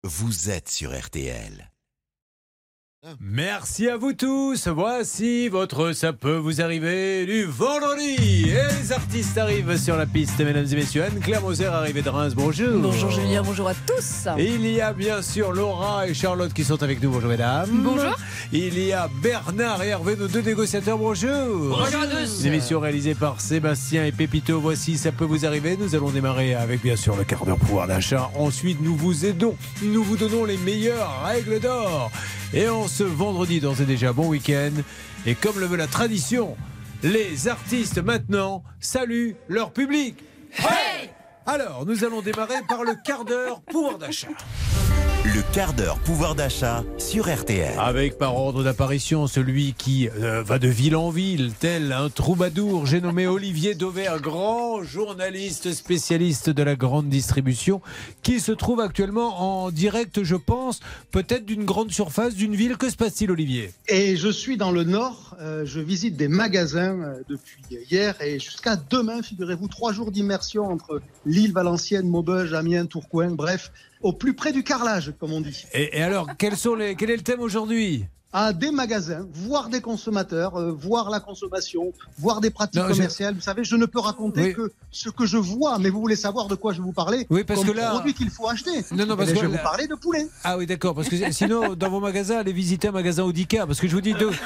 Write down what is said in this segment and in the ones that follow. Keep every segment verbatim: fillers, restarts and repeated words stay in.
vous êtes sur R T L. Merci à vous tous. Voici votre Ça peut vous arriver du vendredi. Et les artistes arrivent sur la piste, mesdames et messieurs. Anne-Claire Moser arrivée de Reims, bonjour. Bonjour Julien, bonjour à tous. Il y a bien sûr Laura et Charlotte qui sont avec nous, bonjour mesdames. Bonjour. Il y a Bernard et Hervé, nos deux négociateurs, bonjour. Bonjour à tous. Une émission réalisée par Sébastien et Pépito. Voici Ça peut vous arriver. Nous allons démarrer avec bien sûr le quart d'heure pouvoir d'achat. Ensuite, nous vous aidons. Nous vous donnons les meilleures règles d'or. Et en ce vendredi, d'ores et déjà, bon week-end. Et comme le veut la tradition, les artistes maintenant saluent leur public. Hey! Alors, nous allons démarrer par le quart d'heure pouvoir d'achat. Le quart d'heure pouvoir d'achat sur R T L. Avec par ordre d'apparition celui qui euh, va de ville en ville, tel un troubadour, j'ai nommé Olivier Dauvert, grand journaliste spécialiste de la grande distribution, qui se trouve actuellement en direct, je pense, peut-être d'une grande surface, d'une ville. Que se passe-t-il, Olivier ? Et je suis dans le Nord, euh, je visite des magasins euh, depuis hier et jusqu'à demain, figurez-vous, trois jours d'immersion entre Lille, Valenciennes, Maubeuge, Amiens, Tourcoing, bref, au plus près du carrelage, comme on dit. Et, et alors, quels sont les, quel est le thème aujourd'hui ? À des magasins, voir des consommateurs, euh, voir la consommation, voir des pratiques non, commerciales. Vous savez, je ne peux raconter oui. que ce que je vois, mais vous voulez savoir de quoi je vais vous parler. Oui, parce comme que là, produit qu'il faut acheter. Non, non, parce et que je vais là... vous parler de poulet. Ah oui, d'accord, parce que sinon, dans vos magasins, allez visiter un magasin Audica, parce que je vous dis de.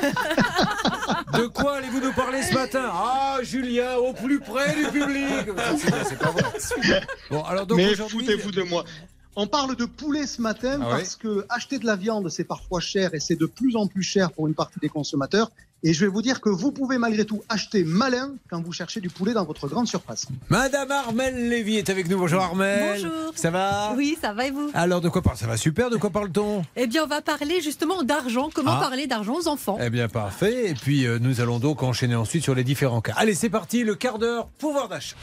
De quoi allez-vous nous parler ce matin ? Ah, Julien, au plus près du public. C'est, c'est pas vrai. Bon, alors donc mais aujourd'hui... foutez-vous de moi. On parle de poulet ce matin ah parce oui. que acheter de la viande, c'est parfois cher et c'est de plus en plus cher pour une partie des consommateurs. Et je vais vous dire que vous pouvez malgré tout acheter malin quand vous cherchez du poulet dans votre grande surface. Madame Armelle Lévy est avec nous. Bonjour Armelle. Bonjour. Ça va ? Oui, ça va et vous ? Alors de quoi parle ? Ça va super, de quoi parle-t-on ? Eh bien, on va parler justement d'argent. Comment ah. parler d'argent aux enfants ? Eh bien, parfait. Et puis, euh, nous allons donc enchaîner ensuite sur les différents cas. Allez, c'est parti, le quart d'heure pouvoir d'achat.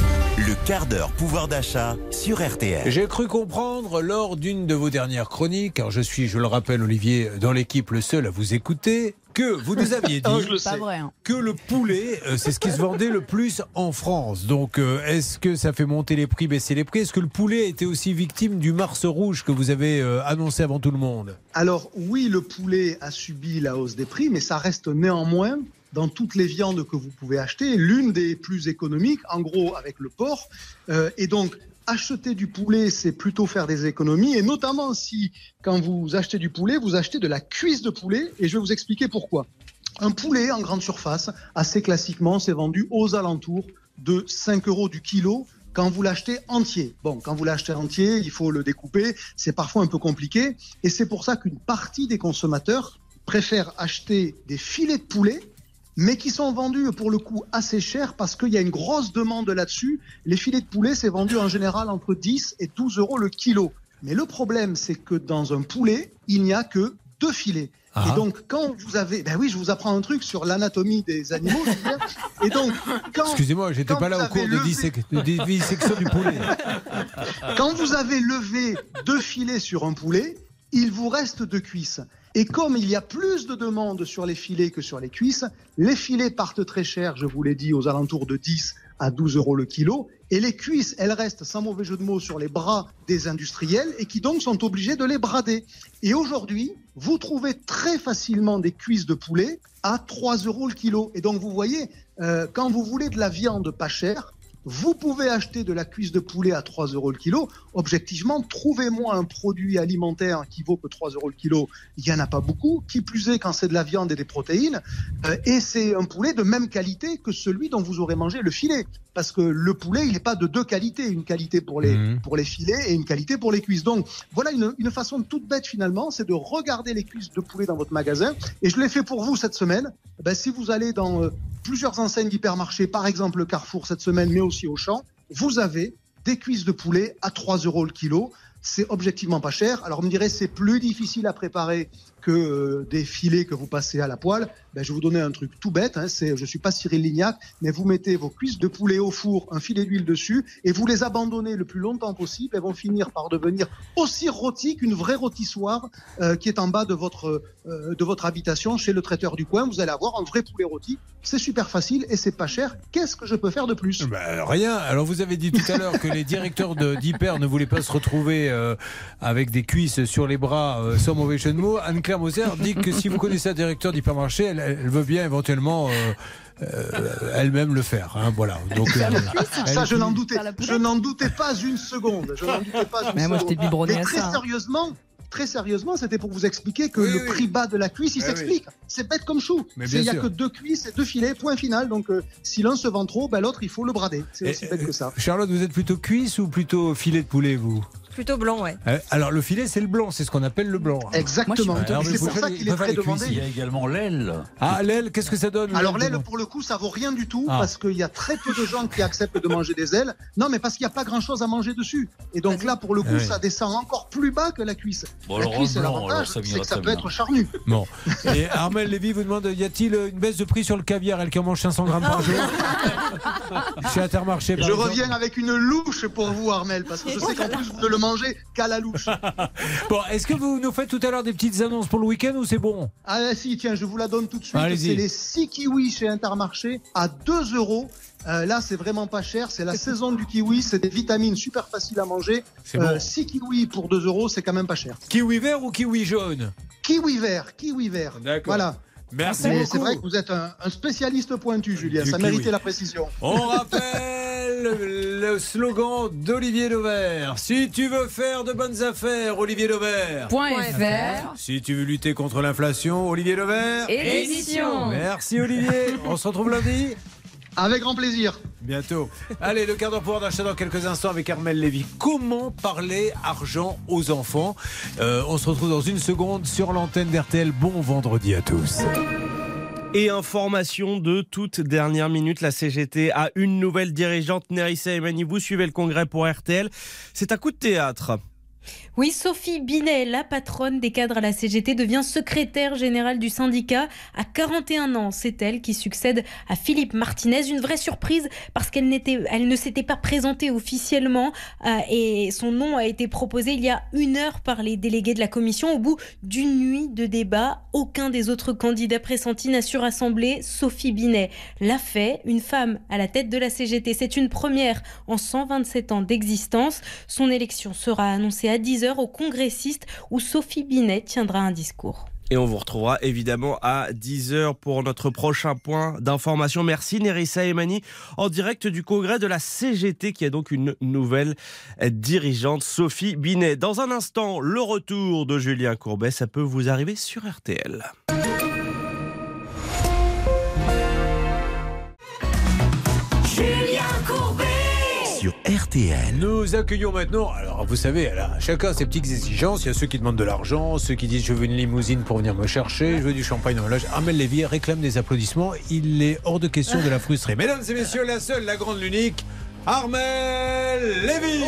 Le quart d'heure pouvoir d'achat sur R T L. J'ai cru comprendre lors d'une de vos dernières chroniques, car je suis, je le rappelle Olivier, dans l'équipe le seul à vous écouter, que vous nous aviez dit oh, pas vrai, hein. que le poulet, euh, c'est ce qui se vendait le plus en France. Donc, euh, est-ce que ça fait monter les prix, baisser les prix ? Est-ce que le poulet a été aussi victime du Mars rouge que vous avez euh, annoncé avant tout le monde ? Alors, oui, le poulet a subi la hausse des prix, mais ça reste néanmoins, dans toutes les viandes que vous pouvez acheter, l'une des plus économiques, en gros avec le porc. Euh, et donc, acheter du poulet, c'est plutôt faire des économies, et notamment si, quand vous achetez du poulet, vous achetez de la cuisse de poulet, et je vais vous expliquer pourquoi. Un poulet en grande surface, assez classiquement, c'est vendu aux alentours de cinq euros du kilo quand vous l'achetez entier. Bon, quand vous l'achetez entier, il faut le découper, c'est parfois un peu compliqué, et c'est pour ça qu'une partie des consommateurs préfèrent acheter des filets de poulet, mais qui sont vendus pour le coup assez cher parce qu'il y a une grosse demande là-dessus. Les filets de poulet, c'est vendu en général entre dix et douze euros le kilo. Mais le problème, c'est que dans un poulet, il n'y a que deux filets. Ah. Et donc, quand vous avez... Ben oui, je vous apprends un truc sur l'anatomie des animaux. Et donc, quand... Excusez-moi, j'étais pas là au cours levé... de, dissec... de dissection du poulet. Quand vous avez levé deux filets sur un poulet, il vous reste deux cuisses. Et comme il y a plus de demandes sur les filets que sur les cuisses, les filets partent très cher, je vous l'ai dit, aux alentours de dix à douze euros le kilo. Et les cuisses, elles restent, sans mauvais jeu de mots, sur les bras des industriels et qui donc sont obligés de les brader. Et aujourd'hui, vous trouvez très facilement des cuisses de poulet à trois euros le kilo. Et donc vous voyez, euh, quand vous voulez de la viande pas chère, vous pouvez acheter de la cuisse de poulet à trois euros le kilo. Objectivement, trouvez-moi un produit alimentaire qui vaut que trois euros le kilo. Il n'y en a pas beaucoup. Qui plus est quand c'est de la viande et des protéines. Euh, et c'est un poulet de même qualité que celui dont vous aurez mangé le filet. Parce que le poulet, il n'est pas de deux qualités. Une qualité pour les, mmh. pour les filets et une qualité pour les cuisses. Donc, voilà une, une façon toute bête finalement, c'est de regarder les cuisses de poulet dans votre magasin. Et je l'ai fait pour vous cette semaine. Ben, si vous allez dans euh, plusieurs enseignes d'hypermarché, par exemple le Carrefour cette semaine, mais aussi Auchan, vous avez des cuisses de poulet à trois euros le kilo. C'est objectivement pas cher. Alors, on me dirait, c'est plus difficile à préparer que euh, des filets que vous passez à la poêle. Ben, je vais vous donner un truc tout bête. Hein, c'est, je suis pas Cyril Lignac, mais vous mettez vos cuisses de poulet au four, un filet d'huile dessus, et vous les abandonnez le plus longtemps possible. Elles vont finir par devenir aussi rôties qu'une vraie rôtissoire euh, qui est en bas de votre, euh, de votre habitation chez le traiteur du coin. Vous allez avoir un vrai poulet rôti c'est super facile et c'est pas cher. Qu'est-ce que je peux faire de plus? Ben, rien. Alors vous avez dit tout à l'heure que les directeurs de d'Hyper ne voulaient pas se retrouver euh, avec des cuisses sur les bras, euh, sans mauvais jeu de mots. Anne-Claire Moser dit que si vous connaissez un directeur d'hypermarché, elle, elle veut bien éventuellement euh, euh, elle-même le faire. Hein, voilà. Donc euh, ça, je elle- n'en doutais, je n'en doutais pas une seconde. Je n'en doutais pas une Mais moi, je seconde. t'ai biberonné Mais à très ça. hein. sérieusement. Très sérieusement, c'était pour vous expliquer que Oui, le oui. prix bas de la cuisse, il Eh s'explique. C'est bête comme chou. Mais C'est- bien Il n'y a sûr. que deux cuisses et deux filets, point final. Donc, euh, si l'un se vend trop, ben, l'autre, il faut le brader. C'est Et- aussi bête que ça. Charlotte, vous êtes plutôt cuisse ou plutôt filet de poulet, vous? Plutôt blanc, ouais. Euh, Alors le filet, c'est le blanc, c'est ce qu'on appelle le blanc. Exactement. Moi, je suis- Et Alors, c'est vous pour ça préférez- qu'il est vous très préférez les cuisses, demandé. Il y a également l'aile. Ah, l'aile, qu'est-ce que ça donne? Alors l'aile, l'aile, pour le coup, ça vaut rien du tout Ah. parce qu'il y a très peu de gens qui acceptent de manger des ailes. Non, mais parce qu'il n'y a pas grand-chose à manger dessus. Et donc là, pour le coup, Ah oui. ça descend encore plus bas que la cuisse. Bon, la alors, cuisse, en blanc, alors, l'avantage, ça c'est viendra que ça très peut bien. être charnu. Bon. Et Armel Lévy vous demande, y a-t-il une baisse de prix sur le caviar, elle qui en mange cinq cents grammes par jour? Chez Intermarché, par Je exemple. reviens avec une louche pour vous, Armel, parce que je sais qu'en plus, vous ne le mangez qu'à la louche. Bon, est-ce que vous nous faites tout à l'heure des petites annonces pour le week-end ou c'est bon? Ah si, tiens, je vous la donne tout de suite. Allez-y. C'est les six kiwis chez Intermarché à deux euros. Euh, là, c'est vraiment pas cher. C'est la saison du kiwi. C'est des vitamines super faciles à manger. C'est bon. six kiwis pour deux euros, c'est quand même pas cher. Kiwi vert ou kiwi jaune? Kiwi vert, kiwi vert. D'accord. Voilà. Merci Mais beaucoup. c'est vrai que vous êtes un, un spécialiste pointu, Julien. Du Ça kiwi. méritait la précision. On rappelle le slogan d'Olivier Dauvert. Si tu veux faire de bonnes affaires, Olivier Dauvert. Point Point F R. Si tu veux lutter contre l'inflation, Olivier Dauvert. Édition. Merci Olivier. On se retrouve lundi. Avec grand plaisir. Bientôt. Allez, le quart d'heure pouvoir d'achat dans quelques instants avec Armel Lévy. Comment parler argent aux enfants? Euh, On se retrouve dans une seconde sur l'antenne d'R T L. Bon vendredi à tous. Et information de toute dernière minute, la C G T a une nouvelle dirigeante, Nerissa Emani. Vous suivez le congrès pour R T L. C'est un coup de théâtre. Oui, Sophie Binet, la patronne des cadres à la C G T, devient secrétaire générale du syndicat à quarante et un ans. C'est elle qui succède à Philippe Martinez. Une vraie surprise parce qu'elle n'était, elle ne s'était pas présentée officiellement euh, et son nom a été proposé il y a une heure par les délégués de la commission. Au bout d'une nuit de débat, aucun des autres candidats pressentis n'a su rassembler Sophie Binet. L'a fait, une femme à la tête de la C G T. C'est une première en cent vingt-sept ans d'existence. Son élection sera annoncée à dix heures aux congressistes où Sophie Binet tiendra un discours. Et on vous retrouvera évidemment à dix heures pour notre prochain point d'information. Merci Nerissa Emani en direct du congrès de la C G T qui a donc une nouvelle dirigeante, Sophie Binet. Dans un instant, le retour de Julien Courbet, ça peut vous arriver sur R T L. Julien Courbet sur R T L. Nous accueillons maintenant, alors vous savez, là, chacun ses petites exigences. Il y a ceux qui demandent de l'argent, ceux qui disent je veux une limousine pour venir me chercher, je veux du champagne dans la loge. Armel Lévy réclame des applaudissements. Il est hors de question de la frustrer. Mesdames et messieurs, la seule, la grande, l'unique, Armel Lévy.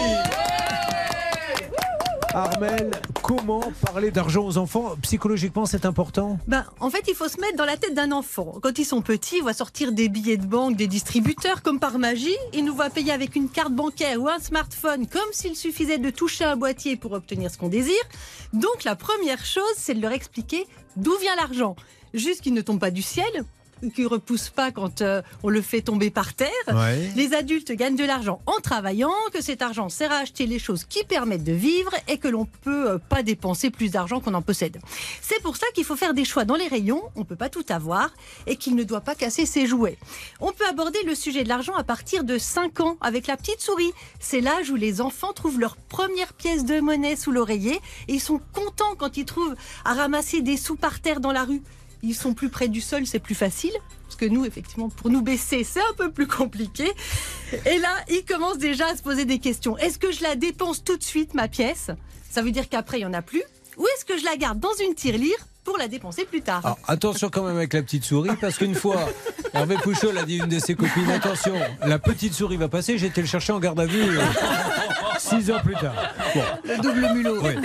Armel, comment parler d'argent aux enfants? Psychologiquement, c'est important? Ben, en fait, il faut se mettre dans la tête d'un enfant. Quand ils sont petits, ils voient sortir des billets de banque des distributeurs comme par magie. Ils nous voient payer avec une carte bancaire ou un smartphone comme s'il suffisait de toucher un boîtier pour obtenir ce qu'on désire. Donc la première chose, c'est de leur expliquer d'où vient l'argent. Juste qu'il ne tombe pas du ciel, qu'il ne repousse pas quand euh, on le fait tomber par terre. Ouais. Les adultes gagnent de l'argent en travaillant, que cet argent sert à acheter les choses qui permettent de vivre et que l'on ne peut euh, pas dépenser plus d'argent qu'on en possède. C'est pour ça qu'il faut faire des choix dans les rayons, on ne peut pas tout avoir, et qu'il ne doit pas casser ses jouets. On peut aborder le sujet de l'argent à partir de cinq ans avec la petite souris. C'est l'âge où les enfants trouvent leur première pièce de monnaie sous l'oreiller et ils sont contents quand ils trouvent à ramasser des sous par terre dans la rue. Ils sont plus près du sol, c'est plus facile. Parce que nous, effectivement, pour nous baisser, c'est un peu plus compliqué. Et là, ils commencent déjà à se poser des questions. Est-ce que je la dépense tout de suite, ma pièce? Ça veut dire qu'après, il n'y en a plus. Ou est-ce que je la garde dans une tirelire pour la dépenser plus tard? Alors, attention quand même avec la petite souris, parce qu'une fois, Hervé Pouchol a dit à une de ses copines, attention, la petite souris va passer, j'ai été le chercher en garde à vue euh, six ans plus tard. Bon. Le double mulot. Oui.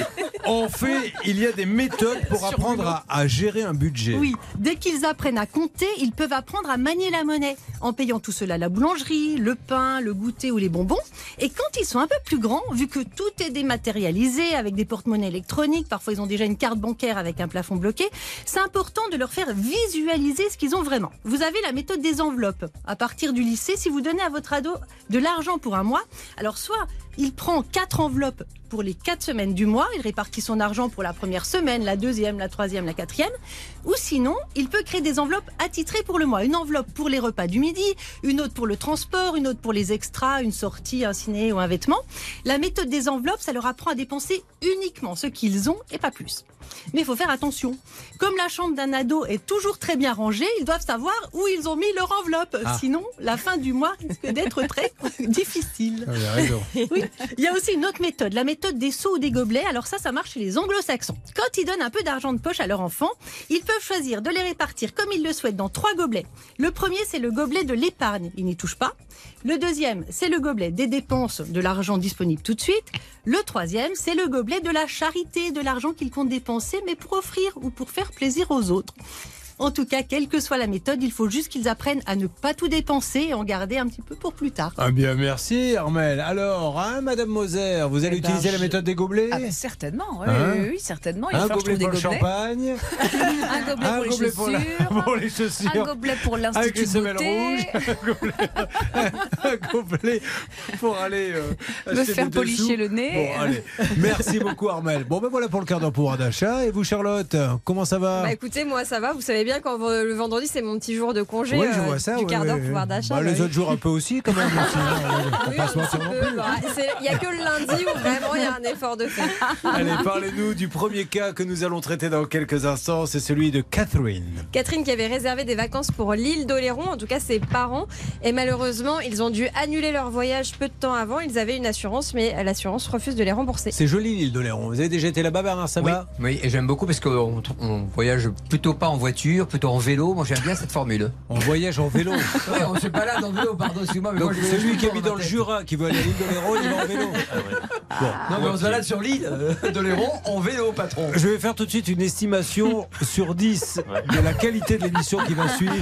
on fait, il y a des méthodes pour apprendre à, à gérer un budget. Oui, dès qu'ils apprennent à compter, ils peuvent apprendre à manier la monnaie en payant tout cela à la boulangerie, le pain, le goûter ou les bonbons. Et quand ils sont un peu plus grands, vu que tout est dématérialisé avec des porte-monnaies électroniques, parfois ils ont déjà une carte bancaire avec un plafond bloqué, c'est important de leur faire visualiser ce qu'ils ont vraiment. Vous avez la méthode des enveloppes. À partir du lycée, si vous donnez à votre ado de l'argent pour un mois, alors soit il prend quatre enveloppes pour les quatre semaines du mois, il répartit son argent pour la première semaine, la deuxième, la troisième, la quatrième, ou sinon, il peut créer des enveloppes attitrées pour le mois. Une enveloppe pour les repas du midi, une autre pour le transport, une autre pour les extras, une sortie, un ciné ou un vêtement. La méthode des enveloppes, ça leur apprend à dépenser uniquement ce qu'ils ont et pas plus. Mais il faut faire attention. Comme la chambre d'un ado est toujours très bien rangée, ils doivent savoir où ils ont mis leur enveloppe. Ah. Sinon, la fin du mois risque d'être très difficile. Ah, il a raison. Oui. Il y a aussi une autre méthode, la méthode des seaux ou des gobelets. Alors ça, ça marche chez les anglo-saxons. Quand ils donnent un peu d'argent de poche à leur enfant, ils peuvent choisir de les répartir comme ils le souhaitent dans trois gobelets. Le premier, c'est le gobelet de l'épargne. Ils n'y touchent pas. Le deuxième, c'est le gobelet des dépenses, de l'argent disponible tout de suite. Le troisième, c'est le gobelet de la charité, de l'argent qu'ils comptent dépenser, mais pour offrir ou pour faire plaisir aux autres. En tout cas, quelle que soit la méthode, il faut juste qu'ils apprennent à ne pas tout dépenser et en garder un petit peu pour plus tard. Ah bien, merci Armelle. Alors, hein, Madame Moser, vous allez eh ben, utiliser je... la méthode des gobelets? Ah ben, certainement, oui, hein oui, oui, certainement. Il un va gobelet pour des le gobelets. champagne, un gobelet, un pour, gobelet les pour, la... pour les chaussures, un gobelet pour l'institut avec les semelles beauté. rouges, un gobelet, un gobelet pour aller euh, me faire policher le nez. Bon, allez. Merci beaucoup Armelle. Bon ben voilà pour le quart d'heure pouvoir d'achat. Et vous Charlotte, comment ça va? Bah écoutez, moi ça va. Vous savez bien quand le vendredi c'est mon petit jour de congé, ouais, je vois euh, ça, du ouais, quart d'heure ouais. pouvoir d'achat. Bah, bah, les oui. autres jours un peu aussi quand même. Il oui, n'y a que le lundi où vraiment il y a un effort de fait. Allez, parlez-nous du premier cas que nous allons traiter dans quelques instants. C'est celui de Catherine. Catherine qui avait réservé des vacances pour l'île d'Oléron, en tout cas ses parents. Et malheureusement, ils ont dû annuler leur voyage peu de temps avant. Ils avaient une assurance, mais l'assurance refuse de les rembourser. C'est joli l'île d'Oléron. Vous avez déjà été là-bas, Bernard Sabat? Oui, oui, et j'aime beaucoup parce qu'on on voyage plutôt pas en voiture, plutôt en vélo. Moi j'aime bien cette formule. On voyage en vélo. Oui, on se balade en vélo, pardon, excuse-moi. Mais donc moi, celui qui habite dans le Jura, qui veut aller à l'île d'Oléron, il va en vélo. Ah ouais. Bon, non, mais on se balade sur l'île euh, d'Oléron en vélo, patron. Je vais faire tout de suite une estimation sur dix de la qualité de l'émission qui va suivre.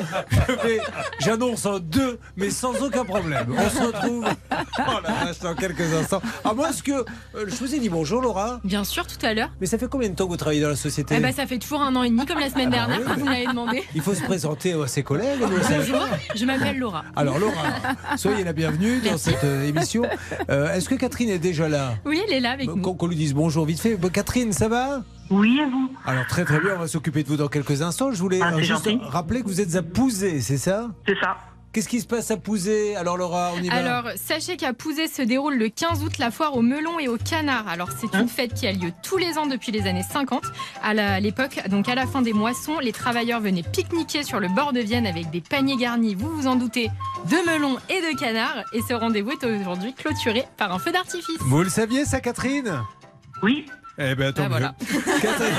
Je vais, j'annonce un deux, mais sans aucun problème. On se retrouve oh la vache, dans quelques instants. À moins que euh, je vous ai dit bonjour, Laura. Bien sûr, tout à l'heure. Mais ça fait combien de temps que vous travaillez dans la société? Eh ben, ça fait toujours un an et demi, comme la semaine ah, dernière, oui, quand vous m'avez demandé. Il faut se présenter à ses collègues. Bonjour, je m'appelle Laura. Alors Laura, soyez la bienvenue dans cette euh, émission. Euh, est-ce que Catherine est déjà là? Oui, elle est là avec Qu'on, nous. qu'on lui dise bonjour vite fait. Bon, Catherine, ça va? Oui, et vous? Alors très très bien, on va s'occuper de vous dans quelques instants. Je voulais ah, euh, juste gentil. rappeler que vous êtes à Pouzé, c'est ça? C'est ça. Qu'est-ce qui se passe à Pouzé? Alors Laura, on y va. Alors, sachez qu'à Pouzé se déroule le quinze août la foire aux melons et aux canards. Alors, c'est une fête qui a lieu tous les ans depuis les années cinquante. À la- l'époque, donc à la fin des moissons, les travailleurs venaient pique-niquer sur le bord de Vienne avec des paniers garnis, vous vous en doutez, de melons et de canards. Et ce rendez-vous est aujourd'hui clôturé par un feu d'artifice. Vous le saviez ça, Catherine? Oui. Eh bien, tant Ah, mieux. voilà. Catherine.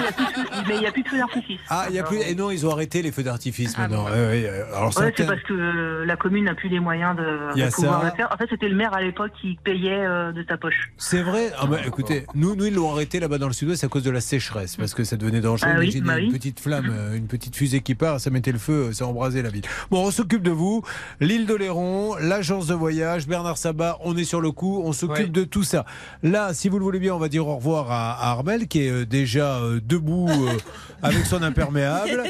Mais il n'y a plus de feu d'artifice. Ah, il y a plus. Et non, ils ont arrêté les feux d'artifice Ah maintenant. bon. Ouais, ouais, euh, alors Ouais, certains- c'est parce que euh, la commune n'a plus les moyens de, Il y a de pouvoir ça. le faire. En fait, c'était le maire à l'époque qui payait euh, de sa poche. C'est vrai. Ah bah, écoutez, nous, nous ils l'ont arrêté là-bas dans le sud-ouest à cause de la sécheresse, parce que ça devenait dangereux. Ah oui, Imaginez bah une oui. petite flamme, euh, une petite fusée qui part, ça mettait le feu, ça embrasait la ville. Bon, on s'occupe de vous. L'île d'Oléron, l'agence de voyage, Bernard Sabat, on est sur le coup, on s'occupe Ouais. de tout ça. Là, si vous le voulez bien, on va dire au revoir à, à Armelle, qui est euh, déjà euh, debout euh, avec son imperméable.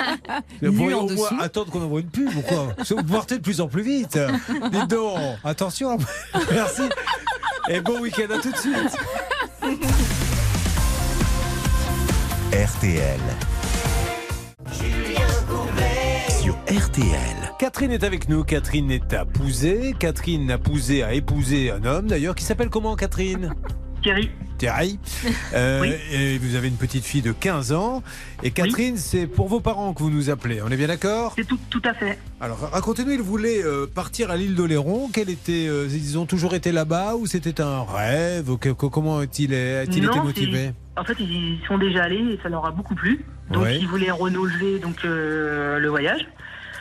Vous pourriez en au moins dessous. attendre qu'on envoie une pub ou quoi? Vous partez de plus en plus vite. Dites donc, attention. Merci. Et bon week-end, à tout de suite. R T L. Sur R T L. Catherine est avec nous. Catherine est à Pouzé. Catherine a pousé, a épousé un homme d'ailleurs qui s'appelle comment, Catherine? Thierry. Thierry. Euh, Oui. Et vous avez une petite fille de quinze ans. Et Catherine, c'est pour vos parents que vous nous appelez. On est bien d'accord? C'est tout, tout à fait. Alors racontez-nous, ils voulaient euh, partir à l'île d'Oléron. Quel était, euh, ils ont toujours été là-bas ou c'était un rêve ou que- que- Comment a-t-il a-t-il été Non, motivé? En fait, ils y sont déjà allés et ça leur a beaucoup plu. Donc, Ouais. ils voulaient renouveler donc, euh, le voyage.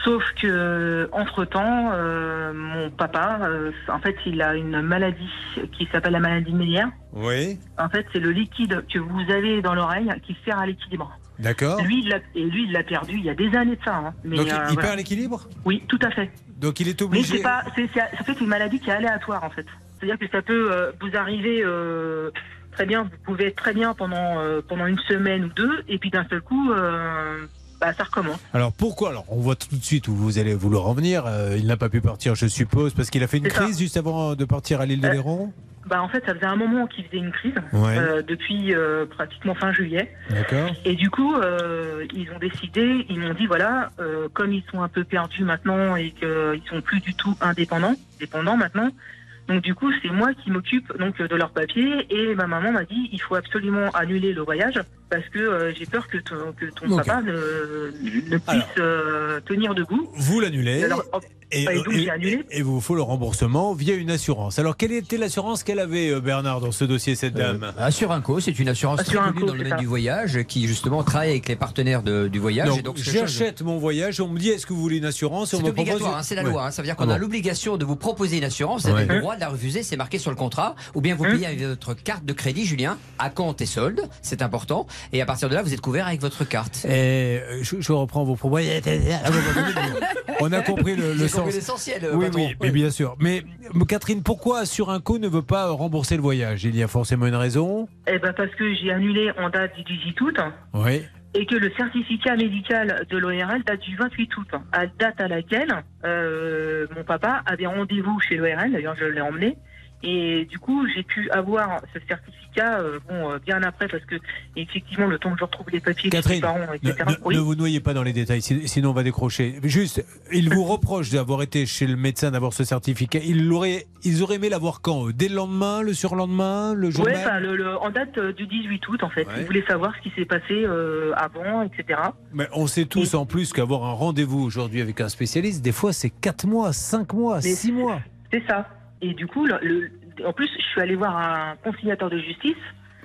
Sauf que entre temps, euh, mon papa, euh, en fait, il a une maladie qui s'appelle la maladie Ménière. Oui. En fait, c'est le liquide que vous avez dans l'oreille qui sert à l'équilibre. D'accord. Lui, il l'a, et lui, il l'a perdu il y a des années de ça. Hein. Mais, Donc, euh, il voilà. perd l'équilibre ? Oui, tout à fait. Donc, il est Mais obligé. c'est pas, c'est, c'est, en fait, c'est une maladie qui est aléatoire, en fait. C'est-à-dire que ça peut euh, vous arriver euh, très bien, vous pouvez être très bien pendant, euh, pendant une semaine ou deux, et puis d'un seul coup, euh, bah, ça recommence. Alors pourquoi ? Alors on voit tout de suite où vous allez vouloir en venir. Euh, il n'a pas pu partir, je suppose, parce qu'il a fait une C'est ça. crise juste avant de partir à l'île de Euh, Léron. Bah, en fait, ça faisait un moment qu'il faisait une crise, Ouais. euh, depuis euh, pratiquement fin juillet. D'accord. Et du coup, euh, ils ont décidé, ils m'ont dit, voilà, euh, comme ils sont un peu perdus maintenant et qu'ils sont plus du tout indépendants, dépendants maintenant, donc du coup, c'est moi qui m'occupe donc de leurs papiers, et ma maman m'a dit, il faut absolument annuler le voyage parce que euh, j'ai peur que ton, que ton Ok. papa ne, ne puisse Alors, euh, tenir debout. Vous l'annulez. Et alors, hop, Et, et donc, et- j'ai annulé. et vous faut le remboursement via une assurance. Alors, quelle était l'assurance qu'elle avait, euh, Bernard, dans ce dossier, cette dame ? Assuranco, c'est une assurance très Assuranco, connue dans le c'est domaine ça. du voyage qui justement travaille avec les partenaires de- du voyage. Donc, et donc, c'est quelque chose- j'achète mon voyage, on me dit, est-ce que vous voulez une assurance ? Et on C'est me obligatoire, propose- hein, c'est la Ouais. loi. hein. Ça veut dire qu'on Ah a bon. l'obligation de vous proposer une assurance. Vous avez Ouais. le droit de la refuser, c'est marqué sur le contrat. Ou bien vous payez avec votre carte de crédit, Julien, à compte et solde, c'est important. Et à partir de là, vous êtes couvert avec votre carte. Et euh, je, je reprends vos propos. On a compris le, le J'ai sens. compris l'essentiel, Oui, patron. oui, mais bien sûr. Mais Catherine, pourquoi Assuranco ne veut pas rembourser le voyage ? Il y a forcément une raison. Eh ben, parce que j'ai annulé en date du dix-huit août. Oui. Et que le certificat médical de l'O R L date du vingt-huit août, à date à laquelle euh, mon papa avait rendez-vous chez l'O R L, d'ailleurs je l'ai emmené, et du coup j'ai pu avoir ce certificat euh, bon, euh, bien après, parce que effectivement le temps que je retrouve les papiers de mes Catherine, parents, ne, et cetera. ne- Oui. ne vous noyez pas dans les détails, si- sinon on va décrocher. Juste, ils vous reprochent d'avoir été chez le médecin, d'avoir ce certificat. Ils, l'auraient, ils auraient aimé l'avoir quand ? Eux ? Dès le lendemain, le surlendemain, le jour Ouais, même ? enfin, le, le- en date euh, du dix-huit août en fait. Ouais. Ils voulaient savoir ce qui s'est passé euh, avant, et cetera. Mais on sait tous en plus qu'avoir un rendez-vous aujourd'hui avec un spécialiste, des fois c'est quatre mois, cinq mois, Mais six mois. C'est ça. Et du coup, le, le- en plus, je suis allée voir un conciliateur de justice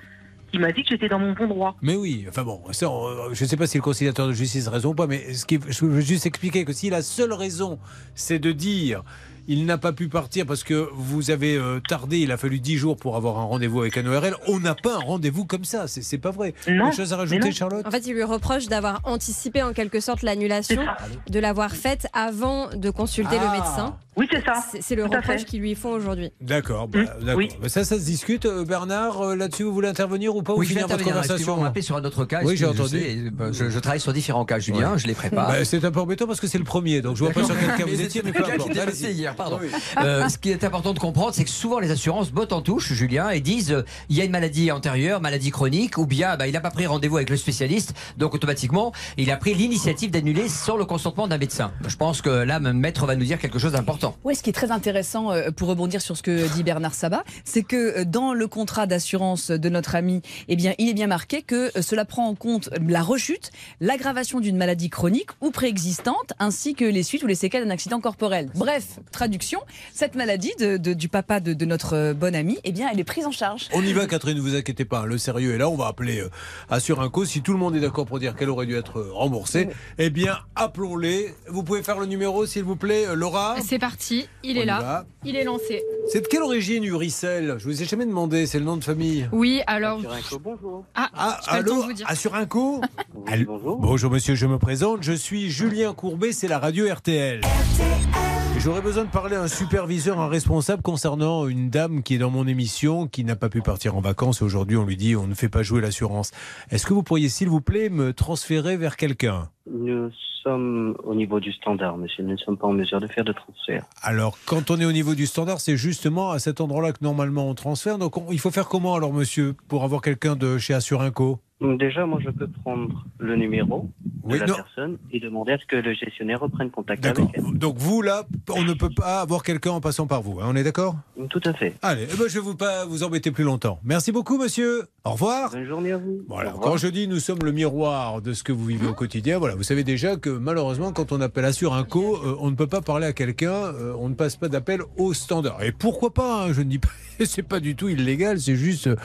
qui m'a dit que j'étais dans mon bon droit. Mais oui, enfin bon, ça, on- je ne sais pas si le conciliateur de justice a raison ou pas, mais ce qui, je veux juste expliquer que si la seule raison, c'est de dire il n'a pas pu partir parce que vous avez euh, tardé, il a fallu dix jours pour avoir un rendez-vous avec un O R L, on n'a pas un rendez-vous comme ça, c'est, c'est pas vrai. Non, Quelque chose à mais rajouter, non. Charlotte ? En fait, il lui reproche d'avoir anticipé en quelque sorte l'annulation, de l'avoir faite avant de consulter Ah. le médecin. Oui, c'est ça. C'est, c'est le Tout à reproche fait. qu'ils lui font aujourd'hui. D'accord, bah, d'accord. oui. Bah, ça, ça se discute. Euh, Bernard, euh, là-dessus, vous voulez intervenir ou pas Oui, ou je vais finir votre intervenir. Excusez-moi, conversation on m'a appelé sur un autre cas. Oui, j'ai excusez, entendu. Je, sais, euh, je, je travaille sur différents cas, Julien, Ouais. je les prépare. Bah, c'est un peu embêtant parce que c'est le premier, donc je vois pas sur quel cas vous Mais étiez, c'est mais le peu cas qui importe. était Allez-y. passé hier, pardon. Oui. Euh, ce qui est important de comprendre, c'est que souvent les assurances bottent en touche, Julien, et disent euh, il y a une maladie antérieure, maladie chronique, ou bien bah, il n'a pas pris rendez-vous avec le spécialiste, donc automatiquement il a pris l'initiative d'annuler sans le consentement d'un médecin. Je pense que là, même maître va nous dire quelque chose d'important. Oui, ce qui est très intéressant, euh, pour rebondir sur ce que dit Bernard Sabat, c'est que euh, dans le contrat d'assurance de notre ami, eh bien, il est bien marqué que euh, cela prend en compte la rechute, l'aggravation d'une maladie chronique ou préexistante, ainsi que les suites ou les séquelles d'un accident corporel. Bref, traduction, cette maladie de, de- du papa de, de notre euh, bon ami, eh bien, elle est prise en charge. On y va, Catherine, ne vous inquiétez pas. Le sérieux est là. On va appeler euh, Assuranco. Si tout le monde est d'accord pour dire qu'elle aurait dû être euh, remboursée, eh bien, appelons-les. Vous pouvez faire le numéro, s'il vous plaît, euh, Laura ? C'est parti, il On est y là, va. il est lancé. C'est de quelle origine, Uricel ? Je vous ai jamais demandé. C'est le nom de famille. Oui, alors. Bonjour. Ah, Ah, j'ai pas le temps allô de vous dire. Assuranco ? Allô Bonjour, monsieur, je me présente. Je suis Julien Courbet, c'est la radio R T L. J'aurais besoin de parler à un superviseur, un responsable concernant une dame qui est dans mon émission, qui n'a pas pu partir en vacances. Aujourd'hui, on lui dit on ne fait pas jouer l'assurance. Est-ce que vous pourriez, s'il vous plaît, me transférer vers quelqu'un ? Nous sommes au niveau du standard, monsieur. Nous ne sommes pas en mesure de faire de transfert. Alors, quand on est au niveau du standard, c'est justement à cet endroit-là que normalement on transfère. Donc, on- il faut faire comment alors, monsieur, pour avoir quelqu'un de chez Assuranco ? Déjà, moi, je peux prendre le numéro de Oui, la non. personne et demander à ce que le gestionnaire reprenne contact D'accord. avec elle. Donc, vous, là, on ne peut pas avoir quelqu'un en passant par vous. Hein, on est d'accord ? Tout à fait. Allez, eh ben, je ne vais vous pas vous embêter plus longtemps. Merci beaucoup, monsieur. Au revoir. Bonne journée à vous. Voilà. Au revoir. Quand je dis nous sommes le miroir de ce que vous vivez au quotidien, voilà, vous savez déjà que malheureusement, quand on appelle Assuranco, euh, on ne peut pas parler à quelqu'un, euh, on ne passe pas d'appel au standard. Et pourquoi pas hein, je ne dis pas, c'est pas du tout illégal, c'est juste euh,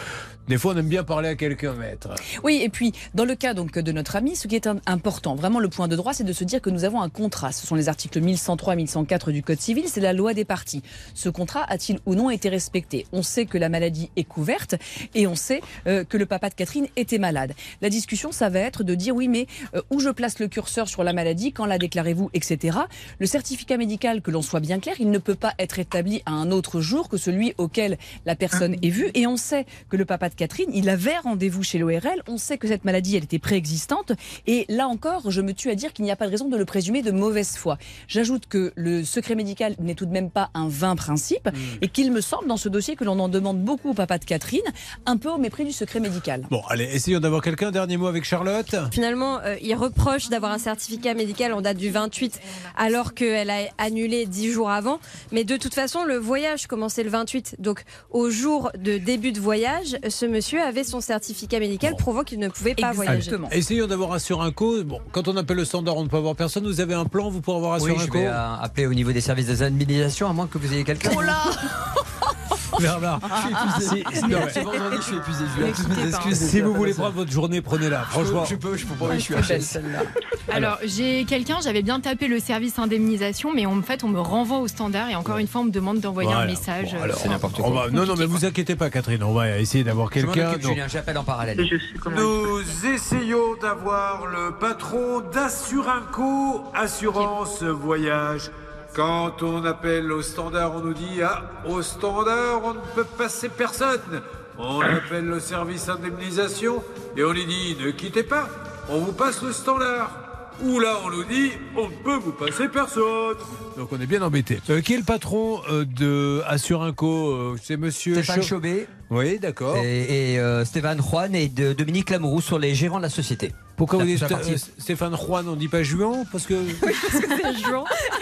Des fois, on aime bien parler à quelqu'un, maître. Oui, et puis, dans le cas donc, de notre ami, ce qui est un, important, vraiment le point de droit, c'est de se dire que nous avons un contrat. Ce sont les articles mille cent trois et mille cent quatre du Code civil, c'est la loi des parties. Ce contrat a-t-il ou non été respecté? On sait que la maladie est couverte et on sait euh, que le papa de Catherine était malade. La discussion, ça va être de dire, oui, mais euh, où je place le curseur sur la maladie, quand la déclarez-vous, et cetera. Le certificat médical, que l'on soit bien clair, il ne peut pas être établi à un autre jour que celui auquel la personne est vue. Et on sait que le papa de Catherine, il avait rendez-vous chez l'O R L, on sait que cette maladie, elle était préexistante, et là encore, je me tue à dire qu'il n'y a pas de raison de le présumer de mauvaise foi. J'ajoute que le secret médical n'est tout de même pas un vain principe, mmh. et qu'il me semble dans ce dossier que l'on en demande beaucoup au papa de Catherine, un peu au mépris du secret médical. Bon, allez, essayons d'avoir quelqu'un. Dernier mot avec Charlotte. Finalement, euh, il reproche d'avoir un certificat médical en date du vingt-huit, alors qu'elle a annulé dix jours avant, mais de toute façon, le voyage commençait le vingt-huit, donc au jour de début de voyage, ce monsieur avait son certificat médical bon. prouvant qu'il ne pouvait pas voyager. Allez, essayons d'avoir Assurinco. Bon, quand on appelle le standard, on ne peut avoir personne. Vous avez un plan, vous pourrez avoir Assurinco? Oui, je vais euh, appeler au niveau des services des indemnisations, à moins que vous ayez quelqu'un. Oh là Bernard, je suis épuisé. Non, ce vendredi, je suis épuisé. Je vais si vous voulez prendre votre journée, prenez-la. Franchement, je peux, je peux pas. Je suis H S. Alors, j'ai quelqu'un, j'avais bien tapé le service indemnisation, mais en fait, on me renvoie au standard et encore une fois, on me demande d'envoyer voilà. un message. Bon, alors, c'est n'importe quoi. Va, non, non, mais vous inquiétez pas, Catherine. On va essayer d'avoir quelqu'un. Julien, j'appelle en parallèle. Nous essayons d'avoir le patron d'Assurinco Assurance Voyage. Quand on appelle au standard, on nous dit ah, au standard, on ne peut passer personne. On appelle le service indemnisation et on lui dit ne quittez pas, on vous passe le standard. Ou là, on nous dit on ne peut vous passer personne. Donc on est bien embêté. Euh, qui est le patron euh, de Assurinco? euh, C'est monsieur Stéphane Cho- Chauvet. Oui, d'accord. Et, et euh, Stéphane Juan et de Dominique Lamourou sur les gérants de la société. Pourquoi la vous dites euh, Stéphane Juan, on ne dit pas Juan? Parce que. Oui, parce que c'est Juan.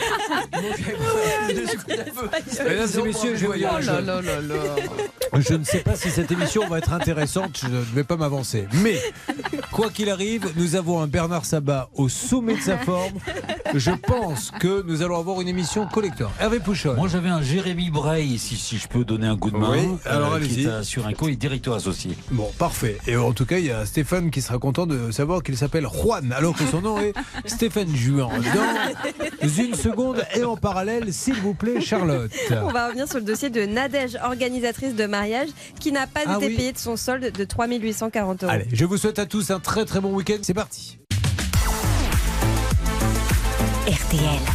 Mesdames et messieurs, je, oh là là là là. je ne sais pas si cette émission va être intéressante, je ne vais pas m'avancer. Mais, quoi qu'il arrive, nous avons un Bernard Sabat au sommet de sa forme. Je pense que nous allons avoir une émission collector. Hervé Pouchol. Moi, j'avais un Jérémy Breil, si, si je peux donner un coup de main. Oui, alors euh, allez-y. Qui est Assurinco et directeur associé. Bon, parfait. Et en tout cas, il y a Stéphane qui sera content de savoir qu'il s'appelle Juan, alors que son nom est Stéphane Juan. Dans une seconde et en parallèle, s'il vous plaît, Charlotte. On va revenir sur le dossier de Nadège, organisatrice de mariage, qui n'a pas Ah été oui. payée de son solde de trois mille huit cent quarante euros. Allez, je vous souhaite à tous un très très bon week-end. C'est parti. R T L.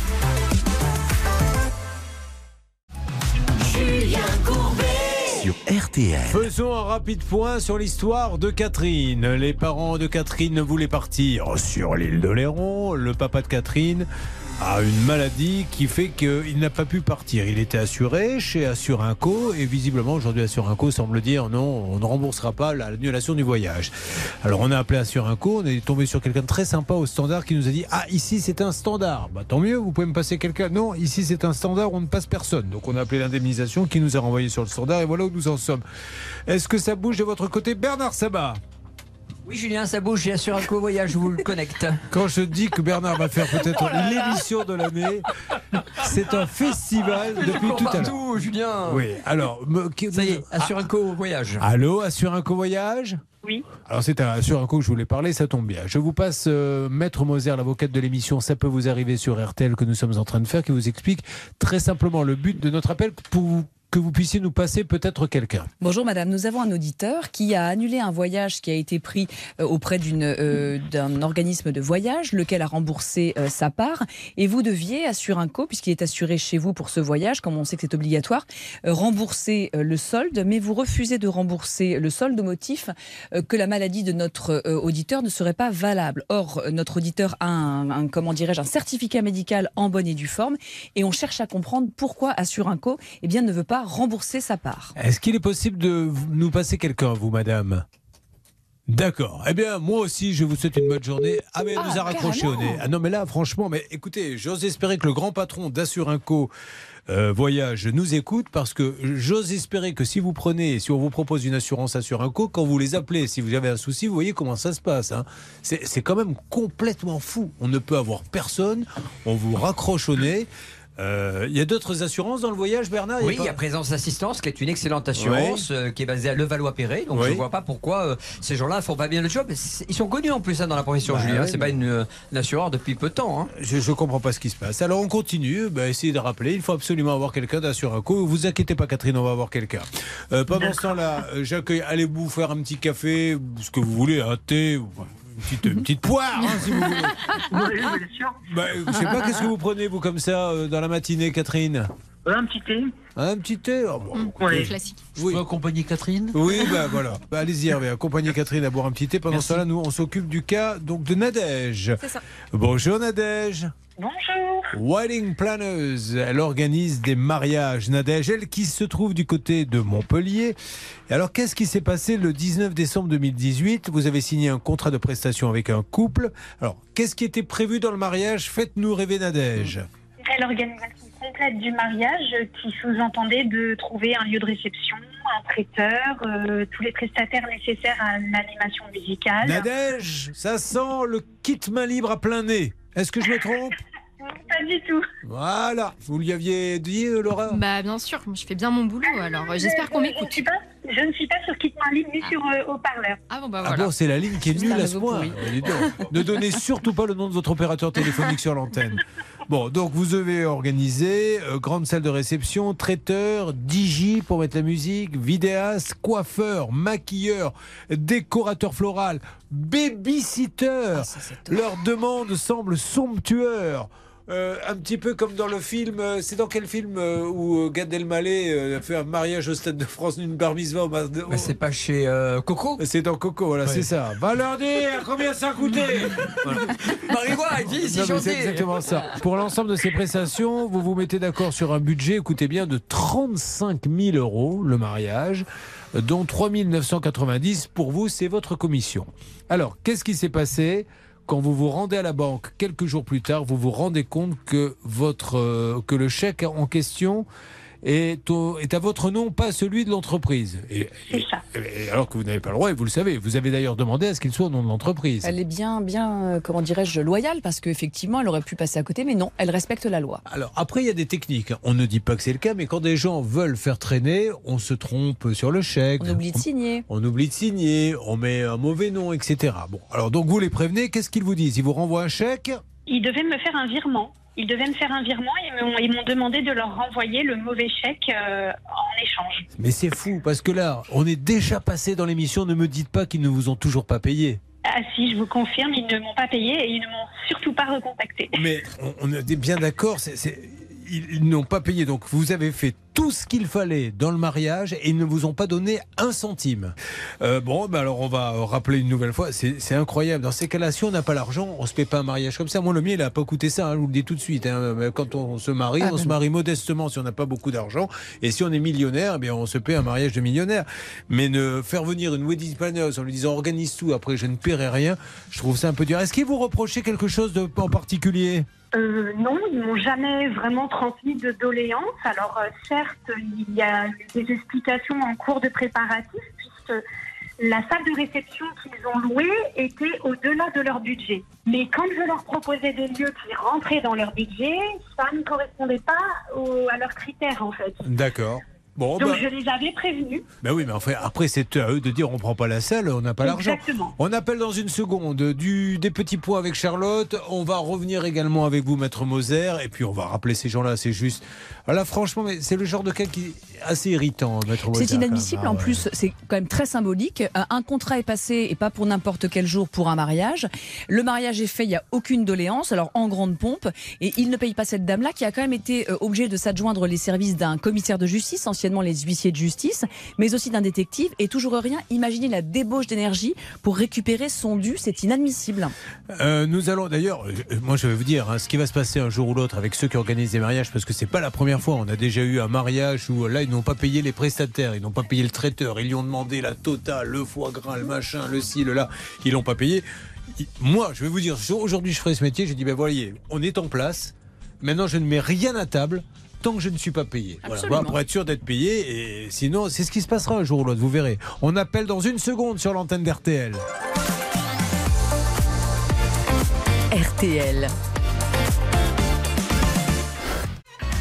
Julien Courbet. Sur R T L. Faisons un rapide point sur l'histoire de Catherine. Les parents de Catherine voulaient partir sur l'île d'Oléron. Le papa de Catherine a une maladie qui fait qu'il n'a pas pu partir. Il était assuré chez Assurinco et visiblement aujourd'hui Assurinco semble dire non, on ne remboursera pas l'annulation du voyage. Alors on a appelé Assurinco, on est tombé sur quelqu'un de très sympa au standard qui nous a dit ah ici c'est un standard. Bah tant mieux, vous pouvez me passer quelqu'un. Non, ici c'est un standard, on ne passe personne. Donc on a appelé l'indemnisation qui nous a renvoyé sur le standard et voilà où nous en sommes. Est-ce que ça bouge de votre côté, Bernard Sabat? Oui, Julien, ça bouge. J'ai Assurinco Voyage, je vous le connecte. Quand je dis que Bernard va faire peut-être oh l'émission de l'année, c'est un festival je depuis tout à l'heure. Tout, Julien. Oui, alors. Me, qui, ça y est, Assurinco Voyage. Allô, Assurinco Voyage? Oui. Alors c'est à Assurinco que je voulais parler, ça tombe bien. Je vous passe euh, Maître Moser, l'avocate de l'émission Ça peut vous arriver sur R T L que nous sommes en train de faire, qui vous explique très simplement le but de notre appel pour vous que vous puissiez nous passer peut-être quelqu'un. Bonjour madame, nous avons un auditeur qui a annulé un voyage qui a été pris euh, auprès d'une, euh, d'un organisme de voyage, lequel a remboursé euh, sa part, et vous deviez, Assurinco, puisqu'il est assuré chez vous pour ce voyage, comme on sait que c'est obligatoire, euh, rembourser euh, le solde, mais vous refusez de rembourser le solde au motif euh, que la maladie de notre euh, auditeur ne serait pas valable. Or, euh, notre auditeur a un, un, comment dirais-je, un certificat médical en bonne et due forme, et on cherche à comprendre pourquoi Assurinco eh bien, ne veut pas rembourser sa part. Est-ce qu'il est possible de nous passer quelqu'un, vous, madame? D'accord. Eh bien, moi aussi, je vous souhaite une bonne journée. Ah, mais elle ah, nous a raccroché au nez. Ah non, mais là, franchement, mais écoutez, j'ose espérer que le grand patron d'Assurinco euh, Voyage nous écoute, parce que j'ose espérer que si vous prenez, si on vous propose une assurance Assurinco, quand vous les appelez, si vous avez un souci, vous voyez comment ça se passe. Hein. C'est, c'est quand même complètement fou. On ne peut avoir personne, on vous raccroche au nez. Euh, il y a d'autres assurances dans le voyage, Bernard? Oui, il y, pas... a Présence Assistance, qui est une excellente assurance, oui. euh, qui est basée à Levallois-Perret. Donc, oui. je ne vois pas pourquoi euh, ces gens-là ne font pas bien le job. Ils sont connus en plus hein, dans la profession, bah, Julien. Ouais, c'est bah... pas une, une assureur depuis peu de temps. Hein. Je ne comprends pas ce qui se passe. Alors, on continue. Bah, essayez de rappeler. Il faut absolument avoir quelqu'un d'Assuraco. Vous inquiétez pas, Catherine, on va avoir quelqu'un. Euh, pendant ce temps-là, j'accueille. Allez-vous faire un petit café, ce que vous voulez, un thé. Ou... Une petite, une petite poire, hein, si vous voulez. Oui, bien sûr. Bah, je sais pas, qu'est-ce que vous prenez, vous, comme ça, euh, dans la matinée, Catherine? euh, Un petit thé. Un petit thé oh, bon, mmh, okay. Classique. Oui. Vous accompagnez Catherine? Oui, ben bah, voilà. Bah, allez-y, Hervé, accompagnez Catherine à boire un petit thé. Pendant ce temps-là, nous, on s'occupe du cas donc, de Nadège. C'est ça. Bonjour, Nadège. Bonjour. Wedding Planneuse, elle organise des mariages, Nadège, elle qui se trouve du côté de Montpellier. Et alors, qu'est-ce qui s'est passé le dix-neuf décembre deux mille dix-huit? Vous avez signé un contrat de prestation avec un couple. Alors, qu'est-ce qui était prévu dans le mariage? Faites-nous rêver, Nadège. L'organisation complète du mariage qui sous-entendait de trouver un lieu de réception, un traiteur, euh, tous les prestataires nécessaires à l'animation musicale. Nadège, ça sent le kit main libre à plein nez. Est-ce que je me trompe? Pas du tout. Voilà, vous lui aviez dit, Laura? Bah bien sûr, je fais bien mon boulot, alors euh, j'espère qu'on m'écoute. Je, je ne suis pas sur kit main libre ni sur euh, haut-parleur. Ah bon, bah ah voilà. bon, c'est la ligne qui est nulle à ce point. Ne donnez surtout pas le nom de votre opérateur téléphonique sur l'antenne. Bon, donc vous devez organiser euh, grande salle de réception, traiteur, D J pour mettre la musique, vidéaste, coiffeur, maquilleur, décorateur floral, babysitter. Ah, ça, leur demande semble somptueuse. Euh, un petit peu comme dans le film, euh, c'est dans quel film euh, où euh, Gad Elmaleh euh, a fait un mariage au Stade de France, une bar mitzvah au... Bah, c'est pas chez euh, Coco? C'est dans Coco, voilà, ouais. C'est ça. Va leur dire combien ça a coûté. Voilà. Marie-Goua, il dit, non, c'est exactement ça. Pour l'ensemble de ces prestations, vous vous mettez d'accord sur un budget, écoutez bien, de trente-cinq mille euros le mariage, dont trois mille neuf cent quatre-vingt-dix pour vous, c'est votre commission. Alors, qu'est-ce qui s'est passé? Quand vous vous rendez à la banque quelques jours plus tard, vous vous rendez compte que, votre, euh, que le chèque en question est, au, est à votre nom, pas celui de l'entreprise. Et, C'est ça. Et, et alors que vous n'avez pas le droit, et vous le savez. Vous avez d'ailleurs demandé à ce qu'il soit au nom de l'entreprise. Elle est bien, bien, euh, comment dirais-je, loyale, parce qu'effectivement, elle aurait pu passer à côté, mais non, elle respecte la loi. Alors après, il y a des techniques. On ne dit pas que c'est le cas, mais quand des gens veulent faire traîner, on se trompe sur le chèque. On oublie de signer. On, on oublie de signer, on met un mauvais nom, et cetera. Bon, alors donc vous les prévenez, qu'est-ce qu'ils vous disent? Ils vous renvoient un chèque? Ils devaient me faire un virement. Ils devaient me faire un virement et ils m'ont demandé de leur renvoyer le mauvais chèque euh, en échange. Mais c'est fou, parce que là, on est déjà passé dans l'émission, ne me dites pas qu'ils ne vous ont toujours pas payé. Ah si, je vous confirme, ils ne m'ont pas payé et ils ne m'ont surtout pas recontacté. Mais on, on est bien d'accord, c'est, c'est, ils, ils n'ont pas payé, donc vous avez fait tout ce qu'il fallait dans le mariage et ils ne vous ont pas donné un centime. Euh, bon, ben alors on va rappeler une nouvelle fois, c'est, c'est incroyable. Dans ces cas-là, si on n'a pas l'argent, on se paie pas un mariage comme ça. Moi, le mien, il n'a pas coûté ça, hein, je vous le dis tout de suite. Hein. Quand on se marie, ah, on ben se marie modestement si on n'a pas beaucoup d'argent. Et si on est millionnaire, eh bien, on se paie un mariage de millionnaire. Mais ne faire venir une wedding planneuse en lui disant organise tout, après je ne paierai rien, je trouve ça un peu dur. Est-ce qu'ils vous reprochaient quelque chose de, en particulier ? Euh, non, ils m'ont jamais vraiment transmis de doléances. Alors euh, certes, il y a des explications en cours de préparatifs puisque la salle de réception qu'ils ont louée était au-delà de leur budget. Mais quand je leur proposais des lieux qui rentraient dans leur budget, ça ne correspondait pas au, à leurs critères en fait. D'accord. Bon, Donc bah, je les avais prévenus. Ben oui, mais enfin, après c'est à eux de dire on prend pas la salle, on n'a pas l'argent. Exactement. On appelle dans une seconde du, des petits points avec Charlotte. On va revenir également avec vous, Maître Moser, et puis on va rappeler ces gens-là. C'est juste. Là, franchement, mais c'est le genre de cas qui est assez irritant, Maître Moser. C'est inadmissible. Ah, en ouais. plus, c'est quand même très symbolique. Un contrat est passé et pas pour n'importe quel jour pour un mariage. Le mariage est fait, il n'y a aucune doléance. Alors en grande pompe, et il ne paye pas cette dame-là qui a quand même été obligée de s'adjoindre les services d'un commissaire de justice, anciennement les huissiers de justice, mais aussi d'un détective, et toujours rien. Imaginez la débauche d'énergie pour récupérer son dû, c'est inadmissible. Euh, nous allons d'ailleurs, moi je vais vous dire, hein, ce qui va se passer un jour ou l'autre avec ceux qui organisent des mariages, parce que c'est pas la première fois. On a déjà eu un mariage où là ils n'ont pas payé les prestataires, ils n'ont pas payé le traiteur, ils lui ont demandé la totale, le foie gras, le machin, le ci, le là, ils l'ont pas payé. Moi, je vais vous dire, aujourd'hui je ferai ce métier, j'ai dit ben voyez, on est en place. Maintenant je ne mets rien à table tant que je ne suis pas payé. Voilà. Voilà, pour être sûr d'être payé. Et sinon, c'est ce qui se passera un jour ou l'autre, vous verrez. On appelle dans une seconde sur l'antenne d'R T L. R T L.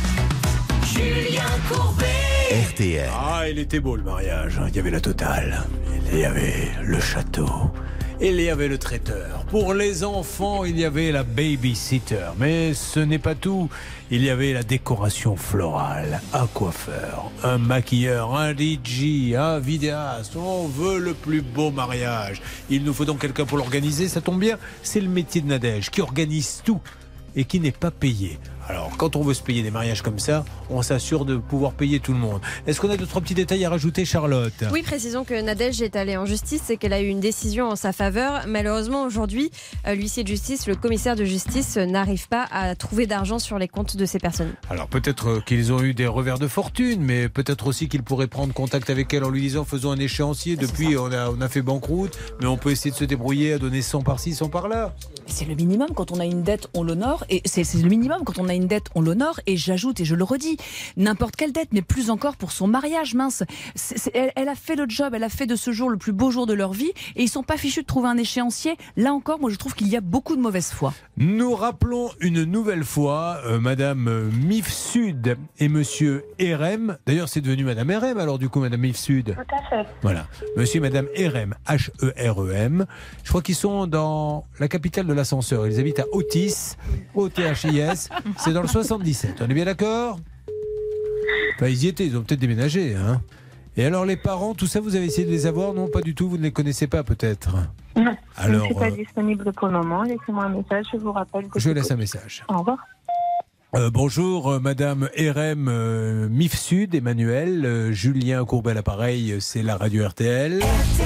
R T L. Ah, il était beau le mariage. Il y avait la totale. Il y avait le château. Il y avait le traiteur. Pour les enfants, il y avait la babysitter. Mais ce n'est pas tout. Il y avait la décoration florale, un coiffeur, un maquilleur, un D J, un vidéaste. On veut le plus beau mariage. Il nous faut donc quelqu'un pour l'organiser. Ça tombe bien, c'est le métier de Nadège qui organise tout et qui n'est pas payé. Alors, quand on veut se payer des mariages comme ça, on s'assure de pouvoir payer tout le monde. Est-ce qu'on a d'autres petits détails à rajouter, Charlotte ? Oui, précisons que Nadège est allée en justice et qu'elle a eu une décision en sa faveur. Malheureusement, aujourd'hui, l'huissier de justice, le commissaire de justice, n'arrive pas à trouver d'argent sur les comptes de ces personnes. Alors, peut-être qu'ils ont eu des revers de fortune, mais peut-être aussi qu'ils pourraient prendre contact avec elle en lui disant « faisons un échéancier, depuis on a, on a fait banqueroute, mais on peut essayer de se débrouiller à donner cent par-ci, cent par-là ». C'est le minimum, quand on a une dette, on l'honore, et c'est, c'est le minimum, quand on a une dette, on l'honore, et j'ajoute, et je le redis, n'importe quelle dette, mais plus encore pour son mariage, mince. C'est, c'est, elle, elle a fait le job, elle a fait de ce jour le plus beau jour de leur vie, et ils sont pas fichus de trouver un échéancier. Là encore, moi je trouve qu'il y a beaucoup de mauvaise foi. Nous rappelons une nouvelle fois euh, Madame Mifsud et Monsieur Erem. D'ailleurs, c'est devenu Madame Erem, alors du coup, Madame Mifsud. Tout à fait. Voilà. Monsieur et Madame Erem, H E R E M. Je crois qu'ils sont dans la capitale de l'ascenseur. Ils habitent à Otis, O T H I S. C'est dans le soixante-dix-sept. On est bien d'accord ? Enfin, ils y étaient, ils ont peut-être déménagé. Hein. Et alors, les parents, tout ça, vous avez essayé de les avoir ? Non, pas du tout, vous ne les connaissez pas peut-être ? Non, alors, je ne suis pas euh... disponible pour le moment. Laissez-moi un message, je vous rappelle. Je laisse un message. Au revoir. Euh, bonjour, euh, Madame Erem euh, Mifsud, Emmanuel, euh, Julien Courbet à l'appareil, c'est la radio R T L.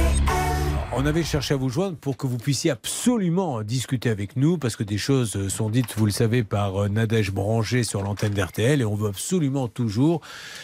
On avait cherché à vous joindre pour que vous puissiez absolument discuter avec nous, parce que des choses sont dites, vous le savez, par Nadège Branger sur l'antenne d'R T L, et on veut absolument toujours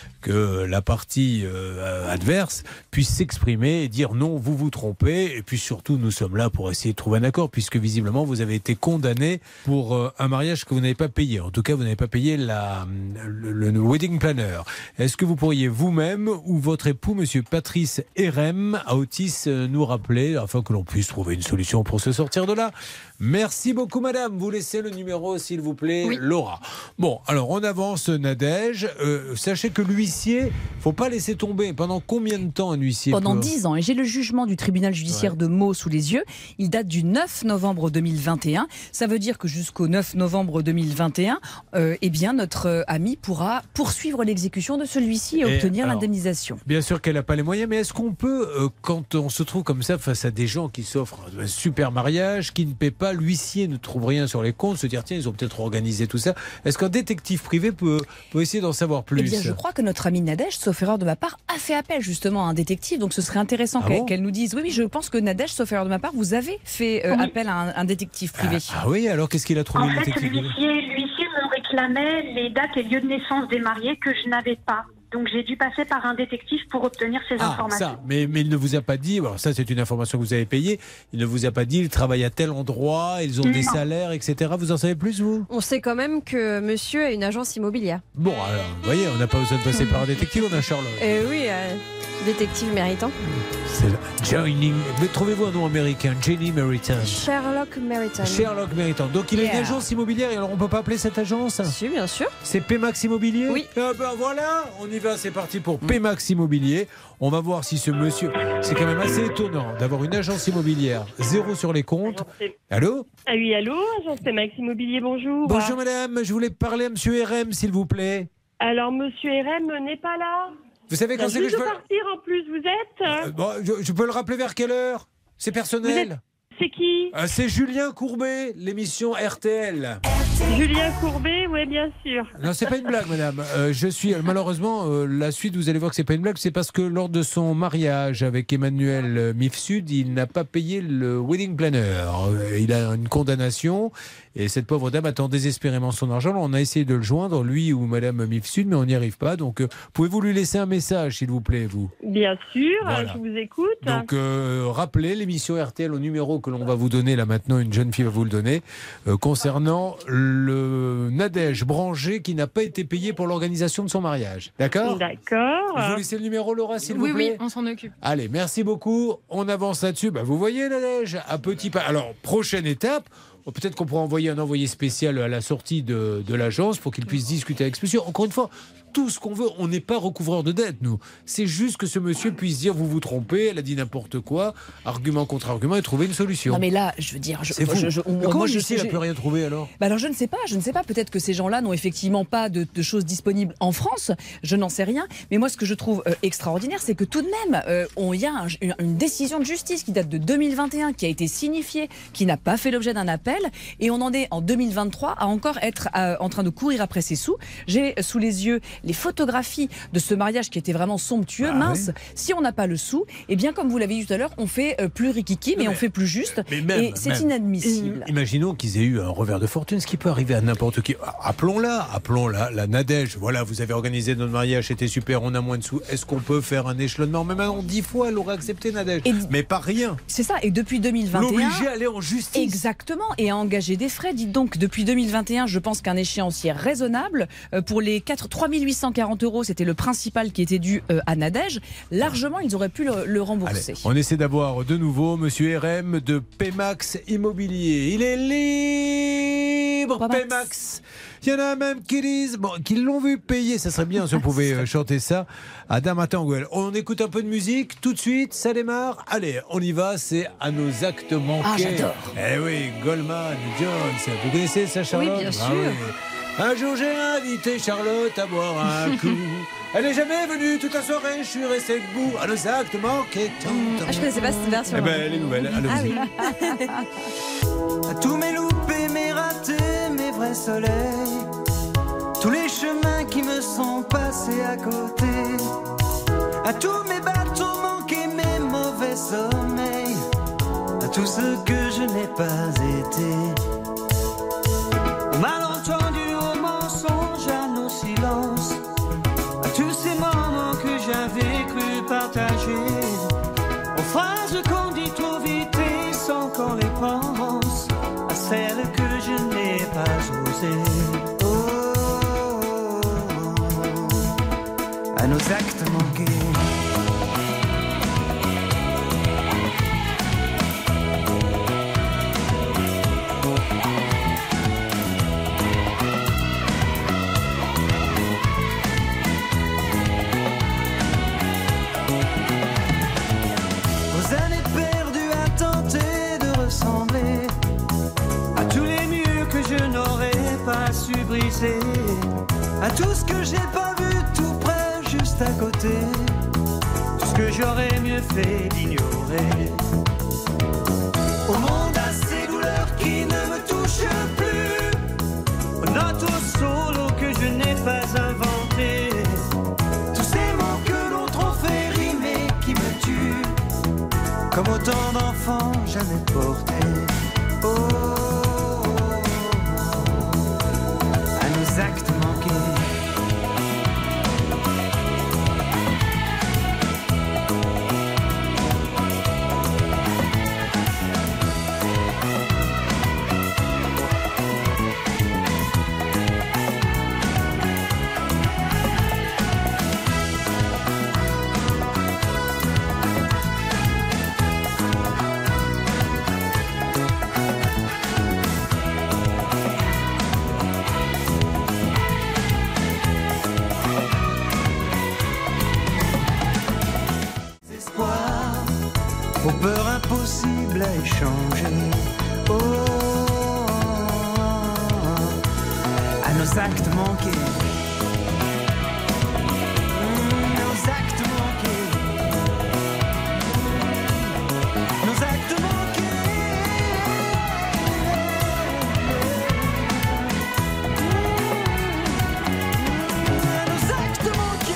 que la partie euh, adverse puisse s'exprimer et dire non, vous vous trompez, et puis surtout nous sommes là pour essayer de trouver un accord, puisque visiblement vous avez été condamné pour euh, un mariage que vous n'avez pas payé. En tout cas, vous n'avez pas payé la, le, le wedding planner. Est-ce que vous pourriez vous-même ou votre époux, Monsieur Patrice Erem, à Otis, euh, nous rappeler, afin que l'on puisse trouver une solution pour se sortir de là ? Merci beaucoup, madame. Vous laissez le numéro, s'il vous plaît, oui. Laura. Bon, alors on avance, Nadège. Euh, sachez que l'huissier, il ne faut pas laisser tomber. Pendant combien de temps un huissier ? Pendant peut... dix ans. Et j'ai le jugement du tribunal judiciaire ouais. de Meaux sous les yeux. Il date du neuf novembre deux mille vingt et un. Ça veut dire que jusqu'au neuf novembre deux mille vingt et un, euh, eh bien, notre euh, ami pourra poursuivre l'exécution de celui-ci et, et obtenir alors, l'indemnisation. Bien sûr qu'elle n'a pas les moyens, mais est-ce qu'on peut, euh, quand on se trouve comme ça face à des gens qui s'offrent un super mariage, qui ne paient pas, l'huissier ne trouve rien sur les comptes, se dire tiens, ils ont peut-être organisé tout ça. Est-ce qu'un détective privé peut, peut essayer d'en savoir plus ? Eh bien, je crois que notre ami Nadège, sauf erreur de ma part, a fait appel justement à un détective. Donc ce serait intéressant ah qu'elle, bon qu'elle nous dise oui, oui, je pense que Nadège, sauf erreur de ma part, vous avez fait euh, oui. appel à un, un détective privé. Ah, ah oui, alors qu'est-ce qu'il a trouvé en le fait, détective privé ? l'huissier, l'huissier me réclamait les dates et lieux de naissance des mariés que je n'avais pas. Donc j'ai dû passer par un détective pour obtenir ces ah, informations. Ça, mais, mais il ne vous a pas dit, alors ça c'est une information que vous avez payée, il ne vous a pas dit, ils travaillent à tel endroit, ils ont non. des salaires, et cetera. Vous en savez plus, vous ? On sait quand même que monsieur a une agence immobilière. Bon, alors, vous voyez, on n'a pas besoin de passer par un détective, on a Charlotte. Euh, oui, euh, détective méritant. C'est Joining. Mais trouvez-vous un nom américain, Jenny Meriton. Sherlock Meriton. Sherlock Meriton. Donc il yeah. a une agence immobilière, et alors on ne peut pas appeler cette agence ? Si, bien sûr. C'est P-Max Immobilier ? Oui. Ah ben voilà, on y va, c'est parti pour P-Max Immobilier. On va voir si ce monsieur... C'est quand même assez étonnant d'avoir une agence immobilière, zéro sur les comptes. Allô ? Ah oui, allô, agence P-Max Immobilier, bonjour. Bonjour madame, je voulais parler à monsieur Erem, s'il vous plaît. Alors, monsieur Erem n'est pas là. Vous savez quand c'est que je peux... partir en plus, vous êtes euh, bon, je, je peux le rappeler vers quelle heure ? C'est personnel. Êtes... C'est qui ? euh, C'est Julien Courbet, l'émission R T L. Julien Courbet, oui, bien sûr. Non, c'est pas une blague, madame. Euh, je suis malheureusement euh, la suite. Vous allez voir que c'est pas une blague. C'est parce que lors de son mariage avec Emmanuel euh, Mifsud, il n'a pas payé le wedding planner. Euh, il a une condamnation et cette pauvre dame attend désespérément son argent. On a essayé de le joindre, lui ou madame Mifsud, mais on n'y arrive pas. Donc, euh, pouvez-vous lui laisser un message, s'il vous plaît, vous ? Bien sûr. Voilà. Je vous écoute. Donc, euh, rappelez l'émission R T L au numéro que l'on va vous donner là maintenant. Une jeune fille va vous le donner euh, concernant le Nadège Branger qui n'a pas été payé pour l'organisation de son mariage. D'accord ? D'accord. Vous laissez le numéro, Laura, s'il oui, vous plaît ? Oui, on s'en occupe. Allez, merci beaucoup. On avance là-dessus. Bah, vous voyez, Nadège, à petit pas. Alors, prochaine étape. Peut-être qu'on pourra envoyer un envoyé spécial à la sortie de, de l'agence pour qu'il puisse discuter avec ce monsieur. Encore une fois, tout ce qu'on veut. On n'est pas recouvreur de dette, nous. C'est juste que ce monsieur puisse dire vous vous trompez, elle a dit n'importe quoi, argument contre argument, et trouver une solution. Non mais là, je veux dire, je, c'est fou. je, je, moi, moi, je je sais, il n'a plus rien trouvé alors. Bah alors je ne sais pas, je ne sais pas. Peut-être que ces gens-là n'ont effectivement pas de, de choses disponibles en France. Je n'en sais rien. Mais moi, ce que je trouve euh, extraordinaire, c'est que tout de même, euh, on y a un, une, une décision de justice qui date de deux mille vingt et un, qui a été signifiée, qui n'a pas fait l'objet d'un appel, et on en est en deux mille vingt-trois à encore être euh, en train de courir après ses sous. J'ai sous les yeux les photographies de ce mariage qui était vraiment somptueux, ah, mince. Oui. Si on n'a pas le sou, eh bien comme vous l'avez dit tout à l'heure, on fait euh, plus rikiki, mais, mais on fait plus juste. Mais même, et c'est même. inadmissible. Imaginons qu'ils aient eu un revers de fortune, ce qui peut arriver à n'importe qui. Appelons-la, appelons-la, la Nadège. Voilà, vous avez organisé notre mariage, c'était super, on a moins de sous. Est-ce qu'on peut faire un échelonnement? Mais maintenant, dix fois, elle aurait accepté Nadège. Et mais pas rien. C'est ça, et depuis deux mille vingt et un... L'obliger à aller en justice. Exactement, et à engager des frais. Dites donc, depuis deux mille vingt et un, je pense qu'un échéancier raisonnable, euh, pour les trois mille huit cent quarante euros, c'était le principal qui était dû euh, à Nadège. Largement, ils auraient pu le, le rembourser. Allez, on essaie d'avoir de nouveau Monsieur R M de Pemax Immobilier. Il est libre, Pemax. Pemax. Il y en a même qui disent, bon, qu'ils l'ont vu payer. Ça serait bien si on pouvait euh, chanter ça à Damatangouel. On écoute un peu de musique tout de suite, ça démarre. Allez, on y va, c'est à nos actes manqués. Ah, j'adore. Eh oui, Goldman, Jones. Vous connaissez ça, Charlotte? Oui, bien sûr. Ah, oui. Un jour, j'ai invité Charlotte à boire un coup. Elle n'est jamais venue toute la soirée, je suis resté debout à nos actes manqués. Ah, je connaissais pas cette version. Eh ben, elle est nouvelle, allons-y. Ah oui. À tous mes loupés, mes ratés, mes vrais soleils, tous les chemins qui me sont passés à côté, à tous mes bateaux manqués, mes mauvais sommeils, à tout ce que je n'ai pas été, au malentendu, au mensonge, à nos silences, à tous ces moments que j'avais cru partager, aux phrases qu'on dit trop vite et sans qu'on les pense, à celles que je n'ai pas osées. Oh, à nos actes manqués. Aux années perdues à tenter de ressembler à tous les murs que je n'aurais pas su briser, à tout ce que j'ai pas vu tout près, juste à côté, tout ce que j'aurais mieux fait d'ignorer. Au monde à ces douleurs qui ne me touchent plus, aux notes au solo que je n'ai pas inventé, tous ces mots que l'autre ont fait rimer qui me tuent, comme autant d'enfants jamais portés. Oh, à nos actes manqués. Aux peurs impossibles à échanger. Oh, à nos actes manqués. Mmh, nos actes manqués. Nos actes manqués. Mmh, à nos actes manqués.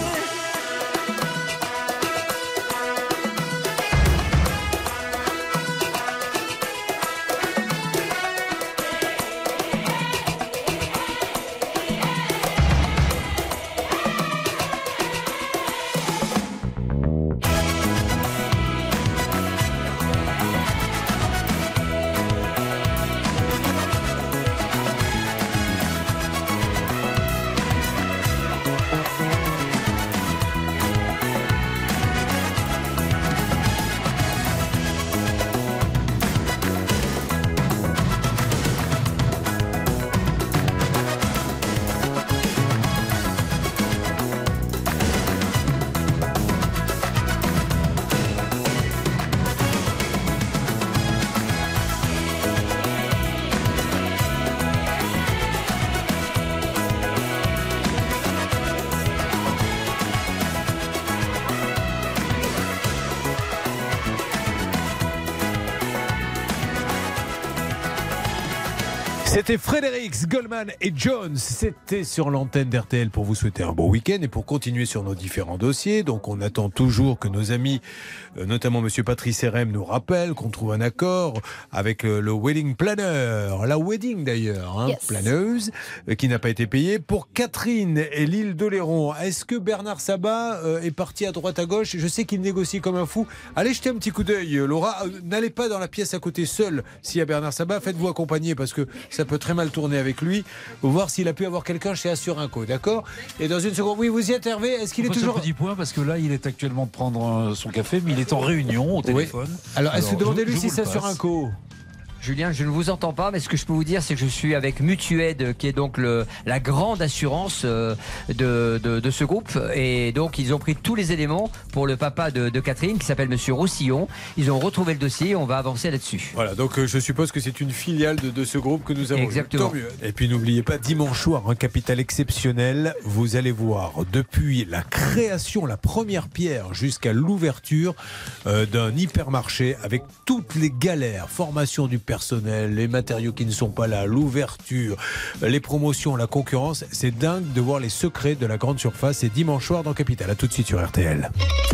C'était Fredericks, Goldman et Jones. C'était sur l'antenne d'R T L pour vous souhaiter un bon week-end et pour continuer sur nos différents dossiers. Donc on attend toujours que nos amis, notamment Monsieur Patrice R M, nous rappellent qu'on trouve un accord avec le wedding planner, la wedding d'ailleurs, hein, yes. planeuse, qui n'a pas été payée. Pour Catherine et l'île d'Oléron, est-ce que Bernard Sabat est parti à droite à gauche? Je sais qu'il négocie comme un fou. Allez jeter un petit coup d'œil, Laura. N'allez pas dans la pièce à côté seul s'il y a Bernard Sabat. Faites-vous accompagner parce que ça peut très mal tourner avec lui. Voir s'il a pu avoir quelqu'un chez Assurinco, d'accord? Et dans une seconde, oui, vous y êtes, Hervé? Est-ce qu'il est toujours... un petit point parce que là, il est actuellement de prendre son café, mais il est en réunion au téléphone. Oui. Alors, est-ce que demandez-lui si c'est Assurinco? Julien, je ne vous entends pas, mais ce que je peux vous dire, c'est que je suis avec Mutued, qui est donc le, la grande assurance de, de, de ce groupe. Et donc, ils ont pris tous les éléments pour le papa de, de Catherine, qui s'appelle Monsieur Roussillon. Ils ont retrouvé le dossier, on va avancer là-dessus. Voilà, donc euh, je suppose que c'est une filiale de, de ce groupe que nous avons. Exactement. Tant mieux. Et puis n'oubliez pas, dimanche soir, un capital exceptionnel. Vous allez voir, depuis la création, la première pierre, jusqu'à l'ouverture euh, d'un hypermarché, avec toutes les galères, formation du personnel, les matériaux qui ne sont pas là, l'ouverture, les promotions, la concurrence. C'est dingue de voir les secrets de la grande surface. C'est dimanche soir dans Capital. À tout de suite sur R T L.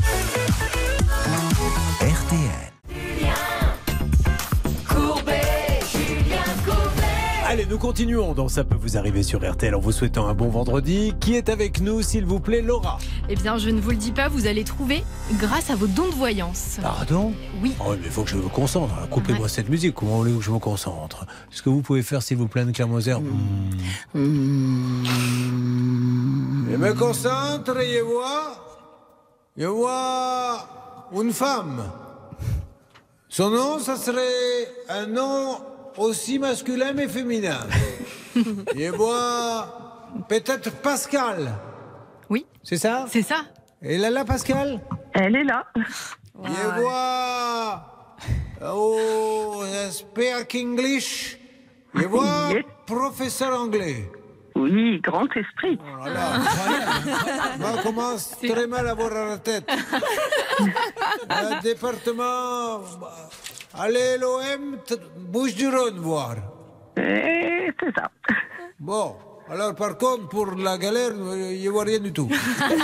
R T L. Allez, nous continuons dans Ça peut vous arriver sur R T L en vous souhaitant un bon vendredi. Qui est avec nous, s'il vous plaît, Laura? Eh bien, je ne vous le dis pas, vous allez trouver grâce à vos dons de voyance. Pardon? Oui. Oh, mais il faut que je me concentre. Coupez-moi ouais. cette musique. Comment voulez-vous que je me concentre? Est-ce que vous pouvez faire, s'il vous plaît, de Claire Moser? mmh. mmh. Je me concentre et je vois... Je vois une femme. Son nom, ça serait un nom... aussi masculin mais féminin. Je vois peut-être Pascal. Oui. C'est ça? C'est ça. Elle est là, Pascal? Elle est là. Wow. Je vois... Oh, speak English. Je vois yes. professeur anglais. Oui, grand esprit. Oh là là, incroyable. Moi, commence très mal à avoir à la tête. Le département... Allez, l'O M, Bouches-du-Rhône voir. Et c'est ça. Bon, alors par contre, pour la galère, il n'y voit rien du tout.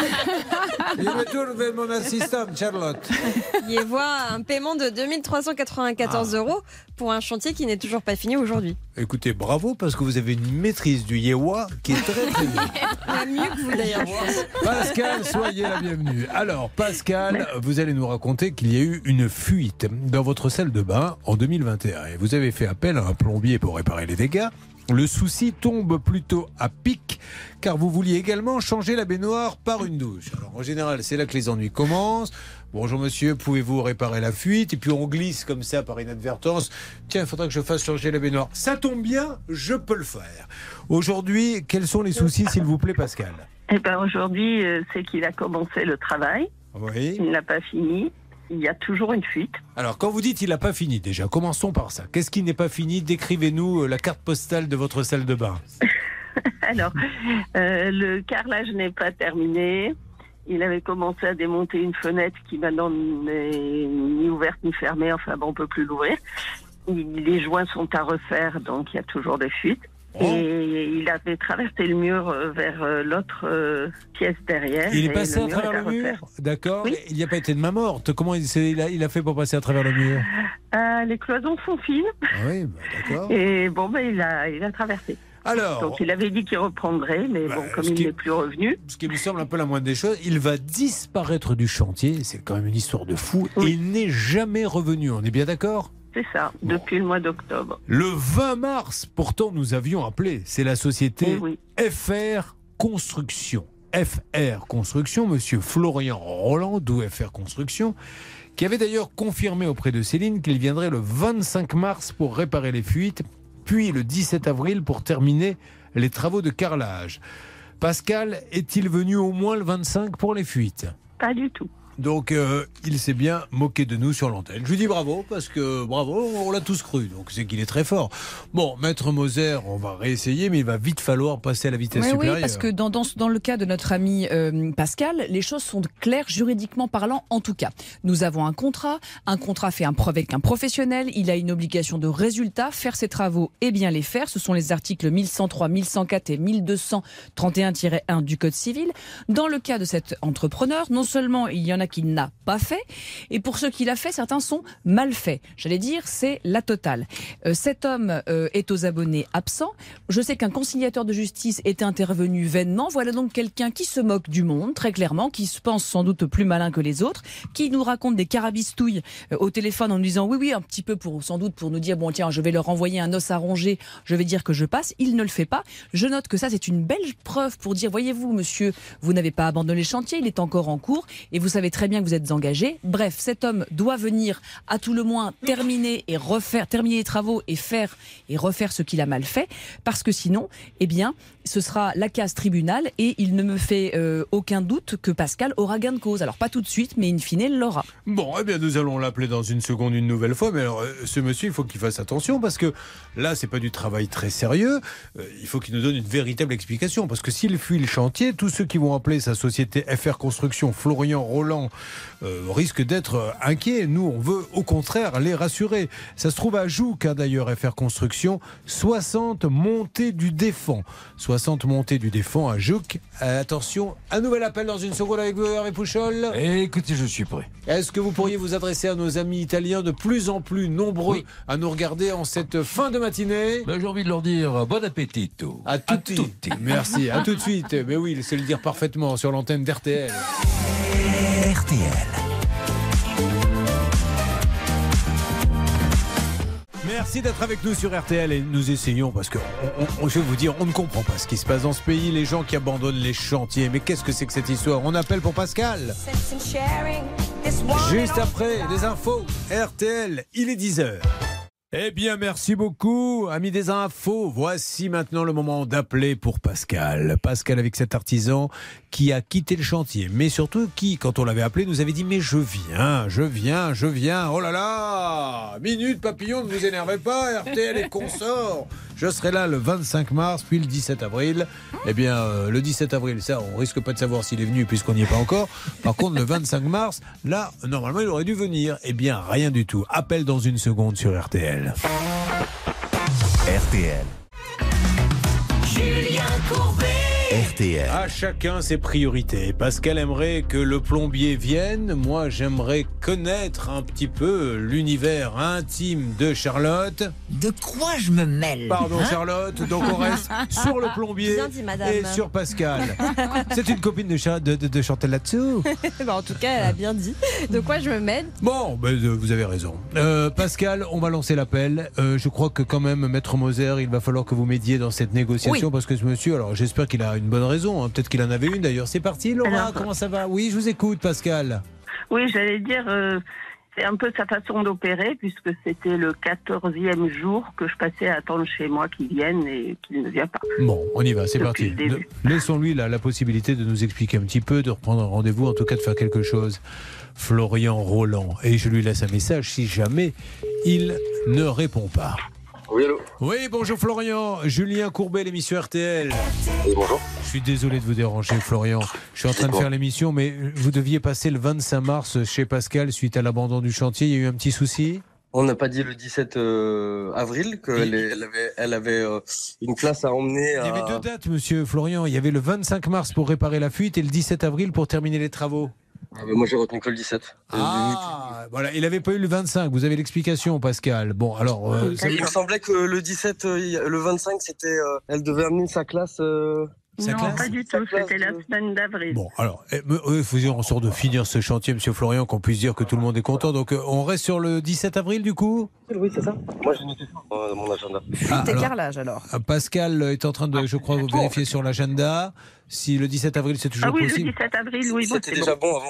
Je me tourne vers mon assistante, Charlotte. Il y voit un paiement de deux mille trois cent quatre-vingt-quatorze ah. euros pour un chantier qui n'est toujours pas fini aujourd'hui. Écoutez, bravo, parce que vous avez une maîtrise du Yewa qui est très très bien. Mieux que vous d'ailleurs. Pascal, soyez la bienvenue. Alors, Pascal, vous allez nous raconter qu'il y a eu une fuite dans votre salle de bain en deux mille vingt et un. Et vous avez fait appel à un plombier pour réparer les dégâts. Le souci tombe plutôt à pic, car vous vouliez également changer la baignoire par une douche. Alors, en général, c'est là que les ennuis commencent. Bonjour monsieur, pouvez-vous réparer la fuite? Et puis on glisse comme ça par inadvertance. Tiens, il faudra que je fasse changer la baignoire. Ça tombe bien, je peux le faire. Aujourd'hui, quels sont les soucis, s'il vous plaît, Pascal? Eh ben aujourd'hui, euh, c'est qu'il a commencé le travail. Oui. Il n'a pas fini. Il y a toujours une fuite. Alors, quand vous dites il n'a pas fini, déjà, commençons par ça. Qu'est-ce qui n'est pas fini? Décrivez-nous la carte postale de votre salle de bain. Alors, euh, le carrelage n'est pas terminé. Il avait commencé à démonter une fenêtre qui maintenant n'est ni ouverte ni fermée. Enfin, bon, on ne peut plus l'ouvrir. Il, les joints sont à refaire, donc il y a toujours des fuites. Oh. Et il avait traversé le mur vers l'autre euh, pièce derrière. Il est passé à travers le mur? D'accord. Oui. Il n'y a pas été de main morte. Comment il, il, a, il a fait pour passer à travers le mur? euh, Les cloisons sont fines. Ah oui, bah, d'accord. Et bon, ben, il, a, il a traversé. Alors, donc il avait dit qu'il reprendrait, mais bah, bon, comme il n'est plus revenu. Ce qui me semble un peu la moindre des choses, il va disparaître du chantier. C'est quand même une histoire de fou. Oui. Et il n'est jamais revenu. On est bien d'accord? C'est ça, bon. Depuis le mois d'octobre. Le vingt mars, pourtant, nous avions appelé. C'est la société oui, oui. F R Construction. F R Construction, monsieur Florian Roland, d'où F R Construction, qui avait d'ailleurs confirmé auprès de Céline qu'il viendrait le vingt-cinq mars pour réparer les fuites, puis le dix-sept avril pour terminer les travaux de carrelage. Pascal, est-il venu au moins le vingt-cinq pour les fuites? Pas du tout. Donc euh, il s'est bien moqué de nous sur l'antenne. Je lui dis bravo, parce que bravo, on l'a tous cru. Donc c'est qu'il est très fort. Bon, Maître Moser, on va réessayer, mais il va vite falloir passer à la vitesse Oui, supérieure. oui, parce que dans, dans, dans le cas de notre ami euh, Pascal, les choses sont claires juridiquement parlant en tout cas. Nous avons un contrat, un contrat fait un, avec un professionnel, il a une obligation de résultat, faire ses travaux et bien les faire. Ce sont les articles mille cent trois, mille cent quatre et mille deux cent trente et un tiret un du Code civil. Dans le cas de cet entrepreneur, non seulement il y en a qui n'a pas fait, et pour ceux qui l'a fait, certains sont mal faits. J'allais dire, c'est la totale. Euh, cet homme euh, est aux abonnés absents. Je sais qu'un conciliateur de justice est intervenu vainement. Voilà donc quelqu'un qui se moque du monde, très clairement, qui se pense sans doute plus malin que les autres, qui nous raconte des carabistouilles euh, au téléphone en nous disant oui, oui, un petit peu pour, sans doute pour nous dire bon tiens, je vais leur envoyer un os à ronger, je vais dire que je passe. Il ne le fait pas. Je note que ça, c'est une belle preuve pour dire voyez-vous, monsieur, vous n'avez pas abandonné le chantier, il est encore en cours et vous savez très bien que vous êtes engagé. Bref, cet homme doit venir à tout le moins terminer et refaire, terminer les travaux et faire et refaire ce qu'il a mal fait, parce que sinon, eh bien, ce sera la case tribunal et il ne me fait euh, aucun doute que Pascal aura gain de cause. Alors pas tout de suite, mais in fine, il l'aura. Bon, eh bien, nous allons l'appeler dans une seconde une nouvelle fois. Mais alors, euh, ce monsieur, il faut qu'il fasse attention parce que là, c'est pas du travail très sérieux. Euh, il faut qu'il nous donne une véritable explication parce que s'il fuit le chantier, tous ceux qui vont appeler sa société F R Construction, Florian Roland, euh, risquent d'être inquiets. Nous, on veut au contraire les rassurer. Ça se trouve à Jouques, hein, d'ailleurs, F R Construction, soixante montées du Défend. soixante montées du Défend à Jouques. Euh, attention, un nouvel appel dans une seconde avec vous, Hervé Pouchol. Écoutez, je suis prêt. Est-ce que vous pourriez vous adresser à nos amis italiens de plus en plus nombreux oui. à nous regarder en cette fin de matinée? Ben, j'ai envie de leur dire bon appétito. À tutti. À tutti. Merci, à tout de suite. Mais oui, c'est le dire parfaitement sur l'antenne d'R T L. R T L. Merci d'être avec nous sur R T L et nous essayons parce que on, on, je vais vous dire, on ne comprend pas ce qui se passe dans ce pays, les gens qui abandonnent les chantiers. Mais qu'est-ce que c'est que cette histoire? On appelle pour Pascal. Juste après les infos, R T L, il est dix heures. Eh bien, merci beaucoup, amis des infos. Voici maintenant le moment d'appeler pour Pascal. Pascal avec cet artisan qui a quitté le chantier, mais surtout qui, quand on l'avait appelé, nous avait dit « Mais je viens, je viens, je viens. Oh là là, minute papillon, ne vous énervez pas, R T L et consorts. Je serai là le vingt-cinq mars, puis le dix-sept avril. Eh bien, euh, le dix-sept avril, ça, on risque pas de savoir s'il est venu puisqu'on n'y est pas encore. Par contre, le vingt-cinq mars, là, normalement, il aurait dû venir. Eh bien, rien du tout. Appel dans une seconde sur R T L. R T L. Julien Courbet. R T L. À chacun ses priorités. Pascal aimerait que le plombier vienne. Moi, j'aimerais connaître un petit peu l'univers intime de Charlotte. De quoi je me mêle? Pardon, hein Charlotte. Donc, on reste sur le plombier Bien dit, madame. et sur Pascal. C'est une copine de, Cha- de, de, de Chantal là-dessous. bah, en tout cas, elle a bien dit. De quoi je me mêle? Bon, ben, vous avez raison. Euh, Pascal, on va lancer l'appel. Euh, je crois que quand même, Maître Moser, il va falloir que vous m'aidiez dans cette négociation, oui. Parce que ce monsieur, alors j'espère qu'il a une bonne raison. Hein. Peut-être qu'il en avait une d'ailleurs. C'est parti, Laura. Alors, comment ça va? Oui, je vous écoute, Pascal. Oui, j'allais dire, euh, c'est un peu sa façon d'opérer, puisque c'était le quatorzième jour que je passais à attendre chez moi qu'il vienne et qu'il ne vient pas. Bon, on y va, c'est parti. De, laissons-lui là, la possibilité de nous expliquer un petit peu, de reprendre un rendez-vous, en tout cas de faire quelque chose. Florian Roland. Et je lui laisse un message si jamais il ne répond pas. Oui, allô? Oui, bonjour Florian. Julien Courbet, l'émission R T L. Oui, bonjour. Je suis désolé de vous déranger, Florian. Je suis en train de faire l'émission, mais vous deviez passer le vingt-cinq mars chez Pascal suite à l'abandon du chantier. Il y a eu un petit souci? On n'a pas dit le dix-sept avril qu'elle elle avait, elle avait euh, une place à emmener. À... Il y avait deux dates, monsieur Florian. Il y avait le vingt-cinq mars pour réparer la fuite et le dix-sept avril pour terminer les travaux. Ah, mais moi, j'ai retenu que le dix-sept. Ah, voilà, il n'avait pas eu le vingt-cinq. Vous avez l'explication, Pascal. Bon, alors. Euh, il me semblait que le dix-sept, euh, le vingt-cinq, c'était. Euh, elle devait amener sa classe. Euh... Non, classe. Pas du tout, c'était la semaine d'avril. Bon, alors, il eh, faut dire en sorte de finir ce chantier, monsieur Florian, qu'on puisse dire que tout le monde est content. Donc, euh, on reste sur le dix-sept avril, du coup? Oui, c'est ça. Moi, j'ai noté ça dans mon agenda. Fuite et carrelage, alors. Pascal est en train de, je crois, vous vérifier sur l'agenda. Si le dix-sept avril, c'est toujours possible. possible. Ah oui, le dix-sept avril, oui. C'était déjà bon avant.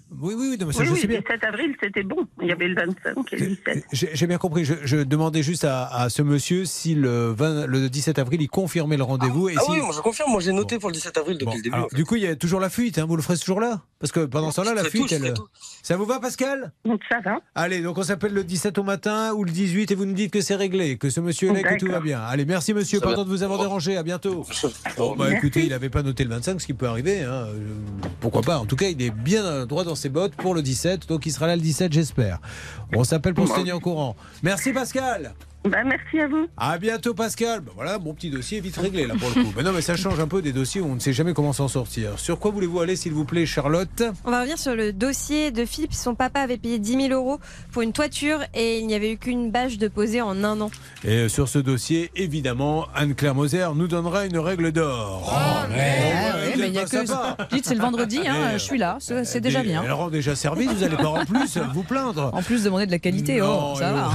Oui, oui, non, mais ça, oui, je oui, sais le bien. dix-sept avril, c'était bon. Il y avait le vingt-cinq et le dix-sept. J'ai j'ai bien compris. Je, je demandais juste à, à ce monsieur si le, vingt, le dix-sept avril, il confirmait le rendez-vous. Ah, et ah si... oui, moi je confirme, moi j'ai noté pour le dix-sept avril depuis Bon, le début. alors, en fait. du coup, il y a toujours la fuite. Hein, vous le ferez toujours là? Parce que pendant ce temps-là, la Je ferai fuite, tout, je elle... ferai tout. Ça vous va, Pascal? Ça va. Allez, donc on s'appelle le dix-sept au matin ou le dix-huit et vous nous dites que c'est réglé, que ce monsieur est là et que tout va D'accord. bien. Allez, merci monsieur, Ça va. pardon de vous avoir dérangé. À bientôt. Bon, bah Merci. écoutez, il n'avait pas noté le vingt-cinq, ce qui peut arriver. Hein. Euh, Pourquoi pas? En tout cas, il est bien droit dans ses bottes pour le dix-sept, donc il sera là le dix-sept, j'espère. On s'appelle pour se tenir au courant. Merci Pascal. Bah, merci à vous. À bientôt Pascal. Ben voilà, mon petit dossier est vite réglé là pour le coup. Mais non, mais ça change un peu des dossiers où on ne sait jamais comment s'en sortir. Sur quoi voulez-vous aller, s'il vous plaît, Charlotte? On va revenir sur le dossier de Philippe. Son papa avait payé dix mille euros pour une toiture et il n'y avait eu qu'une bâche de poser en un an. Et sur ce dossier, évidemment, Anne-Claire Moser nous donnera une règle d'or. Ah, ouais, mais il y a pas que sympa. Dites, c'est le vendredi, hein, Mais, je suis là, c'est c'est déjà Des- bien. Elle rend déjà service, vous n'allez pas en plus vous plaindre. En plus, demander de la qualité, Non, oh, ça euh, va.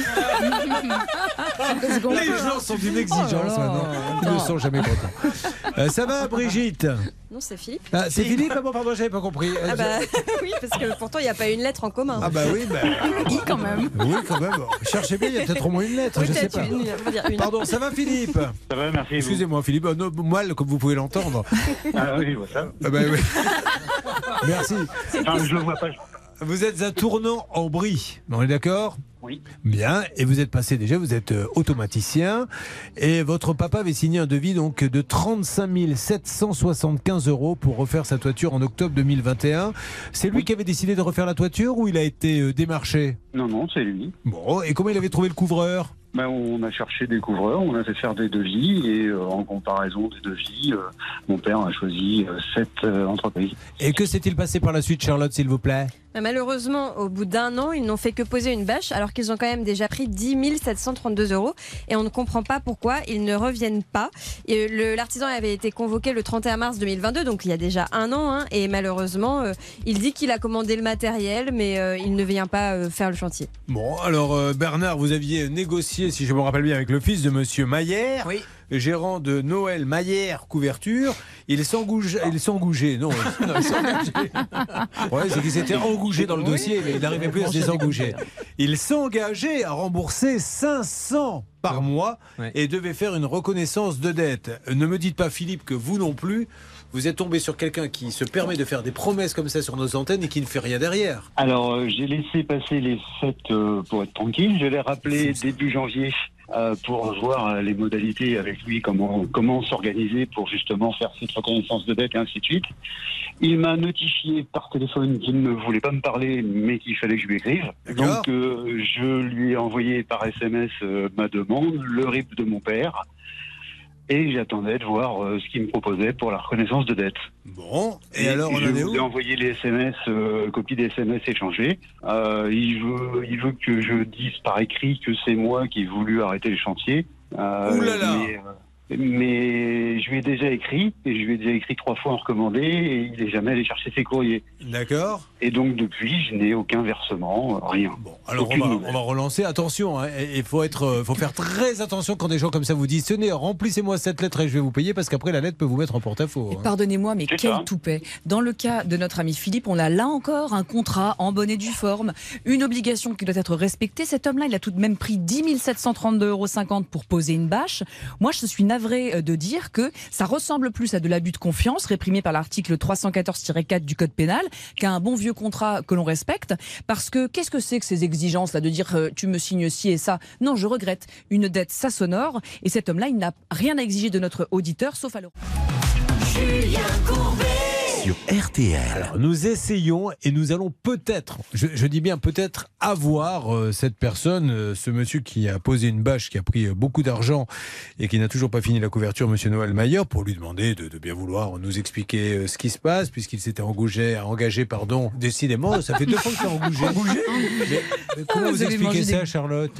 Hein. Les gens sont d'une exigence Oh là là, maintenant. Ils ne attends. sont jamais contents. Euh, ça va, Brigitte? Non, c'est Philippe. Ah, c'est Philippe? Ah bon, pardon, j'avais pas compris. Euh, Ah bah, je- oui, parce que pourtant, il n'y a pas une lettre en commun. Ah bah oui, bah... I quand même. Oui, quand même. Cherchez bien, il y a peut-être au moins une lettre, je sais Peut-être pas. une, on va dire une. Pardon, ça va Philippe? Ça va, merci. Excusez-moi Philippe, euh, non, mal comme vous pouvez l'entendre. Ah oui, voilà. ça. Ah bah oui. Merci. Enfin, je le vois pas. je- Vous êtes un tournant en Brie, on est d'accord? Oui. Bien, et vous êtes passé déjà, vous êtes euh, automaticien, et votre papa avait signé un devis donc de trente-cinq mille sept cent soixante-quinze euros pour refaire sa toiture en octobre deux mille vingt et un. C'est lui qui avait décidé de refaire la toiture ou il a été euh, démarché? Non, non, c'est lui. Bon, et comment il avait trouvé le couvreur? Ben, on a cherché des couvreurs, on a fait faire des devis et euh, en comparaison des devis, euh, mon père a choisi euh, sept euh, entreprises. Et que s'est-il passé par la suite, Charlotte, s'il vous plaît? Bah, malheureusement, au bout d'un an, ils n'ont fait que poser une bâche alors qu'ils ont quand même déjà pris dix mille sept cent trente-deux euros et on ne comprend pas pourquoi ils ne reviennent pas. Et le- l'artisan avait été convoqué le trente et un mars deux mille vingt-deux, donc il y a déjà un an, hein, et malheureusement, euh, il dit qu'il a commandé le matériel, mais euh, il ne vient pas euh, faire le chantier. Bon, alors euh, Bernard, vous aviez négocié, si je me rappelle bien, avec le fils de Monsieur Maillère, Oui. gérant de Noël Maillère Couverture. Il s'engouge, il s'engougeait, non, non, il s'engageait. Ouais, c'est qu'il s'était engougé dans le dossier, mais il n'arrivait plus à se désengouger. Il s'engageait à rembourser cinq cents par mois Ouais. et devait faire une reconnaissance de dette. Ne me dites pas, Philippe, que vous non plus, vous êtes tombé sur quelqu'un qui se permet de faire des promesses comme ça sur nos antennes et qui ne fait rien derrière. Alors, euh, j'ai laissé passer les fêtes euh, pour être tranquille. Je l'ai rappelé début janvier euh, pour voir euh, les modalités avec lui, comment, comment s'organiser pour justement faire cette reconnaissance de dette et ainsi de suite. Il m'a notifié par téléphone qu'il ne voulait pas me parler, mais qu'il fallait que je lui écrive. D'accord. Donc, euh, je lui ai envoyé par S M S euh, ma demande, le R I P de mon père. Et j'attendais de voir euh, ce qu'il me proposait pour la reconnaissance de dette. Bon, et, alors on je en est lui ai où? envoyé les S M S, euh, copie des S M S échangés. Euh, il veut, il veut que je dise par écrit que c'est moi qui ai voulu arrêter le chantier. Euh, Ouh là là. Mais, euh, mais je lui ai déjà écrit, et je lui ai déjà écrit trois fois en recommandé, et il n'est jamais allé chercher ses courriers. D'accord. Et donc depuis, je n'ai aucun versement, euh, rien. Bon, alors on Aucune va, nouvelle. on va relancer. Attention, hein, il faut être, euh, faut faire très attention quand des gens comme ça vous disent tenez, remplissez-moi cette lettre et je vais vous payer parce qu'après la lettre peut vous mettre en porte-à-faux. hein. Pardonnez-moi, mais C'est quel ça. toupet. Dans le cas de notre ami Philippe, on a là encore un contrat en bonne et due forme, une obligation qui doit être respectée. Cet homme-là, il a tout de même pris dix mille sept cent trente-deux euros cinquante pour poser une bâche. Moi, je suis navrée de dire que ça ressemble plus à de l'abus de confiance réprimé par l'article trois cent quatorze tiret quatre du Code pénal qu'à un bon vieux contrat que l'on respecte. Parce que qu'est-ce que c'est que ces exigences-là de dire euh, tu me signes ci et ça? Non, je regrette. Une dette, ça s'honore. Et cet homme-là, il n'a rien à exiger de notre auditeur, sauf à le... Julien Courbet. Sur R T L. Alors, nous essayons et nous allons peut-être, je, je dis bien peut-être, avoir euh, cette personne, euh, ce monsieur qui a posé une bâche, qui a pris euh, beaucoup d'argent et qui n'a toujours pas fini la couverture, monsieur Noël Maillard, pour lui demander de, de bien vouloir nous expliquer euh, ce qui se passe, puisqu'il s'était engagé, engagé, pardon, décidément, ça fait deux fois que c'est engagé. Mais, mais comment Ah, vous, vous avez expliquez mangé ça, des- Charlotte?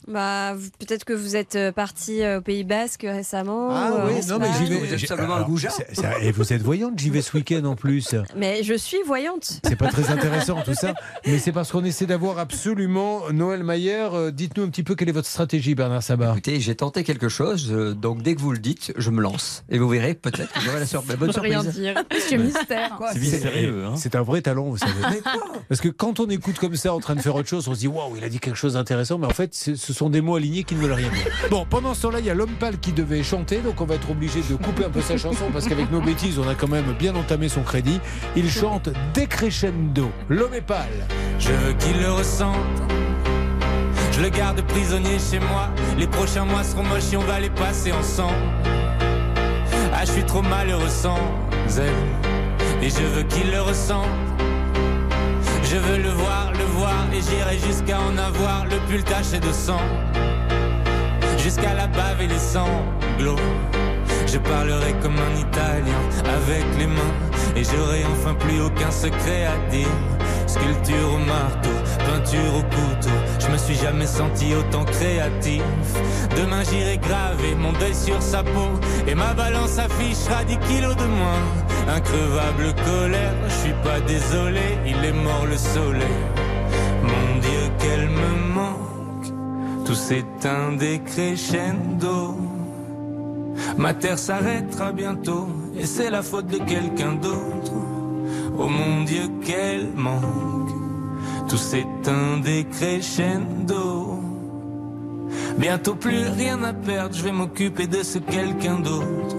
Bah, vous- peut-être que vous êtes euh, parti euh, au Pays Basque récemment. Ah ou, euh, oui, en non mais j'y Espagne. vais. j'ai- simplement alors, un goujat. c'est- c'est- Et vous êtes voyante, j'y vais ce week-end en plus. Mais je suis voyante. C'est pas très intéressant tout ça, mais c'est parce qu'on essaie d'avoir absolument Noël Maillère. Euh, Dites-nous un petit peu quelle est votre stratégie, Bernard Sabat. Écoutez, j'ai tenté quelque chose, euh, donc dès que vous le dites, je me lance. Et vous verrez, peut-être que j'aurai la, sur- la bonne Je peux rien surprise. dire. Monsieur Mystère. Quoi, C'est mystérieux. Hein. C'est un vrai talent, vous savez. Parce que quand on écoute comme ça en train de faire autre chose, on se dit waouh, il a dit quelque chose d'intéressant, mais en fait, c'est- ce sont des mots alignés qui ne veulent rien dire. Bon, pendant ce temps-là, il y a l'homme pâle qui devait chanter, donc on va être obligé de couper un peu sa chanson parce qu'avec nos bêtises, on a quand même bien entamé son crédit. Il chante décrescendo. L'homme est pâle. Je veux qu'il le ressente. Je le garde prisonnier chez moi. Les prochains mois seront moches et on va les passer ensemble. Ah, je suis trop malheureux sans elle. Et je veux qu'il le ressente. Je veux le voir, le voir. Et j'irai jusqu'à en avoir le pull taché de sang. Jusqu'à la bave et les sanglots. Je parlerai comme un Italien avec les mains. Et j'aurai enfin plus aucun secret à dire. Sculpture au marteau, peinture au couteau. Je me suis jamais senti autant créatif. Demain j'irai graver mon deuil sur sa peau. Et ma balance affichera dix kilos de moins. Increvable colère, je suis pas désolé. Il est mort le soleil. Mon Dieu qu'elle me manque. Tout s'éteint décrescendo. Ma terre s'arrêtera bientôt. Et c'est la faute de quelqu'un d'autre. Oh mon Dieu qu'elle manque. Tout s'éteint décrescendo. Bientôt plus rien à perdre. Je vais m'occuper de ce quelqu'un d'autre.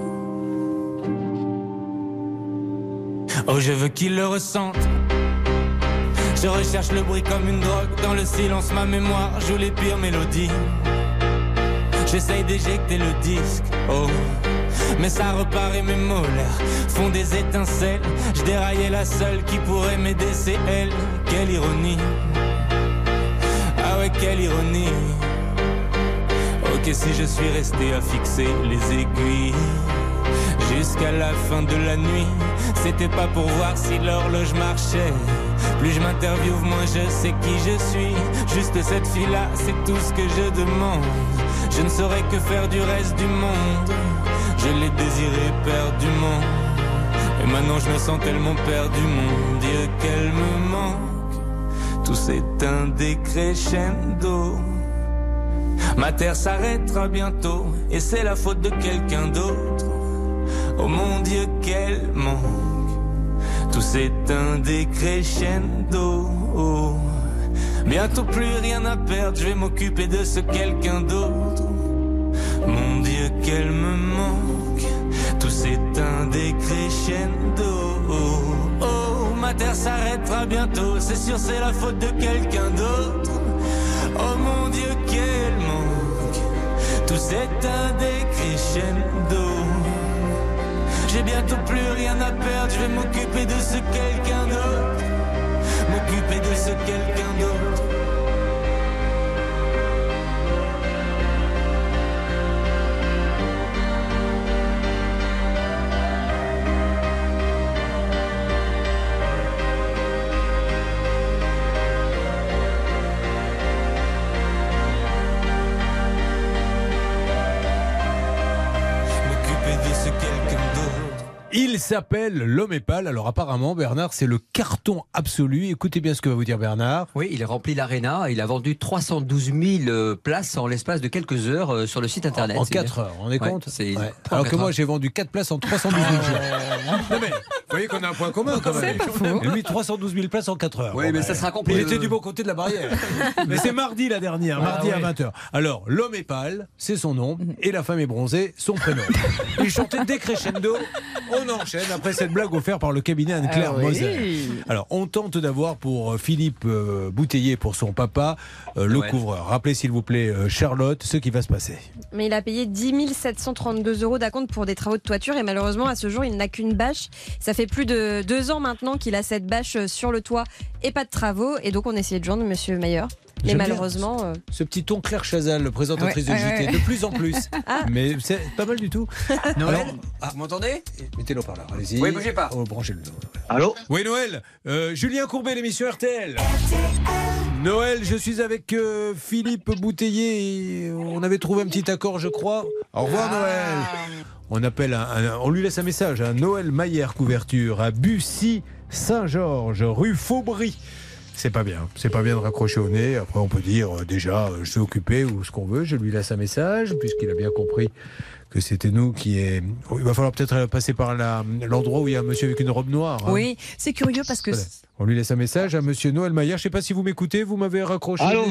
Oh je veux qu'il le ressente. Je recherche le bruit comme une drogue. Dans le silence ma mémoire joue les pires mélodies. J'essaye d'éjecter le disque, oh. Mais ça repart et mes molaires font des étincelles. Je déraillais la seule qui pourrait m'aider, c'est elle. Quelle ironie. Ah ouais, quelle ironie. Ok, si je suis resté à fixer les aiguilles jusqu'à la fin de la nuit, c'était pas pour voir si l'horloge marchait. Plus je m'interviewe, moins je sais qui je suis. Juste cette fille-là, c'est tout ce que je demande. Je ne saurais que faire du reste du monde. Je l'ai désiré perdument. Et maintenant je me sens tellement perdu, mon Dieu qu'elle me manque. Tout s'éteint décrescendo. Ma terre s'arrêtera bientôt. Et c'est la faute de quelqu'un d'autre. Oh mon Dieu qu'elle manque. Tout s'éteint décrescendo. Oh. Bientôt plus rien à perdre. Je vais m'occuper de ce quelqu'un d'autre. Mon Dieu qu'elle me manque. Tout s'éteint décrescendo. Oh, oh, ma terre s'arrêtera bientôt. C'est sûr c'est la faute de quelqu'un d'autre. Oh mon Dieu qu'elle manque. Tout s'éteint décrescendo. J'ai bientôt plus rien à perdre. Je vais m'occuper de ce quelqu'un d'autre. M'occuper de ce quelqu'un d'autre. Il s'appelle L'homme est pâle. Alors apparemment, Bernard, c'est le carton absolu. Écoutez bien ce que va vous dire Bernard. Oui, il a rempli l'aréna. Il a vendu trois cent douze mille euh, places en l'espace de quelques heures euh, sur le site internet. En quatre heures, on est Ouais, compte c'est- Ouais. en Alors quatre que moi, heures. j'ai vendu quatre places en trois cent douze mille jours. Non mais, vous voyez qu'on a un point commun quand même. C'est pas faux. Lui, trois cent douze mille places en quatre heures. Oui, mais ça sera complet. Il était du bon côté de la barrière. Mais c'est mardi la dernière, Ah, mardi à ouais. vingt heures. Alors, l'homme est pâle, c'est son nom, et la femme est bronzée, son prénom. Il chantait décrescendo. On enchaîne après cette blague offerte par le cabinet Anne-Claire Ah oui. Moser. Alors, on tente d'avoir pour Philippe euh, Bouteiller, pour son papa, euh, le Ouais. couvreur. Rappelez s'il vous plaît, euh, Charlotte, ce qui va se passer. Mais il a payé dix mille sept cent trente-deux euros d'acompte pour des travaux de toiture et malheureusement à ce jour il n'a qu'une bâche. Ça fait plus de deux ans maintenant qu'il a cette bâche sur le toit et pas de travaux et donc on essayait de joindre Monsieur Mayer. Mais J'aime malheureusement. bien euh, ce petit ton Claire Chazal, présentatrice Ouais, de ouais, J T, ouais. de plus en plus. Ah. Mais c'est pas mal du tout. Noël, Alors, ah, vous m'entendez? mettez-le par là, allez-y. Oui, bougez pas. Oh, branchez-le. Allô? Oui, Noël. Euh, Julien Courbet, l'émission R T L. Noël, je suis avec euh, Philippe Bouteiller. Et on avait trouvé un petit accord, je crois. Au revoir, Noël. On appelle un, un- on lui laisse un message. Un Noël Maillère couverture à Bussy-Saint-Georges, rue Faubry. C'est pas bien. C'est pas bien de raccrocher au nez. Après, on peut dire euh, déjà, euh, je suis occupé ou ce qu'on veut. Je lui laisse un message puisqu'il a bien compris que c'était nous qui est. Il va falloir peut-être passer par la- l'endroit où il y a un monsieur avec une robe noire. hein. Oui, c'est curieux parce que. Voilà. On lui laisse un message à monsieur Noël Maillard. Je ne sais pas si vous m'écoutez, vous m'avez raccroché. Allô?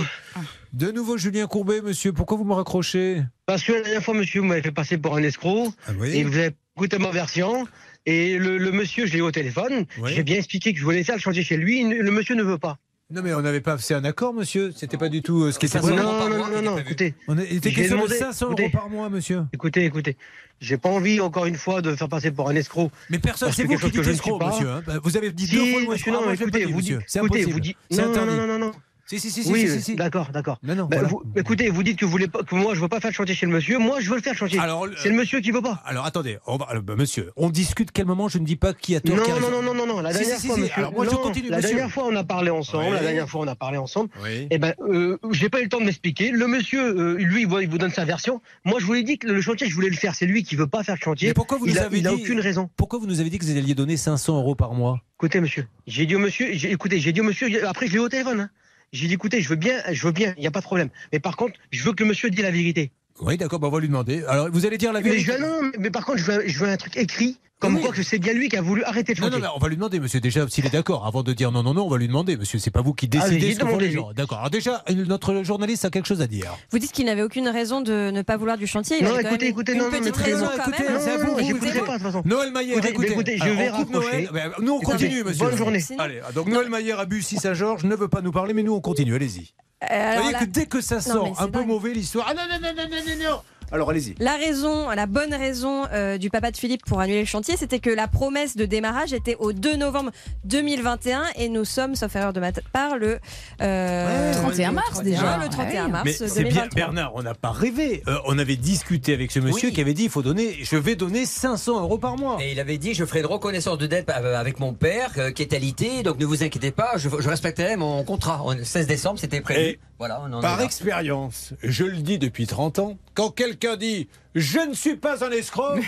De nouveau Julien Courbet, monsieur. Pourquoi vous me raccrochez? Parce que la dernière fois, monsieur, vous m'avez fait passer pour un escroc. Ah oui? Et vous avez écouté ma version. Et le, le monsieur, je l'ai eu au téléphone. Oui. J'ai bien expliqué que je voulais faire le chantier chez lui. Le monsieur ne veut pas. Non mais on n'avait pas fait un accord, monsieur. C'était pas du tout euh, ce qui était Non, prévu. non, non, non, non, écoutez. On a- il était Je lui ai question de demandé- cinq cents euros écoutez. par mois, monsieur. Écoutez, écoutez. J'ai pas envie, encore une fois, de faire passer pour un escroc. Mais personne, Parce c'est que vous quelque qui chose que dites je ne suis escroc, pas. monsieur. hein. Bah, Vous avez dit Si, deux fois le mot monsieur, escroc. non, Moi, je l'ai écoutez, pas dit, vous monsieur. dites- C'est écoutez, impossible. vous dites- C'est non, interdit. non, non, non, non. Si, si, si, si, Oui, si, si, si. d'accord, d'accord. Non, non, Bah, voilà. vous- écoutez, vous dites que, vous voulez pas, que moi, je veux pas faire le chantier chez le monsieur. Moi, je veux le faire le chantier. Alors, C'est le monsieur qui veut pas. Alors attendez, on va, alors, bah, monsieur, on discute quel moment, je ne dis pas qui a tort. Non, qui a non, raison. non, non, non, non, la Si, dernière si, si, fois, si. monsieur. Alors moi je non, continue, La monsieur. dernière fois, on a parlé ensemble. Oui. La dernière fois, on a parlé ensemble. Oui. Eh ben, euh, j'ai pas eu le temps de m'expliquer. Le monsieur, euh, lui, il vous- il vous donne sa version. Moi, je vous l'ai dit que le chantier, je voulais le faire. C'est lui qui veut pas faire le chantier. Mais pourquoi vous il nous a, avez il a dit aucune raison. Pourquoi vous nous avez dit que vous alliez donner cinq cents euros par mois? Écoutez, monsieur, j'ai dit au monsieur, j'ai- écoutez, j'ai dit au monsieur, après, je l'ai eu au téléphone. Hein. J'ai dit, écoutez, je veux bien, je veux bien, il n'y a pas de problème. Mais par contre, je veux que le monsieur dise la vérité. Oui, d'accord, bah, on va lui demander. Alors, vous allez dire la Mais, vérité. je, non, mais par contre, je veux, je veux un truc écrit, comme Oui. quoi que c'est bien lui qui a voulu arrêter le Non, chantier. non, mais on va lui demander, monsieur, déjà, s'il est d'accord. Avant de dire non, non, non, on va lui demander, monsieur. C'est pas vous qui décidez Allez-y, ce que font les demandez-lui. gens. D'accord. Alors, déjà, notre journaliste a quelque chose à dire. Vous dites qu'il n'avait aucune raison de ne pas vouloir du chantier. Il Non, avait quand écoutez, même écoutez, une non, non, petite mais raison non, quand écoutez, même. c'est à vous, non, vous j'écouterai écoutez. pas, de toute façon. Noël Maillère, Écoutez, écoutez. mais écoutez, je Alors, vais on coupe raccrocher. Noël. Ben, nous, on continue, monsieur. bonne journée. Allez, donc Noël Maillère à Bussy-Saint-Georges ne veut pas nous parler, mais nous, on continue. Allez-y. Euh, Vous alors voyez là- que dès que ça Non, sort mais c'est un peu dingue. mauvais, l'histoire. Ah non, non, non, non, non, non, non. Alors, allez-y. La raison, la bonne raison euh, du papa de Philippe pour annuler le chantier, c'était que la promesse de démarrage était au deux novembre deux mille vingt et un et nous sommes, sauf erreur de ma part, le euh, trente et un mars déjà. Ouais, le trente et un mars Mais c'est deux mille bien, vingt-trois. Bernard, on n'a pas rêvé. Euh, on avait discuté avec ce monsieur Oui. qui avait dit il faut donner, je vais donner cinq cents euros par mois. Et il avait dit je ferai une reconnaissance de dette euh, avec mon père euh, qui est alité, donc ne vous inquiétez pas, je, je respecterai mon contrat. Le seize décembre, c'était prévu. Et voilà, on en est Par là. expérience, je le dis depuis trente ans, quand quelqu'un dit je ne suis pas un escroc,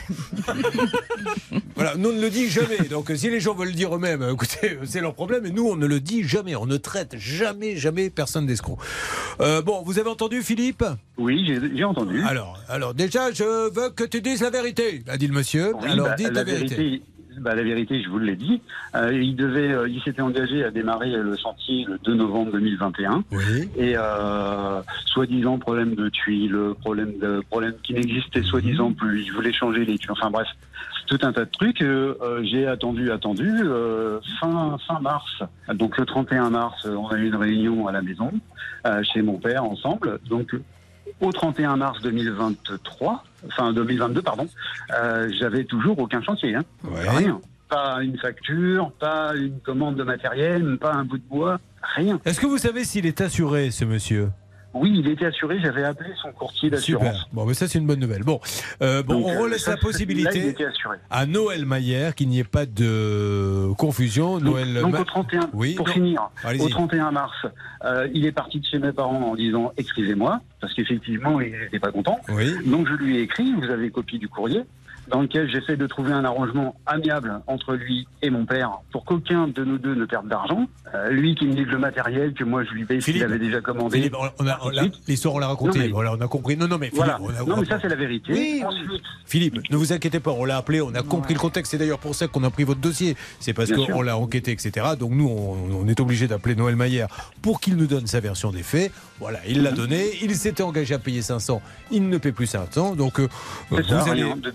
voilà, nous on ne le dit jamais. Donc si les gens veulent le dire eux-mêmes, écoutez, c'est leur problème. Et nous, on ne le dit jamais. On ne traite jamais, jamais personne d'escroc. Euh, bon, vous avez entendu, Philippe? Oui, j'ai j'ai entendu. Alors, alors déjà, je veux que tu dises la vérité, a dit le monsieur. Oui, alors, bah, dites la, vérité. bah, la vérité, je vous l'ai dit. Euh, il devait, euh, il s'était engagé à démarrer le chantier le deux novembre deux mille vingt et un. Oui. Et euh, soi-disant problème de tuiles, problème de problème qui n'existait soi-disant plus. Il voulait changer les tuiles. Enfin bref, tout un tas de trucs. Euh, euh, j'ai attendu, attendu euh, fin fin mars. Donc le trente et un mars, on a eu une réunion à la maison euh, chez mon père ensemble. Donc au trente et un mars deux mille vingt-trois, enfin deux mille vingt-deux, pardon, euh, j'avais toujours aucun chantier. Hein. Ouais. Rien. Pas une facture, pas une commande de matériel, pas un bout de bois, rien. Est-ce que vous savez s'il est assuré, ce monsieur? Oui, il était assuré, j'avais appelé son courtier d'assurance. Super. Bon, mais ça, c'est une bonne nouvelle. Bon, euh, bon Donc, on euh, relaisse ça, la là, il possibilité était assuré. à Noël Maillère qu'il n'y ait pas de confusion. Donc, Noël donc Ma- au trente et un, Oui, pour non. finir, Allez-y. au trente et un mars, euh, il est parti de chez mes parents en disant « excusez-moi », parce qu'effectivement, il n'était pas content. Oui. Donc je lui ai écrit, vous avez copie du courrier, dans lequel j'essaie de trouver un arrangement amiable entre lui et mon père pour qu'aucun de nous deux ne perde d'argent. Euh, lui qui me dit que le matériel, que moi je lui paye ce qu'il Philippe, avait déjà commandé. Philippe, on a- on a- l'histoire, on l'a racontée. Non, mais- Voilà, on a compris. Non, non, mais Philippe, Voilà. on a- Non, on mais ça, a- c'est la vérité. Oui, Ensuite, Philippe, ne vous inquiétez pas, on l'a appelé, on a compris le contexte. C'est d'ailleurs pour ça qu'on a pris votre dossier. C'est parce Bien sûr. qu'on l'a enquêté, et cetera. Donc nous, on, on est obligé d'appeler Noël Maillère pour qu'il nous donne sa version des faits. Voilà, il Mhm. l'a donné. Il s'était engagé à payer cinq cents. Il ne paie plus cinq cents. Donc euh, c'est vous ça, allez. rien. Depuis le mois de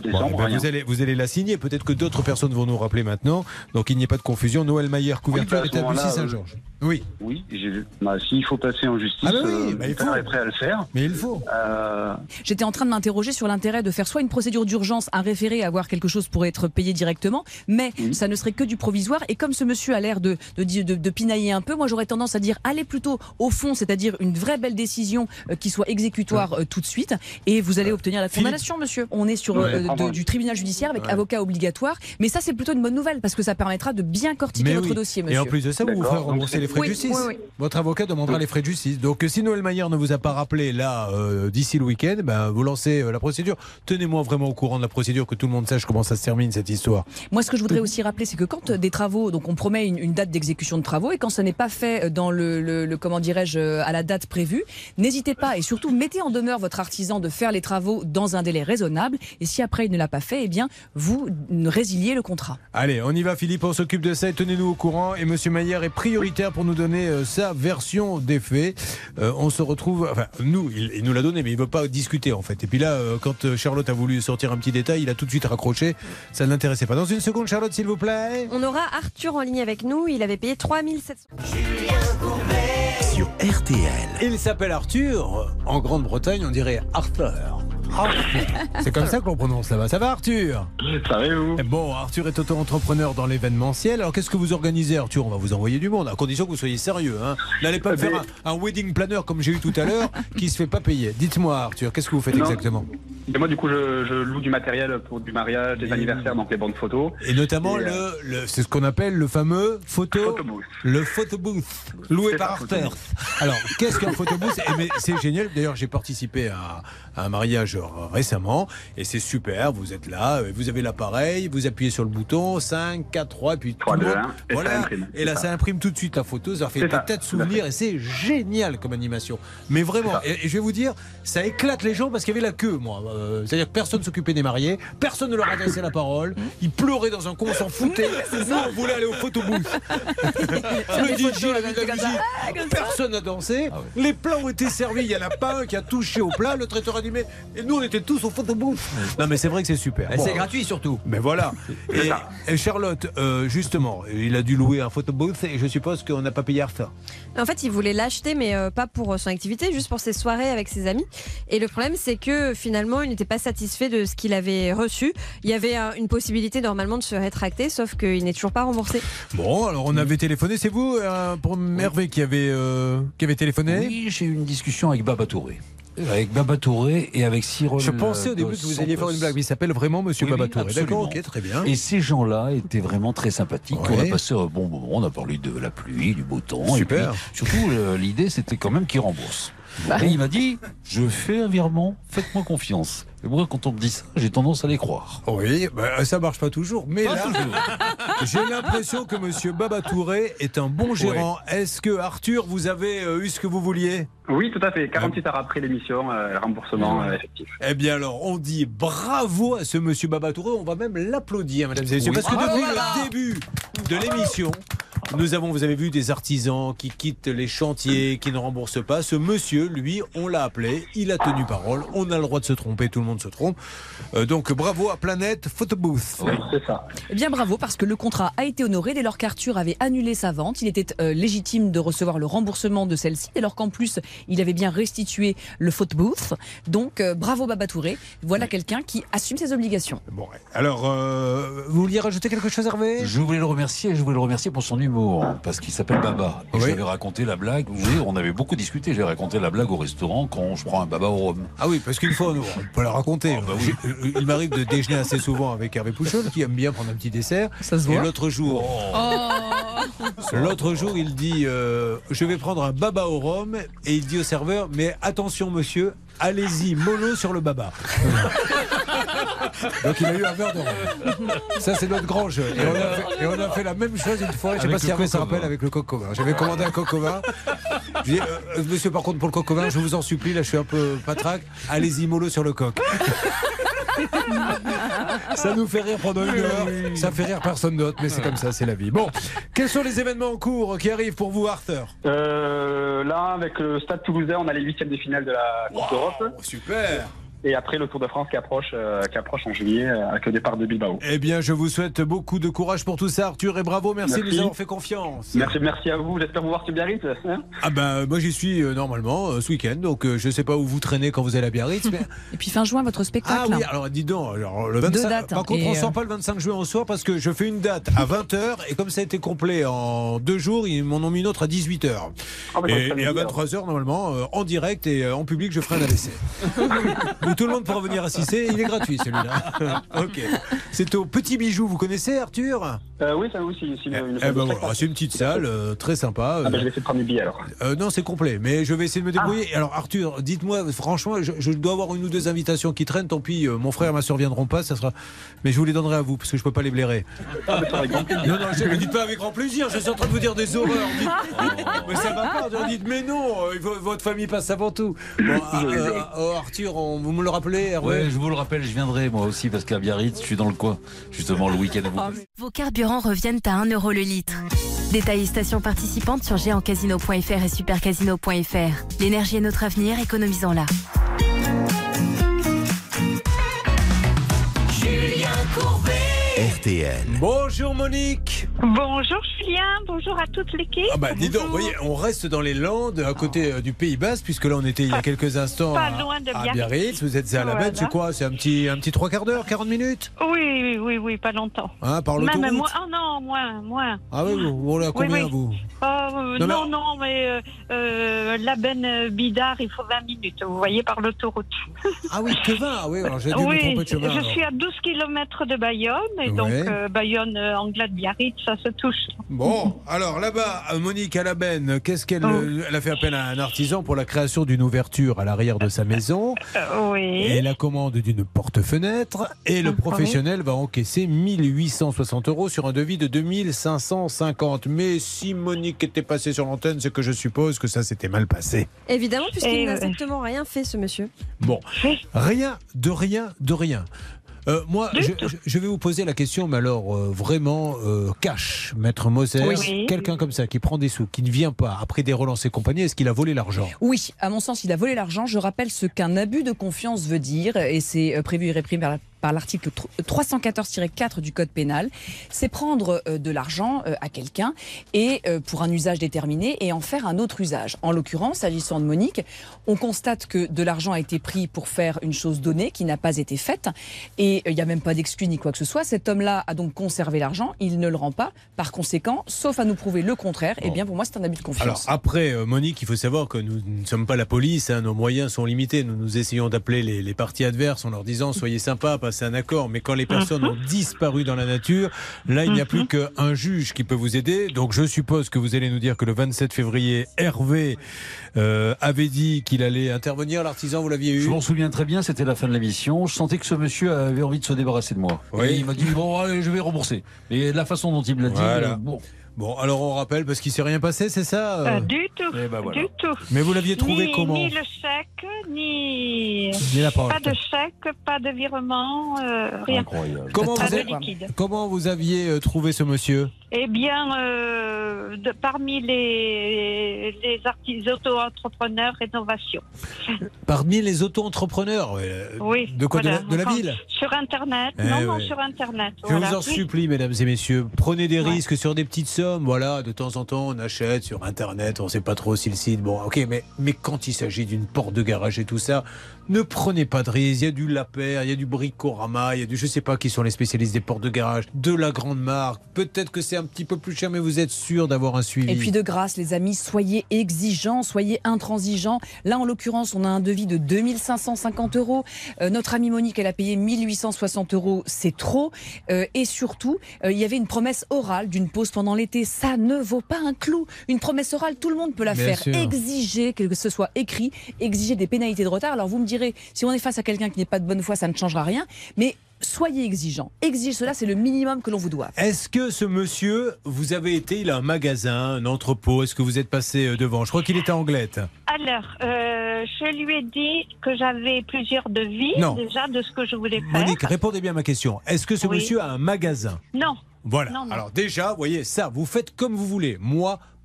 décembre. Bon, ben, rien. vous, allez, vous allez la signer. Peut-être que d'autres personnes vont nous rappeler maintenant. Donc il n'y ait pas de confusion. Noël Mayer, couverture, Oui, bah, à ce état moment-là, Bussy-Saint-Georges. euh, Oui. Oui, j'ai vu. Bah, s'il faut passer en justice, Ah bah oui, euh, bah, il le faut. père est prêt à le faire. Mais il faut. Euh, J'étais en train de m'interroger sur l'intérêt de faire soit une procédure d'urgence, un référé, avoir quelque chose pour être payé directement, mais ça ne serait que du provisoire. Et comme ce monsieur a l'air de, de, de, de pinailler un peu, moi j'aurais tendance à dire allez plutôt au fond, c'est-à-dire une vraie belle décision euh, qui soit exécutoire euh, tout de suite, et vous allez obtenir la condamnation, monsieur. On est sur Ouais, euh, de- pardon. du tribunal judiciaire avec Ouais. avocat obligatoire, mais ça c'est plutôt une bonne nouvelle parce que ça permettra de bien cortiquer Mais votre oui. dossier, monsieur. Et en plus de ça, vous vous D'accord. ferez rembourser Donc, les frais oui, de justice. oui, oui. Votre avocat demandera les frais de justice. Donc si Noël Mayer ne vous a pas rappelé là euh, d'ici le week-end, ben, vous lancez euh, la procédure. Tenez-moi vraiment au courant de la procédure, que tout le monde sache comment ça se termine cette histoire. Moi, ce que je voudrais aussi rappeler, c'est que quand euh, des travaux, donc on promet une, une date d'exécution de travaux, et quand ça n'est pas fait dans le, le, le comment dirais-je, euh, à la date prévue, n'hésitez pas et surtout mettez en demeure votre artisan de faire les travaux dans un délai raisonnable. Et si après il ne l'a pas fait, eh bien vous résiliez le contrat. Allez, on y va Philippe, on s'occupe de ça et tenez-nous au courant. Et Monsieur Maillard est prioritaire pour nous donner euh, sa version des faits. Euh, on se retrouve, enfin nous, il, il nous l'a donné, mais il ne veut pas discuter en fait. Et puis là, euh, quand euh, Charlotte a voulu sortir un petit détail, il a tout de suite raccroché. Ça ne l'intéressait pas. Dans une seconde, Charlotte, s'il vous plaît. On aura Arthur en ligne avec nous. Il avait payé trois mille sept cents. Sur R T L. Il s'appelle Arthur. En Grande-Bretagne, on dirait Arthur. Arthur. C'est comme ça que l'on prononce là-bas. Ça va Arthur? Ça va vous? Bon, Arthur est auto-entrepreneur dans l'événementiel. Alors qu'est-ce que vous organisez Arthur? On va vous envoyer du monde, à condition que vous soyez sérieux. Hein. N'allez pas me faire un, un wedding planner comme j'ai eu tout à l'heure qui se fait pas payer. Dites-moi Arthur, qu'est-ce que vous faites Non. exactement? Et moi, du coup, je, je loue du matériel pour du mariage, des anniversaires, donc les bandes photos. Et notamment, Et, le, euh, le- c'est ce qu'on appelle le fameux photo, Photobooth. le photobooth, loué C'est par ça, Arthur. photobooth. Alors, qu'est-ce qu'un photobooth? Eh, mais c'est génial. D'ailleurs, j'ai participé à, à un mariage euh, récemment, et c'est super. Vous êtes là, euh, vous avez l'appareil, vous appuyez sur le bouton, cinq, quatre, trois, et puis tout trois, le deux, monde. un, et Voilà. ça imprime. Et là, C'est ça ça. imprime tout de suite la photo. Ça fait C'est des ça, tas de tout à souvenirs, fait. et c'est génial comme animation. Mais vraiment, et, et je vais vous dire, ça éclate les gens parce qu'il y avait la queue, moi. Euh, C'est-à-dire que personne s'occupait des mariés, personne ne leur adressait la parole. Ils pleuraient dans un coin, on s'en foutait. Nous, on voulait aller au photobooth. Le D J avait de la musique. Personne n'a dansé. Les plats ont été servis. Il y en a pas un qui a touché au plat. Le traiteur a dit mais et nous on était tous au photobooth. Non mais c'est vrai que c'est super. Et Bon. c'est gratuit surtout. Mais voilà. Et, et Charlotte, euh, justement, il a dû louer un photobooth et je suppose qu'on n'a pas payé Arthur. En fait, il voulait l'acheter, mais euh, pas pour euh, son activité, juste pour ses soirées avec ses amis. Et le problème, c'est que finalement, il n'était pas satisfait de ce qu'il avait reçu. Il y avait euh, une possibilité normalement de se rétracter, sauf qu'il n'est toujours pas remboursé. Bon, alors on avait téléphoné. C'est vous, euh, pour Hervé, qui avait, euh, qui avait téléphoné? Oui, j'ai eu une discussion avec Baba Touré. Avec Baba Touré et avec Cyril. Je pensais au début que vous alliez faire une blague, mais il s'appelle vraiment Monsieur Oui, oui, Baba Touré. D'accord, absolument. ok, très bien. Et ces gens-là étaient vraiment très sympathiques. Ouais. On a passé un bon moment. On a parlé de la pluie, du beau temps. Super. Et puis, surtout, euh, l'idée, c'était quand même qu'ils remboursent. Bah. Et il m'a dit, je fais un virement, faites-moi confiance. Et moi, quand on me dit ça, j'ai tendance à les croire. Oui, bah, ça marche pas toujours. Mais Pas là, toujours. j'ai l'impression que Monsieur Baba Touré est un bon gérant. Est-ce que Arthur, vous avez euh, eu ce que vous vouliez? Oui, tout à fait. quarante-huit heures après l'émission, euh, remboursement euh, effectif. Eh bien alors, on dit bravo à ce Monsieur Baba Touré. On va même l'applaudir, mesdames et messieurs, Oui. parce que Ah, depuis voilà. le début de l'émission, nous avons, vous avez vu, des artisans qui quittent les chantiers, qui ne remboursent pas. Ce monsieur, lui, on l'a appelé, il a tenu parole. On a le droit de se tromper, tout le monde se trompe. Euh, donc bravo à Planète Photobooth. Oui, c'est ça. Eh bien bravo, parce que le contrat a été honoré dès lors qu'Arthur avait annulé sa vente. Il était euh, légitime de recevoir le remboursement de celle-ci, dès lors qu'en plus il avait bien restitué le photobooth. Donc euh, bravo Baba Touré. Voilà quelqu'un qui assume ses obligations. Bon, alors, euh, vous vouliez rajouter quelque chose, Hervé? Je voulais le remercier, je voulais le remercier pour son humour, hein, parce qu'il s'appelle Baba. Et Oui. je lui avais raconté la blague, oui, on avait beaucoup discuté, j'ai raconté la blague au restaurant quand je prends un Baba au rhum. Ah oui, parce qu'une fois, on peut la raconter. bah oui. J'ai- Il m'arrive de déjeuner assez souvent avec Hervé Pouchol, qui aime bien prendre un petit dessert. Ça se Et voit. l'autre jour, l'autre jour, il dit euh, je vais prendre un baba au rhum, et il dit au serveur mais attention monsieur, allez-y mollo sur le baba. Donc il a eu un verre de rhum. Ça c'est notre grand jeu. Et on a fait, et on a fait la même chose une fois. Je sais Avec pas si le Hervé se coq au rappelle vin. avec le coq au vin. J'avais commandé un coq au vin. Je dis, euh, monsieur par contre pour le coq au vin, je vous en supplie, là je suis un peu patraque. Allez-y mollo sur le coq. Ça nous fait rire pendant une heure. Ça fait rire personne d'autre, mais c'est comme ça, c'est la vie. Bon, quels sont les événements en cours qui arrivent pour vous, Arthur? Euh, là, avec le Stade Toulousain, on a les huitièmes de finale de la Coupe d'Europe. Super. Et après le Tour de France qui approche, euh, qui approche en juillet euh, avec le départ de Bilbao. Eh bien, je vous souhaite beaucoup de courage pour tout ça, Arthur, et bravo, merci, merci. de nous avoir fait confiance. Merci, merci à vous. J'espère vous voir sur Biarritz. Hein ah ben, moi j'y suis euh, normalement euh, ce week-end, donc euh, je sais pas où vous traînez quand vous allez à Biarritz. Mais... Et puis fin juin, votre spectacle. Ah oui, alors dis donc, alors, le vingt-cinq... Deux dates, par contre, et on ne euh... sort pas le vingt-cinq juin au soir parce que je fais une date à vingt heures et comme ça a été complet en deux jours, ils m'en ont mis une autre à dix-huit heures. Ah, et, et à vingt-trois heures normalement, euh, en direct et euh, en public, je ferai un A V C. Où tout le monde pourra venir assister. Il est gratuit celui-là. Ok. C'est au Petit Bijou. Vous connaissez Arthur? euh, Oui, ça oui, c'est une, une, eh ben voilà, c'est une petite salle euh, très sympa. Ah ben, je vais essayer de prendre des billets alors. Euh, non, c'est complet, mais je vais essayer de me débrouiller. Ah. Alors Arthur, dites-moi, franchement, je, je dois avoir une ou deux invitations qui traînent. Tant pis, euh, mon frère et ma soeur viendront pas, ça sera. Mais je vous les donnerai à vous parce que je peux pas les blairer. Ah, mais ça va grand plaisir. Non, non, je ne dites pas avec grand plaisir. Je suis en train de vous dire des horreurs. Dites, mais ça va pas. Dites, mais non, votre famille passe avant tout. Bon, euh, euh, Arthur, on, vous me le rappelez, Hervé? Ouais, je vous le rappelle, je viendrai moi aussi parce qu'à Biarritz, je suis dans le coin, justement le week-end. Oh, vos carburants reviennent à un euro le litre. Détails stations participantes sur géant casino point f r et super casino point f r. L'énergie est notre avenir, économisons-la. Julien Courbet. R T L. Bonjour Monique. Bonjour Julien, bonjour à toute l'équipe. Ah bah dis donc, vous voyez, on reste dans les Landes à côté oh. du Pays Basque puisque là on était il y a quelques instants pas à, loin de à Biarritz. Biarritz. Vous êtes à la voilà. bête, c'est quoi? C'est un petit, un petit trois quarts d'heure, quarante minutes? Oui, oui, oui, oui, pas longtemps. Hein, par l'autoroute? Même moins, oh non, moins, moins. Ah oui, vous roulez à combien oui, oui. vous? euh, Non, non, non, mais euh, euh, la benne Bidart, il faut vingt minutes, vous voyez, par l'autoroute. Ah oui, que vingt? Ah oui, alors j'ai dû oui, me tromper de chemin. Je alors. suis à douze kilomètres de Bayonne, et ouais. donc euh, Bayonne, euh, Anglade, Biarritz, ça se touche. Bon, alors là-bas, Monique à la benne, qu'est-ce qu'elle oh. elle a fait appel à un artisan pour la création d'une ouverture à l'arrière de sa maison. Euh, oui. Et la commande d'une porte-fenêtre. Et le professionnel va encaisser mille huit cent soixante euros sur un devis de deux mille cinq cent cinquante. Mais si Monique était passée sur l'antenne, c'est que je suppose que ça s'était mal passé. Évidemment, puisqu'il et n'a ouais. strictement rien fait, ce monsieur. Bon, rien, de rien, de rien. Euh, moi, je, je, je vais vous poser la question, mais alors euh, vraiment euh, cash, Maître Moser, oui. quelqu'un comme ça qui prend des sous, qui ne vient pas après des relances et compagnie, est-ce qu'il a volé l'argent? Oui, à mon sens, il a volé l'argent. Je rappelle ce qu'un abus de confiance veut dire, et c'est prévu et réprimé par la par l'article trois cent quatorze tiret quatre du Code pénal, c'est prendre euh, de l'argent euh, à quelqu'un et euh, pour un usage déterminé et en faire un autre usage. En l'occurrence, s'agissant de Monique, on constate que de l'argent a été pris pour faire une chose donnée qui n'a pas été faite et il euh, n'y a même pas d'exclus ni quoi que ce soit. Cet homme-là a donc conservé l'argent, il ne le rend pas. Par conséquent, sauf à nous prouver le contraire, bon. eh bien pour moi c'est un abus de confiance. Alors après, euh, Monique, il faut savoir que nous ne sommes pas la police, hein, nos moyens sont limités. Nous nous essayons d'appeler les, les parties adverses en leur disant soyez sympas, c'est un accord, mais quand les personnes ont disparu dans la nature, là il n'y a plus qu'un juge qui peut vous aider. Donc je suppose que vous allez nous dire que le vingt-sept février, Hervé euh, avait dit qu'il allait intervenir. L'artisan, vous l'aviez eu? Je m'en souviens très bien, c'était la fin de la mission. Je sentais que ce monsieur avait envie de se débarrasser de moi. Oui. Et il m'a dit bon, allez, je vais rembourser. Et la façon dont il me l'a dit, voilà. euh, bon. Bon, alors on rappelle parce qu'il ne s'est rien passé, c'est ça? euh, Du tout, eh ben voilà. du tout. Mais vous l'aviez trouvé ni, comment? Ni le chèque, ni, ni la pas de chèque, pas de virement, euh, rien. Incroyable. Comment pas vous, de avez, liquide. comment vous aviez euh, trouvé ce monsieur? Eh bien, euh, de, parmi les, les artistes auto-entrepreneurs rénovation. Parmi les auto-entrepreneurs euh, Oui. De quoi? Voilà. De la, de la Enfin, ville? Sur Internet. Eh non, ouais. non, sur Internet. Je voilà. vous en Oui. supplie, mesdames et messieurs, prenez des Ouais. risques sur des petites sommes. Voilà, de temps en temps, on achète sur Internet, on ne sait pas trop si le site. Bon, ok, mais, mais quand il s'agit d'une porte de garage et tout ça, ne prenez pas de risques. Il y a du Lapeyre, il y a du Bricorama, il y a du, je sais pas qui sont les spécialistes des portes de garage, de la grande marque. Peut-être que c'est un petit peu plus cher, mais vous êtes sûr d'avoir un suivi. Et puis de grâce, les amis, soyez exigeants, soyez intransigeants. Là, en l'occurrence, on a un devis de deux mille cinq cent cinquante euros. Euh, notre amie Monique, elle a payé mille huit cent soixante euros. C'est trop. Euh, et surtout, euh, il y avait une promesse orale d'une pause pendant l'été. Ça ne vaut pas un clou. Une promesse orale, tout le monde peut la Bien faire. sûr. Exiger que ce soit écrit, exiger des pénalités de retard. Alors vous me direz, si on est face à quelqu'un qui n'est pas de bonne foi, ça ne changera rien. Mais soyez exigeants. Exiger cela, c'est le minimum que l'on vous doit. Est-ce que ce monsieur, vous avez été, il a un magasin, un entrepôt, est-ce que vous êtes passé devant? Je crois qu'il était à Anglette. Alors, euh, je lui ai dit que j'avais plusieurs devis Non. déjà de ce que je voulais faire. Monique, répondez bien à ma question. Est-ce que ce Oui. monsieur a un magasin? Non. Voilà. Non, non. Alors déjà, vous voyez, ça, vous faites comme vous voulez. Moi,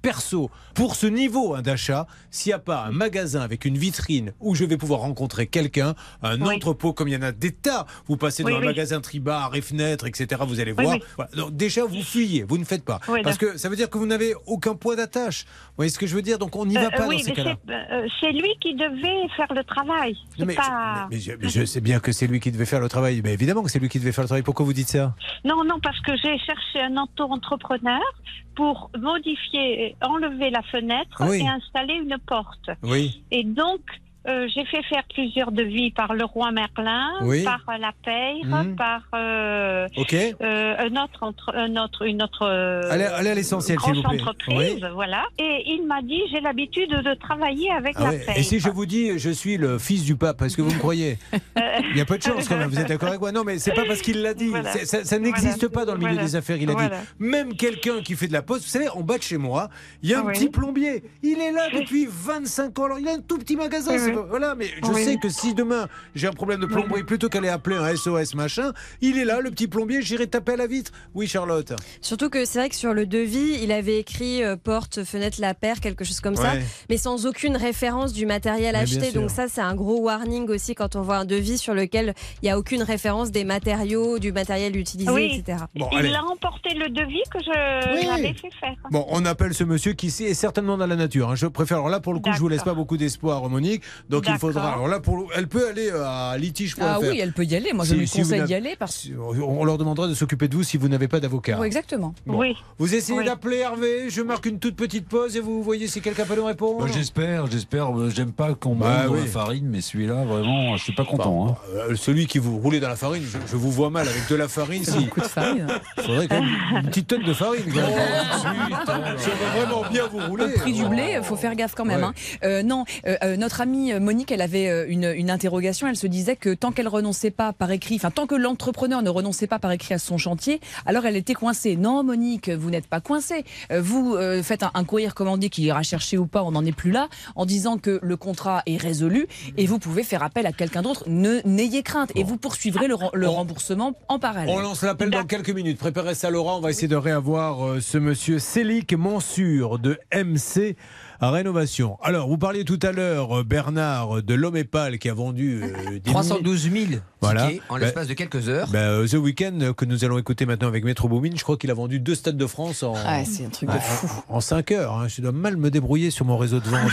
perso, pour ce niveau hein, d'achat, s'il n'y a pas un magasin avec une vitrine où je vais pouvoir rencontrer quelqu'un, un Oui. entrepôt comme il y en a des tas, vous passez Oui, dans un oui. magasin Tribar et fenêtres, et cetera, vous allez Oui, voir. oui. Voilà. Donc, déjà, vous fuyez, vous ne faites pas. Oui, Parce que ça veut dire que vous n'avez aucun point d'attache. Vous voyez ce que je veux dire? Donc on n'y va Euh, pas oui, dans ces mais cas-là. c'est, euh, c'est lui qui devait faire le travail. C'est Non, mais, pas... mais je, mais je sais bien que c'est lui qui devait faire le travail. Mais évidemment que c'est lui qui devait faire le travail. Pourquoi vous dites ça? Non, non, parce que j'ai cherché un auto-entrepreneur pour modifier, enlever la fenêtre Oui. et installer une porte. Oui. Et donc, euh, j'ai fait faire plusieurs devis par Leroy Merlin, Oui. par euh, La Peyre, Mhm. par euh, Ok. euh, un autre, entre, un autre, une autre euh, Allez, allez à l'essentiel, grosse s'il vous plaît. entreprise, Oui. voilà. Et il m'a dit, j'ai l'habitude de travailler avec Ah La ouais. Peyre. Et si je vous dis je suis le fils du pape, est-ce que vous me croyez? Il y a peu de chance quand même, vous êtes d'accord avec moi? Non mais c'est pas parce qu'il l'a dit, Voilà. C'est- ça, ça n'existe Voilà. pas dans le milieu Voilà. des affaires, il a Voilà. dit. Même quelqu'un qui fait de la poste, vous savez, en bas de chez moi, il y a un Oui. petit plombier, il est là depuis vingt-cinq ans, alors il a un tout petit magasin, Oui, c'est oui. pas- voilà, mais je Oui. sais que si demain j'ai un problème de plomberie, plutôt qu'aller appeler un S O S machin, il est là, le petit plombier, j'irai taper à la vitre. Oui Charlotte. Surtout que c'est vrai que sur le devis, il avait écrit euh, porte, fenêtre, La Paire, quelque chose comme ça, Ouais. mais sans aucune référence du matériel Mais bien acheté. sûr. Donc ça, c'est un gros warning aussi quand on voit un devis sur lequel il n'y a aucune référence des matériaux, du matériel utilisé, Oui. et cetera. Bon, il allez. a remporté le devis que je Oui. l'avais fait faire. Bon, on appelle ce monsieur qui est certainement dans la nature. hein. Je préfère. Alors là, pour le coup, je vous laisse pas D'accord. beaucoup d'espoir, Monique. Donc il D'accord. faudra. Alors là, pour, elle peut aller euh, à litige point F R. Ah oui, elle peut y aller. Moi, je Si- lui si vous conseille n'avez- d'y aller. Parce... si- On leur demandera de s'occuper de vous si vous n'avez pas d'avocat. Oui, exactement. Bon. Oui. Vous essayez Oui. d'appeler Hervé. Je marque une toute petite pause et vous voyez si quelqu'un peut nous répondre. Bah, j'espère, j'espère. euh, J'aime pas qu'on me Bah roule dans oui. la farine, mais celui-là, vraiment, je suis pas content. hein. Euh, celui qui vous roulez dans la farine, je, je vous vois mal avec de la farine. Si. Beaucoup de farine. Il faudrait quand même une petite tonne de farine. quand même. Si on veut vraiment bien vous rouler. Au prix du blé, il faut faire gaffe quand même. Ouais. hein. Euh, non, euh, euh, notre amie Monique, elle avait euh, une, une interrogation. Elle se disait que tant qu'elle renonçait pas par écrit, enfin tant que l'entrepreneur ne renonçait pas par écrit à son chantier, alors elle était coincée. Non, Monique, vous n'êtes pas coincée. Euh, Vous euh, faites un, un courrier recommandé qui ira chercher ou pas, on n'en est plus là, en disant que le contrat est résolu et vous pouvez faire appel à quelqu'un d'autre. Ne n'ayez crainte et vous poursuivrez le, ren- le remboursement en parallèle. On lance l'appel dans quelques minutes. Préparez ça, Laurent. On va essayer de réavoir euh, ce monsieur Célic Mansur de M C Rénovation. Alors, vous parliez tout à l'heure, euh, Bernard, de l'homme épale qui a vendu euh, des trois cent douze mille Voilà. tickets en Bah, l'espace de quelques heures. Bah, euh, The Weeknd, euh, que nous allons écouter maintenant avec Metro Boomin, je crois qu'il a vendu deux stades de France en, Ah, c'est un truc de en- fou. en cinq heures. hein. Je dois mal me débrouiller sur mon réseau de vente.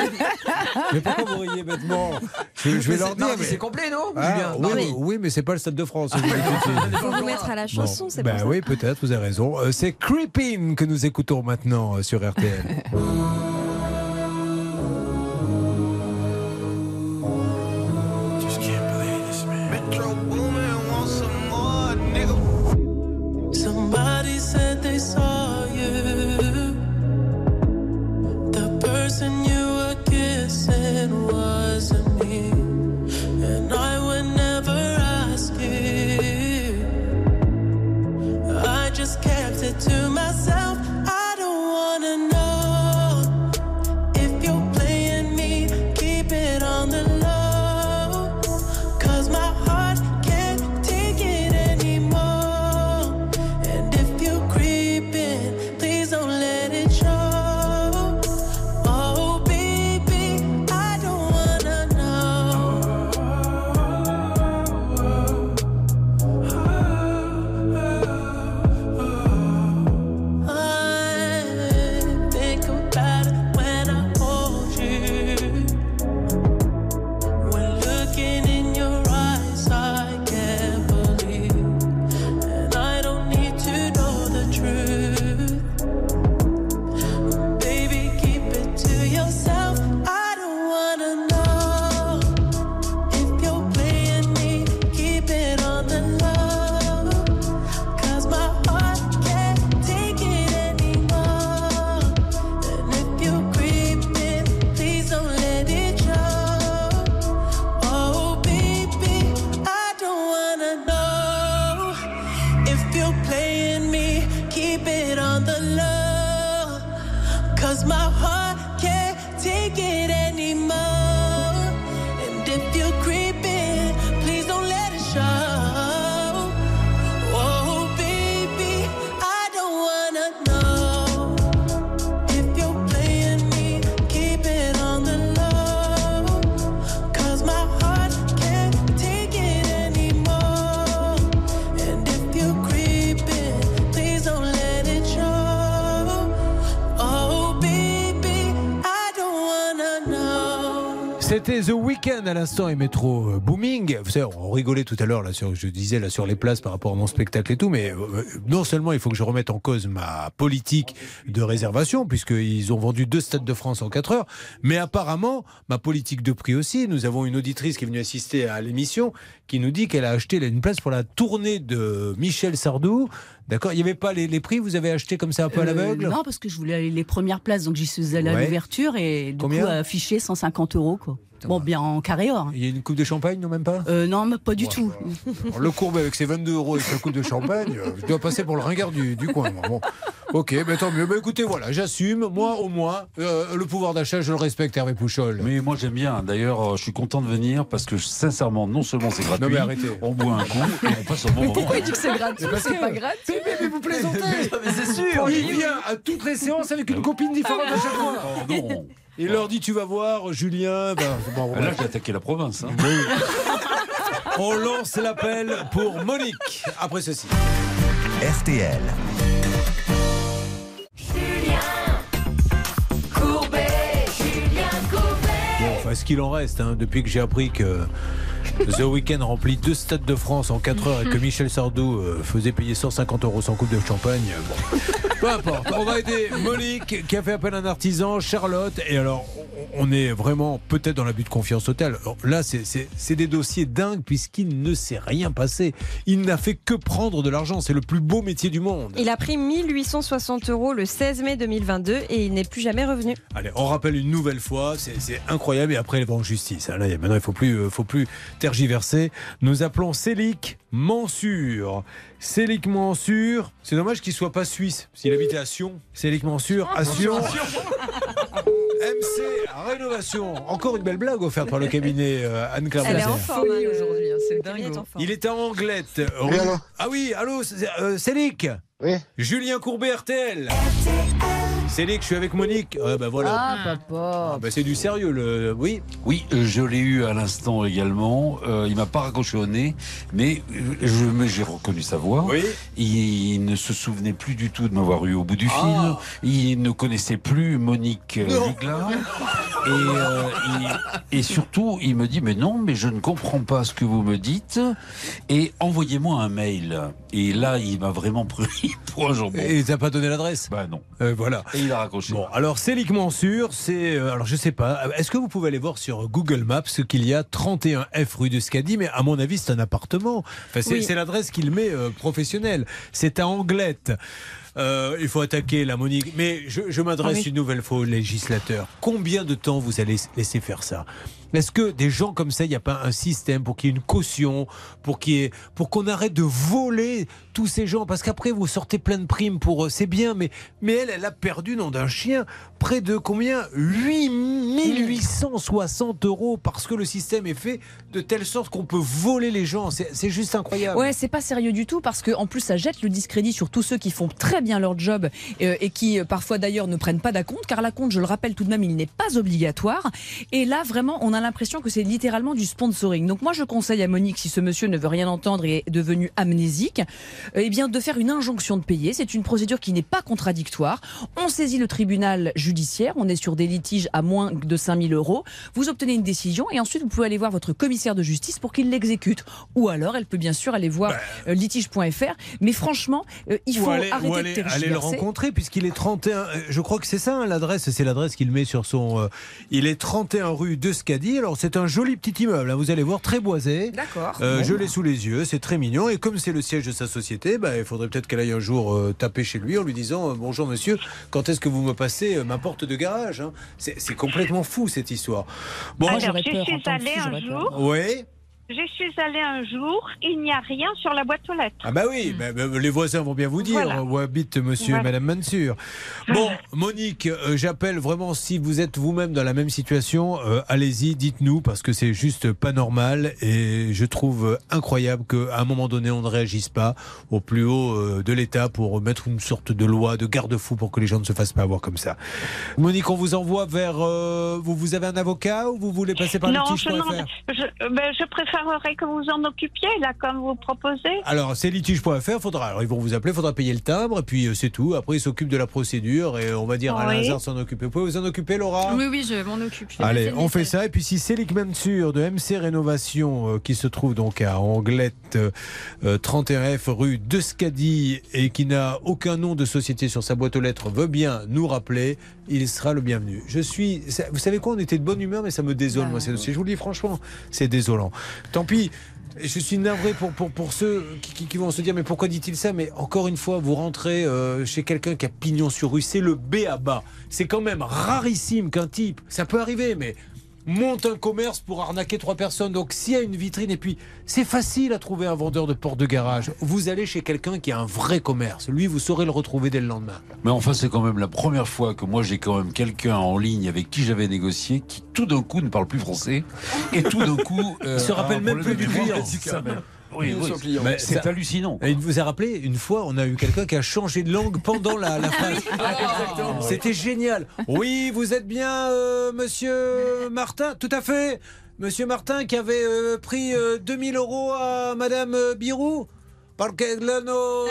Mais pourquoi vous riez bêtement? Je, je vais Mais leur c'est- dire. mardi, mais- c'est complet, non, Ah, Julien? oui, Mardi. oui, oui, mais c'est pas le Stade de France. Il faut vous mettre à la chanson, Bon, c'est ben pour ça. oui, peut-être, vous avez raison. Euh, c'est Creepin' que nous écoutons maintenant euh, sur R T L. Somebody said they saw you. The person you were kissing wasn't me. And I would never ask you. I just kept it to myself. I don't wanna know C'était The Weeknd à l'instant et Métro Booming. Vous savez, on rigolait tout à l'heure, là, sur, je disais là sur les places par rapport à mon spectacle et tout, mais euh, non seulement il faut que je remette en cause ma politique de réservation, puisqu'ils ont vendu deux Stades de France en quatre heures, mais apparemment ma politique de prix aussi. Nous avons une auditrice qui est venue assister à l'émission qui nous dit qu'elle a acheté là, une place pour la tournée de Michel Sardou. D'accord, il n'y avait pas les, les prix, vous avez acheté comme ça un peu à l'aveugle ? euh, Non, parce que je voulais aller les premières places, donc j'y suis allée à Ouais. l'ouverture et du Combien coup affiché cent cinquante euros quoi. Bon, bien en carré or. Il y a une coupe de champagne, non même pas euh, Non, mais pas du tout. Alors, le Courbet avec ses vingt-deux euros et sa coupe de champagne, euh, je dois passer pour le ringard du, du coin. Moi. Bon. Ok, mais tant mieux. Bah, écoutez, voilà, j'assume. Moi, au moins, euh, le pouvoir d'achat, je le respecte, Hervé Pouchol. Mais moi j'aime bien. D'ailleurs, je suis content de venir parce que sincèrement, non seulement c'est gratuit, Non, mais arrêtez. on boit un coup et on passe un bon Mais moment. pourquoi il dit que c'est gratuit? Parce C'est que- pas gratuit. Mais, mais, mais vous plaisantez. Mais c'est sûr. Il vient à toutes les séances avec une copine différente à chaque fois. Oh, non. Il leur dit, tu vas voir, Julien. Ben, bon, Ah, Là, j'ai attaqué la province. Hein. on lance l'appel pour Monique. Après ceci. R T L. Bon, enfin, ce qu'il en reste, hein, depuis que j'ai appris que The Weeknd remplit deux Stades de France en quatre heures et que Michel Sardou euh, faisait payer cent cinquante euros sans coupe de champagne. Bon. Peu importe, on va aider Monique qui a fait appel à un artisan, Charlotte. Et alors, on est vraiment peut-être dans l'abus de confiance totale. Alors, là, c'est, c'est, c'est des dossiers dingues puisqu'il ne s'est rien passé. Il n'a fait que prendre de l'argent. C'est le plus beau métier du monde. Il a pris mille huit cent soixante euros le seize mai deux mille vingt-deux et il n'est plus jamais revenu. Allez, on rappelle une nouvelle fois, c'est, c'est incroyable et après elle va en justice. Là, maintenant, il ne faut plus, euh, faut plus tergiverser. Nous appelons Célic Mansur. Célic Mansur, c'est dommage qu'il ne soit pas suisse, s'il habitait à Sion. Célic Mansur, à Sion. M C Rénovation. Encore une belle blague offerte par le cabinet euh, Anne-Claire Elle est Blazer. en forme hein, aujourd'hui, hein, c'est le Camille est dingo. en forme. Il est à Anglette. Oui, allô Ah oui, allô, c'est- euh, Célic. Oui. Julien Courbet, R T L. Célic, je suis avec Monique. Ah bah voilà. Ah, papa. Ah bah c'est du sérieux, le. Oui. Oui, euh, je l'ai eu à l'instant également. Euh, il m'a pas raccroché au nez, mais euh, je, mais j'ai reconnu sa voix. Oui. Il, ne se souvenait plus du tout de m'avoir eu au bout du Ah. fil. Il ne connaissait plus Monique euh, Non. Lugla. Et, euh, il- et surtout, il me dit mais non, mais je ne comprends pas ce que vous me dites. Et envoyez-moi un mail. Et là, il m'a vraiment pris pour un jambon. Et t'as pas donné l'adresse? Bah non. Euh, voilà. Et il a raccroché. Bon, alors Célic Mansur, c'est. euh, alors je sais pas, est-ce que vous pouvez aller voir sur Google Maps ce qu'il y a trente et un F rue de Scadi? Mais à mon avis, c'est un appartement. Enfin, c'est, Oui. c'est l'adresse qu'il met euh, professionnelle. C'est à Anglette. Euh, il faut attaquer la Monique. Mais je, je m'adresse Ah oui. une nouvelle fois aux législateurs. Combien de temps vous allez laisser faire ça? Est-ce que des gens comme ça, il n'y a pas un système pour qu'il y ait une caution, pour, qu'il y ait, pour qu'on arrête de voler tous ces gens? Parce qu'après, vous sortez plein de primes pour eux. C'est bien, mais, mais elle, elle a perdu, nom d'un chien, près de combien? huit mille huit cent soixante euros parce que le système est fait de telle sorte qu'on peut voler les gens. C'est, c'est juste incroyable. Ouais, c'est pas sérieux du tout parce que en plus ça jette le discrédit sur tous ceux qui font très bien leur job euh, et qui euh, parfois d'ailleurs ne prennent pas d'acompte, car l'acompte, je le rappelle tout de même, il n'est pas obligatoire. Et là vraiment, on a l'impression que c'est littéralement du sponsoring. Donc moi je conseille à Monique, si ce monsieur ne veut rien entendre et est devenu amnésique, euh, eh bien de faire une injonction de payer. C'est une procédure qui n'est pas contradictoire. On saisit le tribunal judiciaire, on est sur des litiges à moins de cinq mille euros. Vous obtenez une décision et ensuite vous pouvez aller voir votre commissaire de justice pour qu'il l'exécute. Ou alors elle peut bien sûr aller voir euh, litige point F R. Mais franchement, euh, il faut ou aller, arrêter ou aller, de tergiverser. aller le rencontrer puisqu'il est trente et un. euh, Je crois que c'est ça hein, l'adresse, c'est l'adresse qu'il met sur son. Euh, il est trente et un rue de Scadi. Alors c'est un joli petit immeuble. Hein, vous allez voir, très boisé. D'accord. Euh, Bon. Je l'ai sous les yeux, c'est très mignon. Et comme c'est le siège de sa société, bah, il faudrait peut-être qu'elle aille un jour euh, taper chez lui en lui disant euh, bonjour monsieur, quand est-ce que vous me passez euh, ma porte de garage hein? c'est, c'est complètement fou cette histoire. Bon, Alors, j'aurais je peur, en suis tant que allée fille, un j'aurais peur. jour. oui. Je suis allée un jour, il n'y a rien sur la boîte aux lettres. Ah bah oui, bah, bah, les voisins vont bien vous dire Voilà. où habite monsieur Voilà. et madame Mansur. Bon, Monique, euh, j'appelle vraiment, si vous êtes vous-même dans la même situation, euh, allez-y, dites-nous, parce que c'est juste pas normal et je trouve euh, incroyable qu'à un moment donné, on ne réagisse pas au plus haut euh, de l'État pour mettre une sorte de loi, de garde-fou pour que les gens ne se fassent pas avoir comme ça. Monique, on vous envoie vers... euh, vous, vous avez un avocat ou vous voulez passer par non, litige je, point n'en- F R? je, ben, je préfère préférerais que vous en occupiez, là, comme vous proposez. Alors, c'est litige point F R, faudra, alors ils vont vous appeler, il faudra payer le timbre, et puis euh, c'est tout. Après, ils s'occupent de la procédure, et on va dire à Oui. Alain s'en occuper. Vous pouvez vous en occuper, Laura? Oui, oui, je m'en occupe. Je vais Allez, passer le on fait message. ça. Et puis si Célic Mansour de M C Rénovation, euh, qui se trouve donc à Anglette, euh, trente et un F rue de Scadi, et qui n'a aucun nom de société sur sa boîte aux lettres, veut bien nous rappeler, il sera le bienvenu. Je suis... Vous savez quoi, on était de bonne humeur, mais ça me désole, moi, ces dossiers. Je vous le dis franchement, c'est désolant. Tant pis. Je suis navré pour, pour, pour ceux qui, qui, qui vont se dire mais pourquoi dit-il ça? Mais encore une fois, vous rentrez euh, chez quelqu'un qui a pignon sur rue, c'est le B à bas. C'est quand même rarissime qu'un type, ça peut arriver, mais monte un commerce pour arnaquer trois personnes. Donc s'il y a une vitrine, et puis c'est facile à trouver un vendeur de porte de garage. Vous allez chez quelqu'un qui a un vrai commerce. Lui, vous saurez le retrouver dès le lendemain. Mais enfin, c'est quand même la première fois que moi j'ai quand même quelqu'un en ligne avec qui j'avais négocié qui tout d'un coup ne parle plus français et tout d'un coup euh, Il se rappelle a un même problème plus de du client. mémoire. Oui, oui. Son client. Mais c'est ça- hallucinant. Et il vous a rappelé, une fois, on a eu quelqu'un qui a changé de langue pendant la, la phrase. Exactement. C'était génial. Oui, vous êtes bien, euh, monsieur Martin? Tout à fait. Monsieur Martin qui avait euh, pris euh, deux mille euros à madame euh, Birou? Parce que là, no,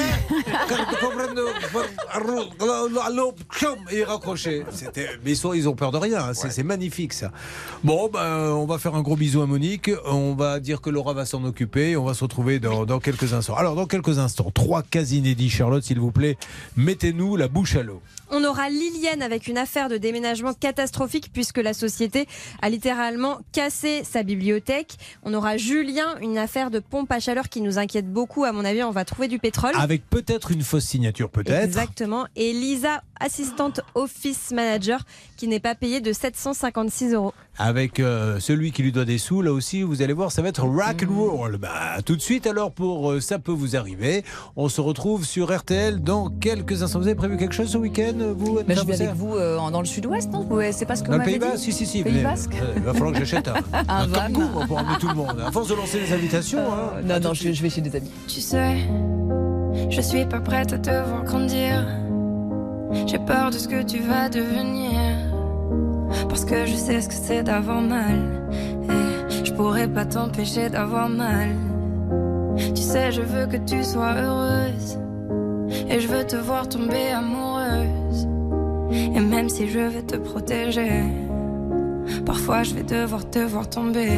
hein? Et il raccrochait. C'était, mais ils, sont, ils ont peur de rien. hein. C'est, c'est magnifique ça. Bon, ben, on va faire un gros bisou à Monique. On va dire que Laura va s'en occuper. Et on va se retrouver dans, dans quelques instants. Alors, dans quelques instants, trois cas inédits, Charlotte, s'il vous plaît. Mettez-nous la bouche à l'eau. On aura Liliane avec une affaire de déménagement catastrophique puisque la société a littéralement cassé sa bibliothèque. On aura Julien, une affaire de pompe à chaleur qui nous inquiète beaucoup. À mon avis, on va trouver du pétrole. Avec peut-être une fausse signature, peut-être. Exactement. Et Lisa, assistante office manager, qui n'est pas payée de sept cent cinquante-six euros. Avec euh, celui qui lui doit des sous, là aussi, vous allez voir, ça va être rock and roll. Bah, tout de suite, alors, pour euh, Ça peut vous arriver, on se retrouve sur R T L dans quelques instants. Vous avez prévu quelque chose ce week-end, vous? Bah, je vais avec vous euh, en- dans le sud-ouest, non? Ouais, c'est pas ce que Dans vous le m'avez Pays dit? Basque, si, si, si. Pays venez. Basque. Euh, Il va falloir que j'achète un, Un un van. Kangoo, moi, pour emmener tout le monde. À force de lancer des invitations. hein. Non, non, je, je vais chez des amis. Tu sais, je suis pas prête à te voir grandir. J'ai peur de ce que tu vas devenir. Parce que je sais ce que c'est d'avoir mal. Et je pourrais pas t'empêcher d'avoir mal. Tu sais, je veux que tu sois heureuse. Et je veux te voir tomber amoureuse. Et même si je vais te protéger, parfois je vais devoir te voir tomber.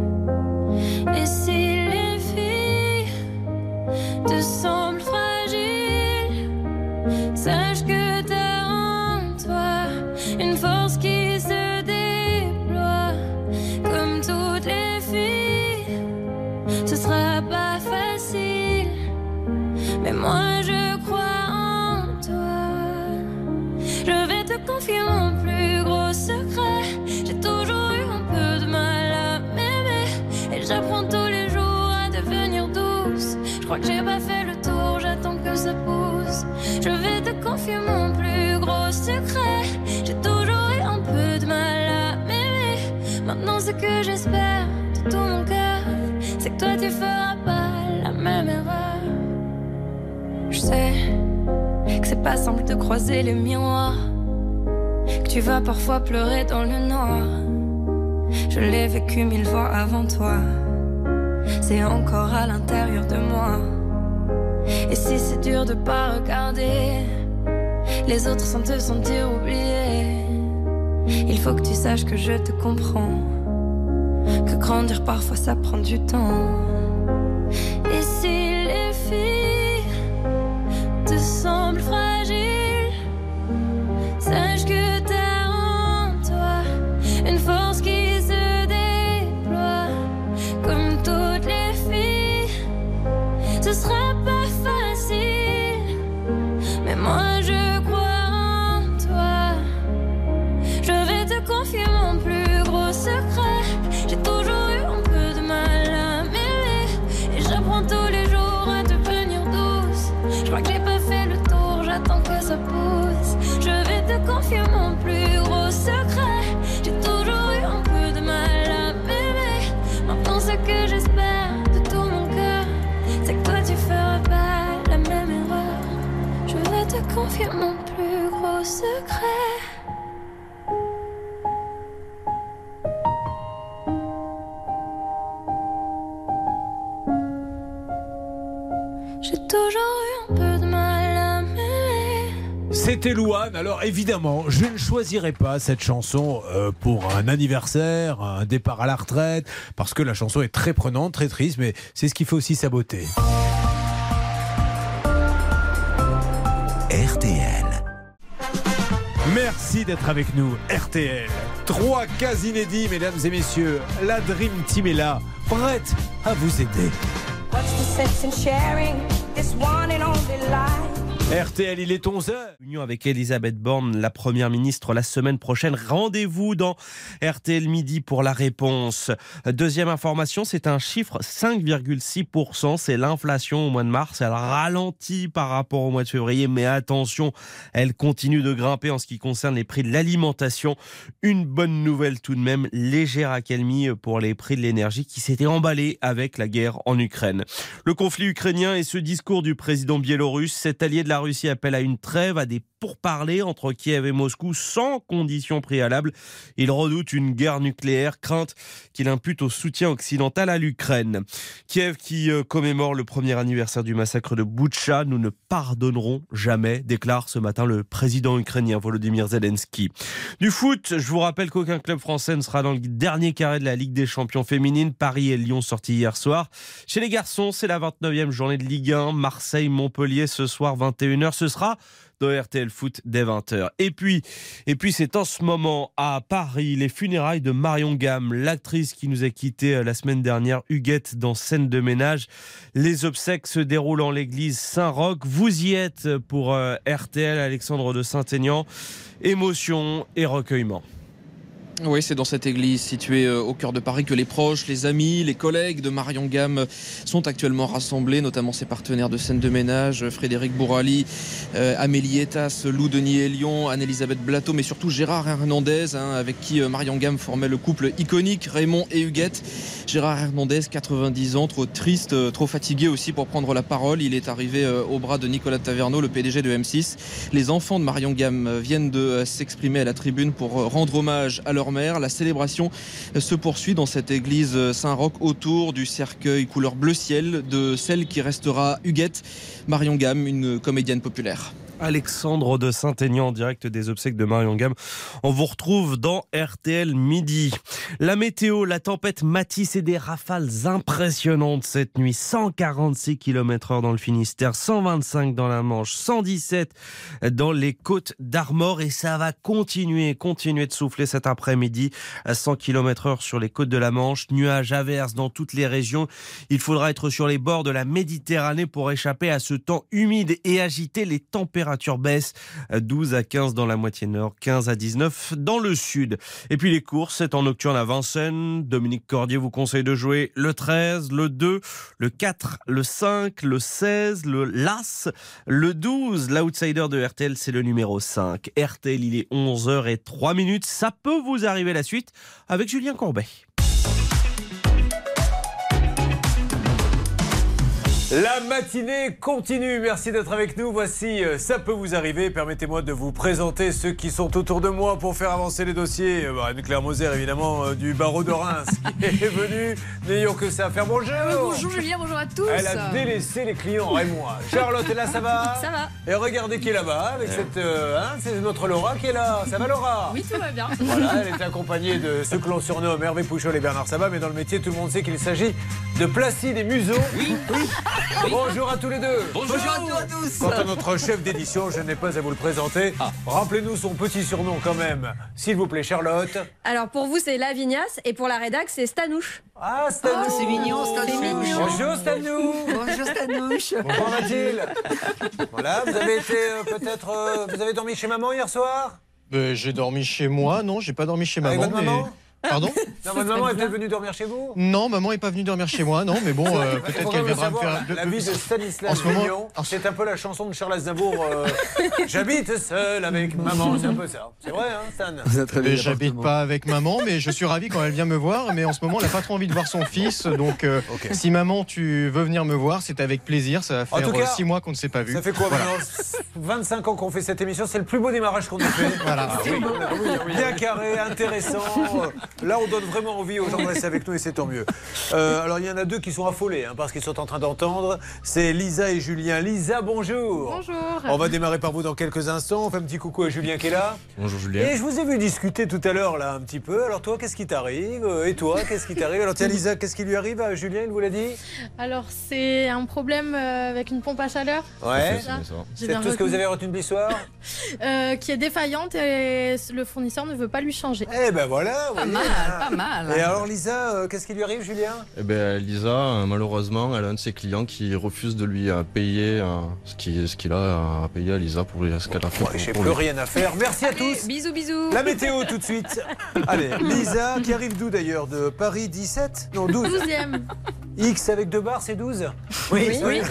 Et si les filles te semblent fragiles, sache que t'as en toi une force qui se déploie. Comme toutes les filles, ce sera pas facile, mais moi je crois en toi. Je vais te confier mon plus gros secret. J'ai toujours eu un peu de mal à m'aimer, et j'apprends tous les jours à devenir douce. Je crois que j'ai pas fait le tour, j'attends que ça pousse. Je vais te confier mon plus gros secret. J'ai toujours eu un peu de mal à m'aimer. Maintenant ce que j'espère de tout mon cœur, c'est que toi tu feras pas la même erreur. Je sais que c'est pas simple de croiser les miroirs, que tu vas parfois pleurer dans le noir. Je l'ai vécu mille fois avant toi, c'est encore à l'intérieur de moi. Et si c'est dur de pas regarder les autres sans te sentir oublié, il faut que tu saches que je te comprends, que grandir parfois ça prend du temps. Et si les filles te semblent fragiles, sache que t'as en toi une force qui se déploie. Comme toutes les filles, ce sera pas facile, mais moi je crois en toi. Je vais te confier mon plus gros secret. J'ai toujours eu un peu de mal à m'aimer, et j'apprends tous les jours à devenir douce. Je crois que j'ai pas fait le tour, j'attends que ça pousse. Je vais te confier mon plus gros secret. J'ai toujours eu un peu de mal à m'aimer. Maintenant ce que j'espère de tout mon cœur, c'est que toi tu feras pas la même erreur. Je vais te confier mon plus gros secret. J'ai toujours eu un peu de mal à m'aimer. C'était Louane. Alors évidemment, je ne choisirai pas cette chanson euh, pour un anniversaire, un départ à la retraite, parce que la chanson est très prenante, très triste, mais c'est ce qui fait aussi sa beauté. R T L. Merci d'être avec nous, R T L. Trois cas inédits, mesdames et messieurs. La Dream Team est là, prête à vous aider. What's the sense in sharing this one and only life? R T L, il est onze heures. Union avec Elisabeth Borne, la première ministre, la semaine prochaine. Rendez-vous dans R T L Midi pour la réponse. Deuxième information, c'est un chiffre cinq virgule six pour cent. C'est l'inflation au mois de mars. Elle ralentit par rapport au mois de février, mais attention, elle continue de grimper en ce qui concerne les prix de l'alimentation. Une bonne nouvelle tout de même, légère accalmie pour les prix de l'énergie qui s'étaient emballés avec la guerre en Ukraine. Le conflit ukrainien et ce discours du président biélorusse, cet allié de la Russie appelle à une trêve, à des pourparlers entre Kiev et Moscou sans conditions préalables. Il redoute une guerre nucléaire, crainte qu'il impute au soutien occidental à l'Ukraine. Kiev qui euh, commémore le premier anniversaire du massacre de Boutcha. Nous ne pardonnerons jamais, déclare ce matin le président ukrainien Volodymyr Zelensky. Du foot, je vous rappelle qu'aucun club français ne sera dans le dernier carré de la Ligue des champions féminines. Paris et Lyon sortis hier soir. Chez les garçons, c'est la vingt-neuvième journée de Ligue un. Marseille-Montpellier ce soir vingt et une heures. Ce sera dans R T L Foot dès vingt heures. Et puis, et puis c'est en ce moment à Paris les funérailles de Marion Gamme, l'actrice qui nous a quittés la semaine dernière, Huguette dans Scène de ménage. Les obsèques se déroulent en l'église Saint-Roch. Vous y êtes pour euh, R T L, Alexandre de Saint-Aignan. Émotion et recueillement. Oui, c'est dans cette église située au cœur de Paris que les proches, les amis, les collègues de Marion Gamme sont actuellement rassemblés, notamment ses partenaires de scène de ménage, Frédéric Bourali, euh, Amélie Etas, Lou Denis Elion, Anne-Elisabeth Blateau, mais surtout Gérard Hernandez, hein, avec qui Marion Gamme formait le couple iconique, Raymond et Huguette. Gérard Hernandez, quatre-vingt-dix ans, trop triste, trop fatigué aussi pour prendre la parole. Il est arrivé euh, au bras de Nicolas Taverneau, le P D G de M six. Les enfants de Marion Gamme viennent de euh, s'exprimer à la tribune pour euh, rendre hommage à leur mère. La célébration se poursuit dans cette église Saint-Roch autour du cercueil couleur bleu ciel de celle qui restera Huguette, Marion Gamme, une comédienne populaire. Alexandre de Saint-Aignan en direct des obsèques de Marion Gamme. On vous retrouve dans R T L Midi. La météo, la tempête Matisse et des rafales impressionnantes cette nuit. cent quarante-six kilomètres heure dans le Finistère, cent vingt-cinq dans la Manche, cent dix-sept dans les Côtes d'Armor et ça va continuer, continuer de souffler cet après-midi à cent kilomètres heure sur les côtes de la Manche. Nuages, averses dans toutes les régions. Il faudra être sur les bords de la Méditerranée pour échapper à ce temps humide et agité. Les températures baisse, douze à quinze dans la moitié nord, quinze à dix-neuf dans le sud. Et puis les courses, c'est en nocturne à Vincennes. Dominique Cordier vous conseille de jouer le treize, le deux, le quatre, le cinq, le seize, le l'As, le douze. L'outsider de R T L, c'est le numéro cinq. R T L, il est onze heures zéro trois minutes. Ça peut vous arriver la suite avec Julien Courbet. La matinée continue, merci d'être avec nous. Voici euh, Ça peut vous arriver. Permettez-moi de vous présenter ceux qui sont autour de moi pour faire avancer les dossiers. Euh, bah, Anne-Claire Moser, évidemment, euh, du barreau de Reims, qui est venue. N'ayons que ça à faire. Bonjour. Euh, bonjour Julien, bonjour à tous. Elle a délaissé les clients, et moi. Charlotte est là, ça va? Ça va. Et regardez qui est là-bas, avec cette, euh, hein, c'est notre Laura qui est là. Ça va Laura? Oui, tout va bien. Voilà, elle est accompagnée de ceux que l'on surnomme Hervé Pouchol et Bernard Sabat, mais dans le métier, tout le monde sait qu'il s'agit de Placide et Museau. Oui, oui. Bonjour à tous les deux. Bonjour, Bonjour à tous. Quant à notre chef d'édition, je n'ai pas à vous le présenter. Ah. Rappelez-nous son petit surnom quand même, s'il vous plaît, Charlotte. Alors pour vous, c'est Lavignas et pour la rédac, c'est Stanouche. Ah, Stanouche. Oh, c'est mignon, Stanouche. Bonjour, Stanouche. Bonjour, Stanouche. Bonjour, Mathilde. Voilà, vous avez été euh, peut-être... Euh, vous avez dormi chez maman hier soir? euh, J'ai dormi chez moi, non, j'ai pas dormi chez Avec maman. votre mais... maman? Pardon? Non, votre maman est peut-être venue dormir chez vous? Non, maman est pas venue dormir chez moi, non, mais bon, euh, peut-être qu'elle viendra me faire... La vie de Stanislas en ce moment... Vignon, c'est un peu la chanson de Charles Aznavour. Euh, J'habite seul avec maman, c'est un peu ça. C'est vrai, hein, Stan? Mais j'habite pas avec maman, mais je suis ravi quand elle vient me voir, mais en ce moment, elle a pas trop envie de voir son fils, donc euh, okay. Si maman, tu veux venir me voir, c'est avec plaisir, ça va faire en tout cas, six mois qu'on ne s'est pas vu. Ça fait quoi voilà. maintenant? vingt-cinq ans qu'on fait cette émission, c'est le plus beau démarrage qu'on ait fait. Voilà. Ah, oui. Oui, oui. Bien carré, intéressant. Là, on donne vraiment envie aux gens de rester avec nous et c'est tant mieux. Euh, alors, il y en a deux qui sont affolés hein, parce qu'ils sont en train d'entendre. C'est Lisa et Julien. Lisa, bonjour. Bonjour. On va démarrer par vous dans quelques instants. On fait un petit coucou à Julien qui est là. Bonjour Julien. Et je vous ai vu discuter tout à l'heure là un petit peu. Alors toi, qu'est-ce qui t'arrive? Et toi, qu'est-ce qui t'arrive? Alors tiens Lisa, qu'est-ce qui lui arrive à Julien? Il vous l'a dit? Alors, c'est un problème euh, avec une pompe à chaleur. Ouais. C'est ça. J'ai C'est bien tout ce que retenu. vous avez retenu de l'histoire? Euh, qui est défaillante et le fournisseur ne veut pas lui changer. Eh ben voilà. Pas vous mal, voyez. pas mal. Et alors Lisa, euh, qu'est-ce qui lui arrive, Julien? Eh ben, Lisa, euh, malheureusement, elle a un de ses clients qui refuse de lui euh, payer euh, ce qu'il ce qu'il a à payer à Lisa pour lui- ce qu'elle a fait. pour- J'ai pour plus lui. rien à faire. Merci à tous. Bisous, bisous. La météo tout de suite. Allez, Lisa, qui arrive d'où d'ailleurs? De Paris dix-sept? Non, douze. douzième. X avec deux barres, c'est douze? Oui. Oui.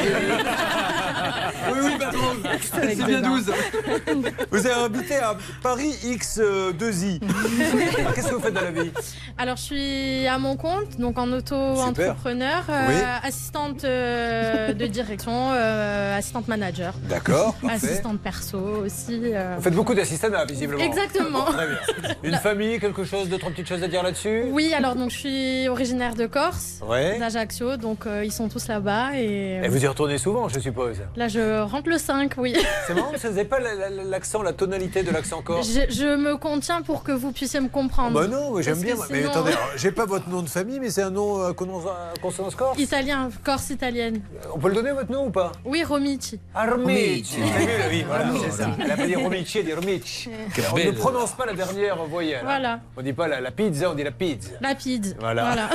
Oui, oui, patron. C'est bien douze. Vous avez habité à Paris X deux I. Qu'est-ce que vous faites dans la vie? Alors, je suis à mon compte, donc en auto-entrepreneur, euh, Oui. assistante euh, de direction, euh, assistante manager. D'accord, parfait. Assistante perso aussi. euh. Vous faites beaucoup d'assistanat, visiblement. Exactement. Très bien. Une famille, quelque chose, deux, trois petites choses à dire là-dessus? Oui, alors donc je suis originaire de Corse, Ouais. d'Ajaccio, donc euh, ils sont tous là-bas et, Et vous y retournez souvent, je suppose? là je rentre le cinq, oui. C'est marrant, vous n'avez pas la- la- l'accent, la tonalité de l'accent corse? Je, je me contiens pour que vous puissiez me comprendre. Bah non, mais j'aime Parce bien. que moi. Mais sinon- attendez, alors, j'ai pas votre nom de famille, mais c'est un nom à consonance à consonance corse? Italien, Corse italienne. On peut le donner votre nom ou pas? Oui, Romici. Ah, Romici. T'as vu, oui, voilà, Romici. c'est ça. Elle a pas dit Romici, elle dit Romici. Quelle On ne belle. prononce pas la dernière voyelle. Voilà. On dit pas la, la pizza, on dit la pizza. Lapide. Voilà.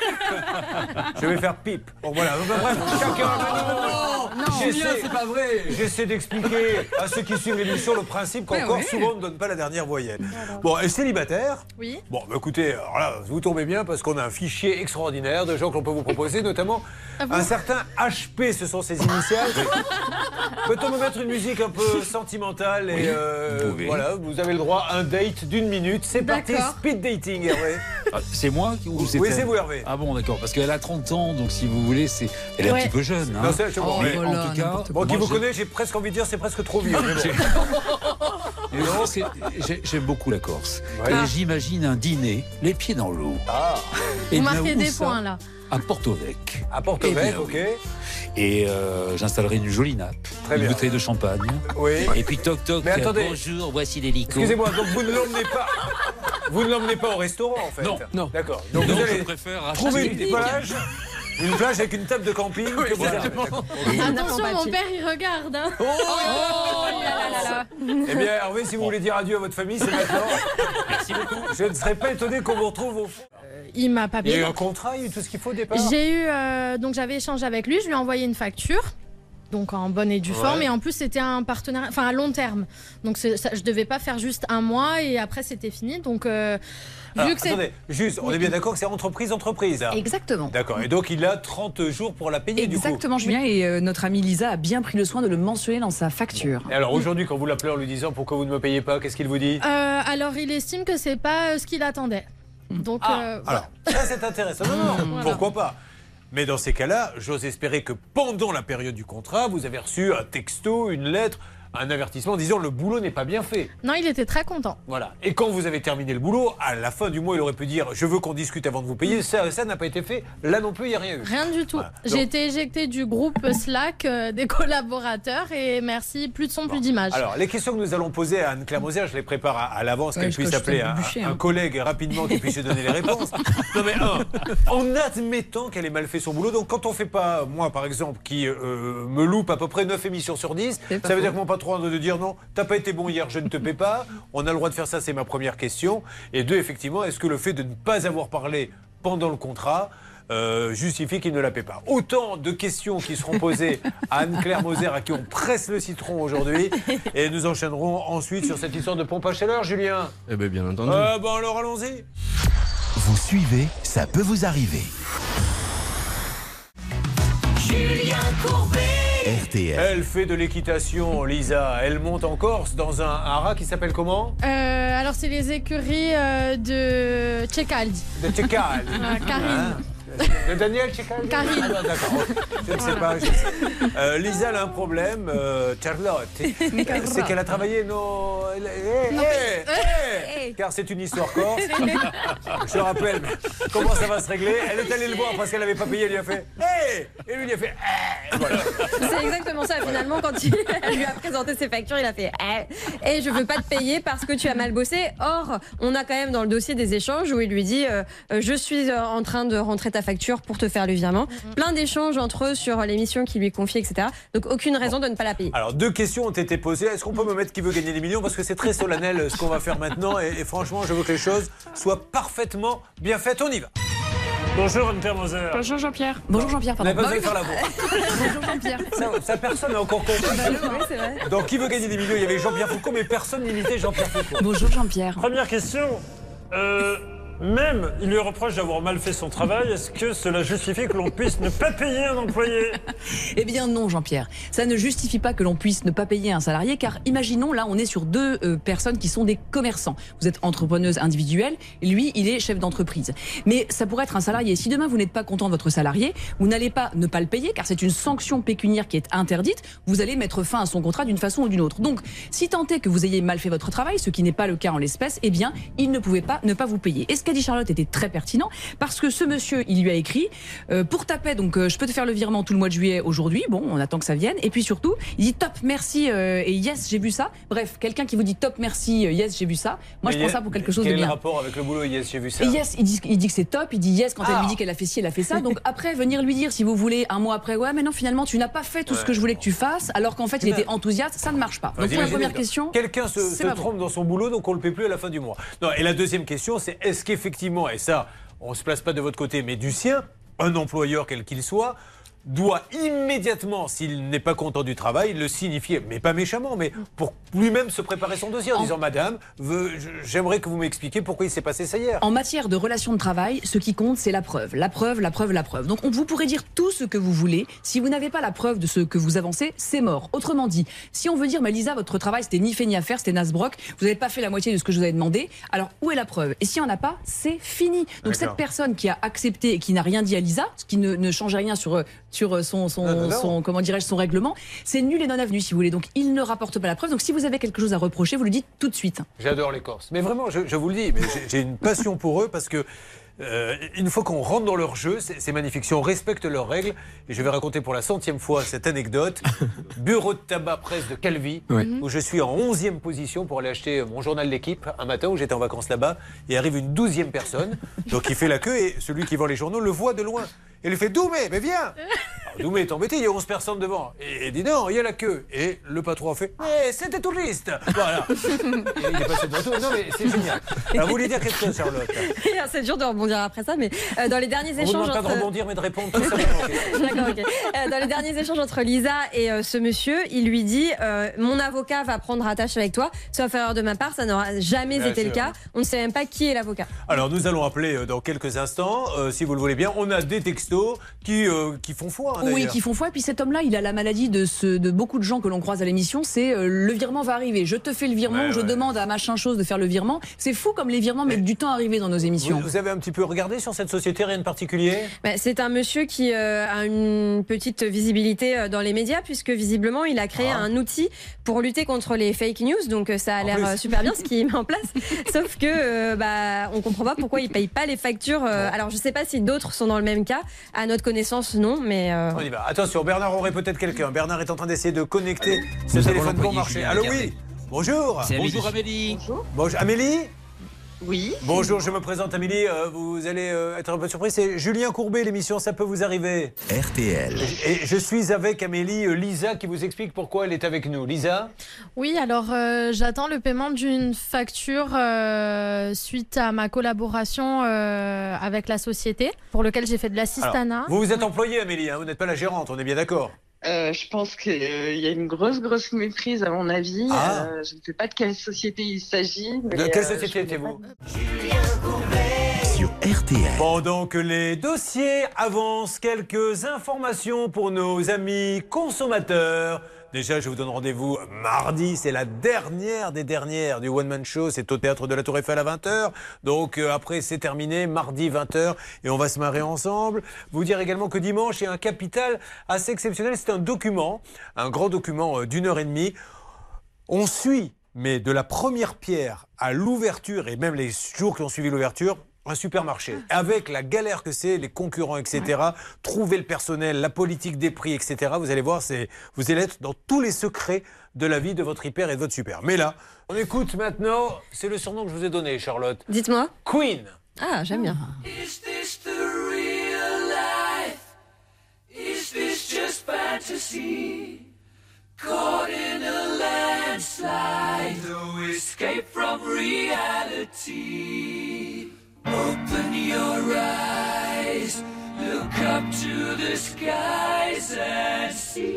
Je vais faire pipe. Bon, voilà. Enfin, bref, chacun. non, J'essaie- Julien, c'est pas vrai. J'essaie d'expliquer à ceux qui suivent l'émission le principe Ouais, qu'encore ouais. souvent on ne donne pas la dernière voyelle. Bon, et célibataire? Oui. Bon, bah écoutez, alors là, vous tombez bien parce qu'on a un fichier extraordinaire de gens qu'on peut vous proposer, notamment Ah bon un certain H P, ce sont ses initiales. Peut-on me mettre une musique un peu sentimentale et Oui, euh, vous pouvez. voilà, vous avez le droit à un date d'une minute. C'est parti, D'accord. speed dating, Hervé. Ah, c'est moi qui- ou c'est Oui, elle c'est vous, Hervé. Ah bon, d'accord, parce qu'elle a trente ans, donc si vous voulez, c'est elle est Ouais. un petit peu jeune. Hein. Non, c'est- c'est bon, Mais mais- en tout cas, Bon, qui moi, vous j'ai- connaît, j'ai presque envie de dire c'est presque trop vieux. mais bon. Et non, c'est- j'ai- J'aime beaucoup la Corse. Ouais. Et j'imagine un dîner, les pieds dans l'eau. Ah. Et Vous bien, marquez où des ça points là. À Porto-Vec. À Porto-Vec, Eh bien, ok. Et euh, j'installerai une jolie nappe, Très une bien. bouteille de champagne. Oui. Et puis toc toc. Mais attendez. Bonjour, voici l'hélico. Excusez-moi, donc vous ne l'emmenez pas. Vous ne l'emmenez pas au restaurant en fait. Non, non. D'accord. Donc Non, vous je allez préfère acheter trouver des une plage, une plage avec une table de camping. que vous avez. D'accord. Attention, mon père il regarde. Hein. Oh, là là là. Eh bien, Hervé, si vous voulez dire adieu à votre famille, c'est maintenant. Merci beaucoup. Je ne serais pas étonné qu'on vous retrouve au fond. Il m'a pas Il y a eu payé. un contrat, il y a eu tout ce qu'il faut au départ. J'ai eu euh, donc j'avais échangé avec lui, je lui ai envoyé une facture. Donc en bonne et due Ouais. forme, et en plus c'était un partenariat, enfin à long terme. Donc c'est- ça, je devais pas faire juste un mois et après c'était fini. Donc euh, Alors, vu que c'est attendez, juste, on est bien d'accord que c'est entreprise-entreprise. Exactement. D'accord. Et donc il a trente jours pour la payer du coup. Exactement, Julien. Et euh, notre amie Lisa a bien pris le soin de le mentionner dans sa facture. Et alors aujourd'hui, quand vous l'appelez en lui disant pourquoi vous ne me payez pas, qu'est-ce qu'il vous dit? Euh, alors il estime que c'est pas euh, ce qu'il attendait. Donc euh, Alors, ça c'est intéressant. Non, non, Voilà. pourquoi pas? Mais dans ces cas-là, j'ose espérer que pendant la période du contrat, vous avez reçu un texto, une lettre, un avertissement disant le boulot n'est pas bien fait. non, il était très content. Voilà. Et quand vous avez terminé le boulot, à la fin du mois, il aurait pu dire je veux qu'on discute avant de vous payer. Ça, ça n'a pas été fait. Là non plus, il n'y a rien eu. Rien du tout. Voilà. J'ai Donc- été éjectée du groupe Slack euh, des collaborateurs et merci, plus de son, plus d'image. Alors, les questions que nous allons poser à Anne-Claire Moser, je les prépare à, à l'avance, Ouais, qu'elle je puisse crois que je appeler t'ai un, bûché, un hein. collègue rapidement qui puisse lui donner les réponses. Non mais un, en admettant qu'elle ait mal fait son boulot, donc quand on fait pas, moi par exemple, qui euh, me loupe à peu près neuf émissions sur dix, C'est pas ça veut faux. dire que mon patron a le droit de dire non, t'as pas été bon hier, je ne te paie pas. On a le droit de faire ça, c'est ma première question. Et deux, effectivement, est-ce que le fait de ne pas avoir parlé pendant le contrat euh, justifie qu'il ne la paie pas? Autant de questions qui seront posées à Anne-Claire Moser, à qui on presse le citron aujourd'hui. Et nous enchaînerons ensuite sur cette histoire de pompe à chaleur, Julien. Eh bien, bien entendu. Euh, bon, alors allons-y. Vous suivez, ça peut vous arriver. Julien Courbet. R T L. Elle fait de l'équitation, Lisa. Elle monte en Corse dans un haras qui s'appelle comment? Euh, alors c'est les écuries euh, de Cecaldi. De Tchekal. Ah, Karine. Hein? De Daniel Tchekal. Karine. Ah non, d'accord. Je ne sais pas. Je sais. Euh, Lisa elle a un problème. Euh, Charlotte. C'est qu'elle a travaillé nos. Hey, hey, hey, car c'est une histoire corse. Je rappelle. Comment ça va se régler? Elle est allée le voir parce qu'elle n'avait pas payé. Elle lui a fait hey, et lui il a fait hey. Voilà. C'est exactement ça. Finalement, quand il elle lui a présenté ses factures, il a fait hey, et je veux pas te payer parce que tu as mal bossé. Or, on a quand même dans le dossier des échanges où il lui dit euh, je suis en train de rentrer ta facture pour te faire le virement. Mm-hmm. Plein d'échanges entre eux sur les missions qu'il lui confie, et cetera. Donc aucune raison bon. de ne pas la payer. Alors deux questions ont été posées. Est-ce qu'on peut me mettre qui veut gagner des millions? Parce que c'est très solennel ce qu'on va faire maintenant et, et franchement, je veux que les choses soient parfaitement bien faites. On y va. Bonjour Anne-Pierre Moser. Bonjour Jean-Pierre. Bonjour Jean-Pierre, pardon. Vous n'avez pas besoin de faire la voix. Bonjour Jean-Pierre. Ça, ça personne n'a encore compris. Oui, c'est vrai. Donc qui veut gagner des millions? Il y avait Jean-Pierre Foucault, mais personne n'imitait Jean-Pierre Foucault. Bonjour Jean-Pierre. Première question. Euh, même, il lui reproche d'avoir mal fait son travail. Est-ce que cela justifie que l'on puisse ne pas payer un employé? Eh bien non Jean-Pierre, ça ne justifie pas que l'on puisse ne pas payer un salarié, car imaginons, là on est sur deux euh, personnes qui sont des commerçants. Vous êtes entrepreneuse individuelle, et lui il est chef d'entreprise. Mais ça pourrait être un salarié. Si demain vous n'êtes pas content de votre salarié, vous n'allez pas ne pas le payer, car c'est une sanction pécuniaire qui est interdite. Vous allez mettre fin à son contrat d'une façon ou d'une autre. Donc si tant est que vous ayez mal fait votre travail, ce qui n'est pas le cas en l'espèce, eh bien il ne pouvait pas ne pas vous payer. Et ce qu'a dit Charlotte était très pertinent, parce que ce monsieur il lui a écrit euh, pour ta paix, donc euh, je peux te faire le virement tout le mois de juillet aujourd'hui, bon on attend que ça vienne, et puis surtout il dit top merci euh, et yes j'ai vu ça. Bref, quelqu'un qui vous dit top merci euh, yes j'ai vu ça, moi mais je prends ça pour quelque chose de bien. Quel est le rapport avec le boulot yes j'ai vu ça? Et yes il dit, il dit que c'est top, il dit yes quand ah. elle lui dit qu'elle a fait ci elle a fait ça. Donc après venir lui dire si vous voulez un mois après ouais mais non finalement tu n'as pas fait tout ouais. ce que je voulais que tu fasses, alors qu'en fait il était enthousiaste, ça ne marche pas. Donc pour la première question, quelqu'un se, se trompe dans son boulot donc on le paie plus à la fin du mois. Non, et la deuxième question c'est est-ce qu'effectivement, et ça on ne se place pas de votre côté mais du sien, un employeur quel qu'il soit doit immédiatement, s'il n'est pas content du travail, le signifier, mais pas méchamment, mais pour lui-même se préparer son dossier en, en disant « Madame, j'aimerais que vous m'expliquiez pourquoi il s'est passé ça hier ». En matière de relations de travail, ce qui compte, c'est la preuve. La preuve, la preuve, la preuve. Donc on, vous pourrez dire tout ce que vous voulez. Si vous n'avez pas la preuve de ce que vous avancez, c'est mort. Autrement dit, si on veut dire « Mais Lisa, votre travail, c'était ni fait ni à faire, c'était Nasbrock, vous n'avez pas fait la moitié de ce que je vous avais demandé », alors où est la preuve? Et s'il n'y en a pas, c'est fini. Donc cette personne qui a accepté et qui n'a rien dit à Lisa, ce qui ne, ne change rien sur... sur son, son, non, non, non. son comment dirais-je, son règlement, c'est nul et non avenu si vous voulez. Donc il ne rapporte pas la preuve. Donc si vous avez quelque chose à reprocher, vous le dites tout de suite. J'adore les Corses. Mais vraiment, je, je vous le dis, mais j'ai une passion pour eux parce que euh, une fois qu'on rentre dans leur jeu, c'est magnifique. Si on respecte leurs règles, et je vais raconter pour la centième fois cette anecdote, bureau de tabac presse de Calvi, oui. où je suis en onzième position pour aller acheter mon journal L'équipe un matin où j'étais en vacances là-bas, et arrive une douzième personne, donc il fait la queue et celui qui vend les journaux le voit de loin. Et il lui fait « Doumé, mais viens !» Doumé est embêté, il y a onze personnes devant. Et il dit « Non, il y a la queue. » Et le patron a fait « Mais c'était touriste !» Voilà. Et il est passé devant tout. Non mais c'est génial. Alors vous voulez dire quelque chose, Charlotte? C'est dur de rebondir après ça, mais euh, dans les derniers On échanges... On ne demande entre... pas de rebondir, mais de répondre. Tout ça. D'accord, ok. Euh, dans les derniers échanges entre Lisa et euh, ce monsieur, il lui dit euh, « Mon avocat va prendre attache avec toi. Sauf erreur de ma part, ça n'aura jamais Bien été sûr. le cas. On ne sait même pas qui est l'avocat. » Alors nous allons appeler euh, dans quelques instants, euh, si vous le voulez bien. On a des textos qui, euh, qui font foi. Hein, oui, qui font foi. Et puis cet homme-là, il a la maladie de, ce, de beaucoup de gens que l'on croise à l'émission. C'est euh, le virement va arriver. Je te fais le virement. Ouais, je ouais. demande à machin chose de faire le virement. C'est fou comme les virements mettent du temps à arriver dans nos émissions. Vous, vous avez un petit peu regardé sur cette société, rien de particulier? bah, C'est un monsieur qui euh, a une petite visibilité dans les médias puisque visiblement il a créé ah. un outil pour lutter contre les fake news. Donc ça a l'air super bien ce qu'il met en place. Sauf que euh, bah, on comprend pas pourquoi il paye pas les factures. Euh, bon. Alors je sais pas si d'autres sont dans le même cas. À notre connaissance, non, mais... Euh... On y va. Attention, Bernard aurait peut-être quelqu'un. Bernard est en train d'essayer de connecter ce téléphone bon marché. Allô, oui. Bonjour. Bonjour Amélie. Bonjour. Bonjour. Amélie? Oui. Bonjour, je me présente Amélie. Euh, vous allez euh, être un peu surpris. C'est Julien Courbet, l'émission Ça peut vous arriver. R T L. Et je suis avec Amélie, euh, Lisa, qui vous explique pourquoi elle est avec nous. Lisa? Oui, alors euh, j'attends le paiement d'une facture euh, suite à ma collaboration euh, avec la société pour laquelle j'ai fait de l'assistanat. Vous vous êtes employée, Amélie, hein, vous n'êtes pas la gérante, on est bien d'accord? Euh, je pense qu'il euh, y a une grosse, grosse méprise à mon avis. Ah. Euh, je ne sais pas de quelle société il s'agit. De quelle euh, société étiez-vous? Sur R T L. Pendant que les dossiers avancent, quelques informations pour nos amis consommateurs. Déjà, je vous donne rendez-vous mardi. C'est la dernière des dernières du One Man Show. C'est au Théâtre de la Tour Eiffel à vingt heures. Donc euh, après, c'est terminé. Mardi, vingt heures. Et on va se marrer ensemble. Vous dire également que dimanche, il y a un capital assez exceptionnel. C'est un document, un grand document euh, d'une heure et demie. On suit, mais de la première pierre à l'ouverture, et même les jours qui ont suivi l'ouverture, un supermarché. Avec la galère que c'est, les concurrents, et cetera. Trouver le personnel, la politique des prix, et cetera. Vous allez voir, c'est, vous allez être dans tous les secrets de la vie de votre hyper et de votre super. Mais là, on écoute maintenant, c'est le surnom que je vous ai donné, Charlotte. Dites-moi. Queen. Ah, j'aime bien. Is this the real life? Is this just fantasy? Caught in a landslide, no escape from reality. Open your eyes, look up to the skies and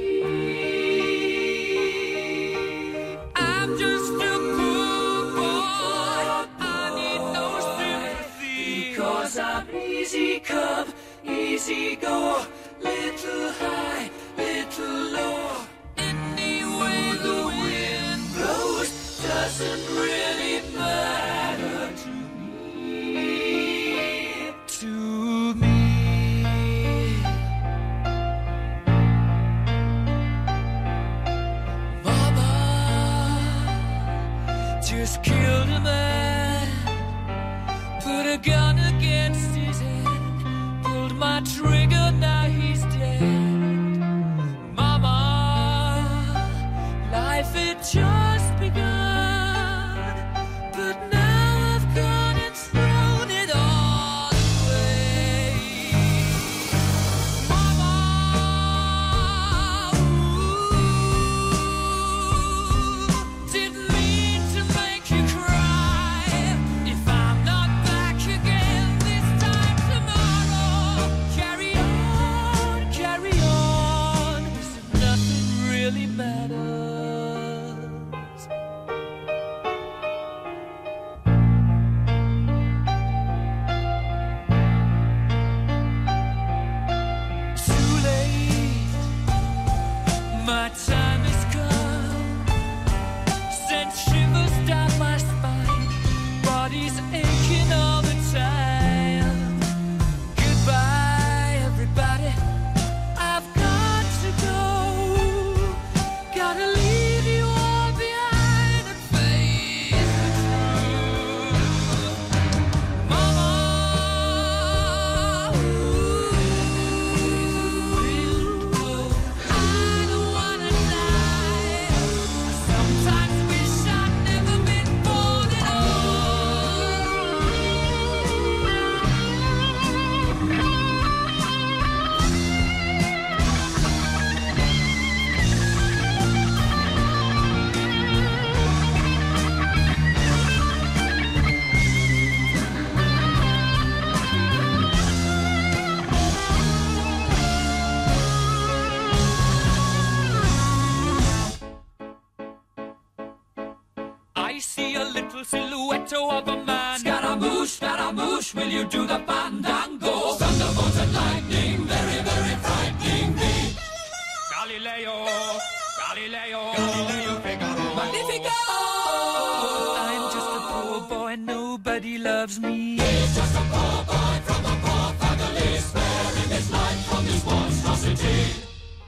see. I'm just a poor boy, I need no sympathy, because I'm easy come, easy go, little high, little low. Any way the wind blows doesn't really matter to me. To me, Mama just killed a man, put a gun against his head, pulled my trigger, now he's dead. Mama, life had just begun, but now I've gone and thrown it all away. Mama, ooh, didn't mean to make you cry. If I'm not back again this time tomorrow, carry on, carry on, 'cause nothing really matters. Too late, my time has come. Sent shivers down my spine, body's aching all the time. Goodbye, everybody, I've got to go. Gotta leave you all behind and face the truth. Mama, I don't wanna die. Sometimes wish I'd never been born at I see a little silhouette of a man. Scaramouche, Scaramouche, will you do the fandango? Thunderbolts and lightning, very, very frightening me. Galileo, Galileo, Galileo Figaro. Magnifico! I'm just a poor boy, nobody loves me. He's just a poor boy from a poor family, sparing his life from this monstrosity.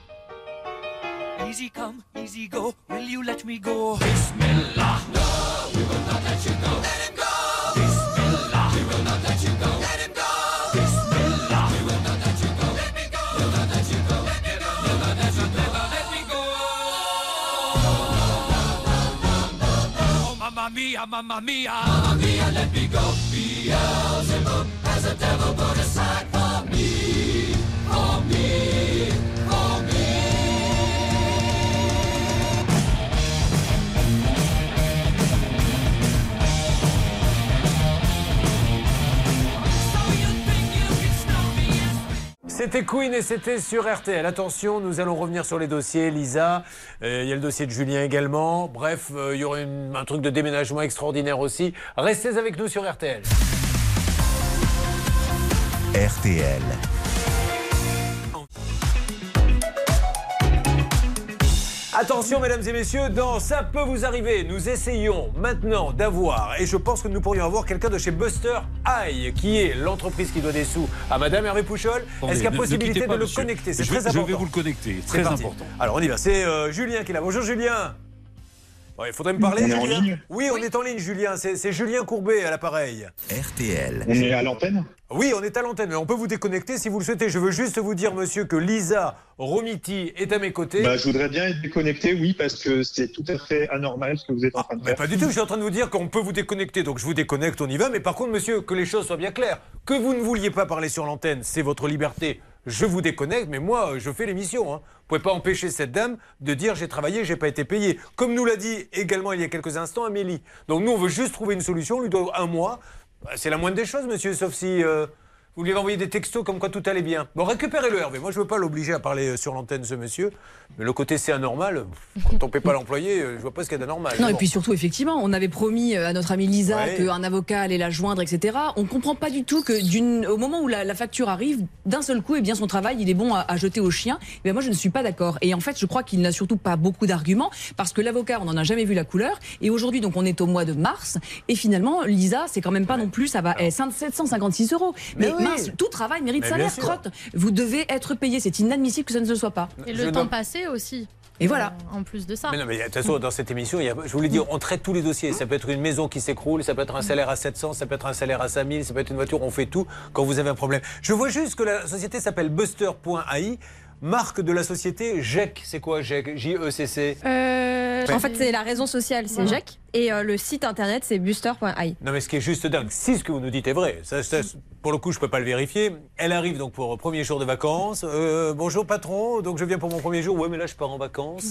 Easy come, easy go, will you let me go? Bismillah, no, we will not let you go. Let him go! Bismillah, we will not let you go. Let him go! Bismillah, we will not let you go. Let me go! We'll not let you go. Let me go! We'll not let you go. Let me go! Oh, mamma mia, mamma mia, mamma mia, let me go. Beelzebub has a devil put aside for me, for me, for me. C'était Queen et c'était sur R T L. Attention, nous allons revenir sur les dossiers. Lisa, euh, il y a le dossier de Julien également. Bref, euh, il y aura une, un truc de déménagement extraordinaire aussi. Restez avec nous sur R T L. R T L. Attention, mesdames et messieurs, dans Ça peut vous arriver, nous essayons maintenant d'avoir, et je pense que nous pourrions avoir quelqu'un de chez Buster High, qui est l'entreprise qui doit des sous à Madame Hervé Pouchol. Attendez, Est-ce qu'il y a ne- ne possibilité quittez pas, de le monsieur. connecter? C'est Je très vais- je important. vais vous le connecter, C'est très parti. important. Alors on y va, c'est euh, Julien qui est là. Bonjour Julien. Ouais, il faudrait me parler. On est en Julien. ligne Oui, on est en ligne, Julien. C'est c'est Julien Courbet à l'appareil. R T L. On est à l'antenne? Oui, on est à l'antenne, mais on peut vous déconnecter si vous le souhaitez. Je veux juste vous dire, monsieur, que Lisa Romiti est à mes côtés. Bah, je voudrais bien être déconnecté, oui, parce que c'est tout à fait anormal ce que vous êtes en train de Mais faire. pas du tout, je suis en train de vous dire qu'on peut vous déconnecter, donc je vous déconnecte, on y va. Mais par contre, monsieur, que les choses soient bien claires. Que vous ne vouliez pas parler sur l'antenne, c'est votre liberté. Je vous déconnecte, mais moi, je fais l'émission. Hein. Vous ne pouvez pas empêcher cette dame de dire j'ai travaillé, j'ai pas été payé. Comme nous l'a dit également il y a quelques instants Amélie. Donc nous, on veut juste trouver une solution. On lui doit un mois. Bah, c'est la moindre des choses, monsieur, sauf si euh, vous lui avez envoyé des textos comme quoi tout allait bien. Bon, récupérez-le, Hervé. Moi, je ne veux pas l'obliger à parler euh, sur l'antenne, ce monsieur. Mais le côté c'est anormal, quand on ne paie pas l'employé, euh, je vois pas ce qu'il y a d'anormal. Non, Mais et bon. puis surtout, effectivement, on avait promis à notre amie Lisa Ouais. qu'un avocat allait la joindre, et cetera. On ne comprend pas du tout que d'une, au moment où la, la facture arrive, d'un seul coup, eh bien, son travail, il est bon à, à jeter au chien. Eh bien, moi, je ne suis pas d'accord. Et en fait, je crois qu'il n'a surtout pas beaucoup d'arguments, parce que l'avocat, on n'en a jamais vu la couleur. Et aujourd'hui, donc, on est au mois de mars. Et finalement, Lisa, c'est quand même pas non plus, ça va, eh, sept cent cinquante-six euros. Mais, Mais oui. mince, tout travail mérite Mais salaire, bien sûr. crotte. Vous devez être payé. C'est inadmissible que ça ne se soit pas. Et Je le temps nomme- passé aussi. Et voilà. En plus de ça. Mais non, mais de toute façon, dans cette émission, il y a- je vous l'ai dit, on traite tous les dossiers. Ça peut être une maison qui s'écroule, ça peut être un salaire à sept cents, ça peut être un salaire à cinq mille, ça peut être une voiture, on fait tout quand vous avez un problème. Je vois juste que la société s'appelle Buster point A I, marque de la société G E C. C'est quoi G E C? J E C C. Euh, Ouais. En fait, c'est la raison sociale, c'est Voilà. G E C. Et euh, le site internet, c'est buster point i. Non mais ce qui est juste dingue, si ce que vous nous dites est vrai, ça, ça, pour le coup je peux pas le vérifier, elle arrive donc pour premier jour de vacances, euh, bonjour patron, donc je viens pour mon premier jour, ouais mais là je pars en vacances,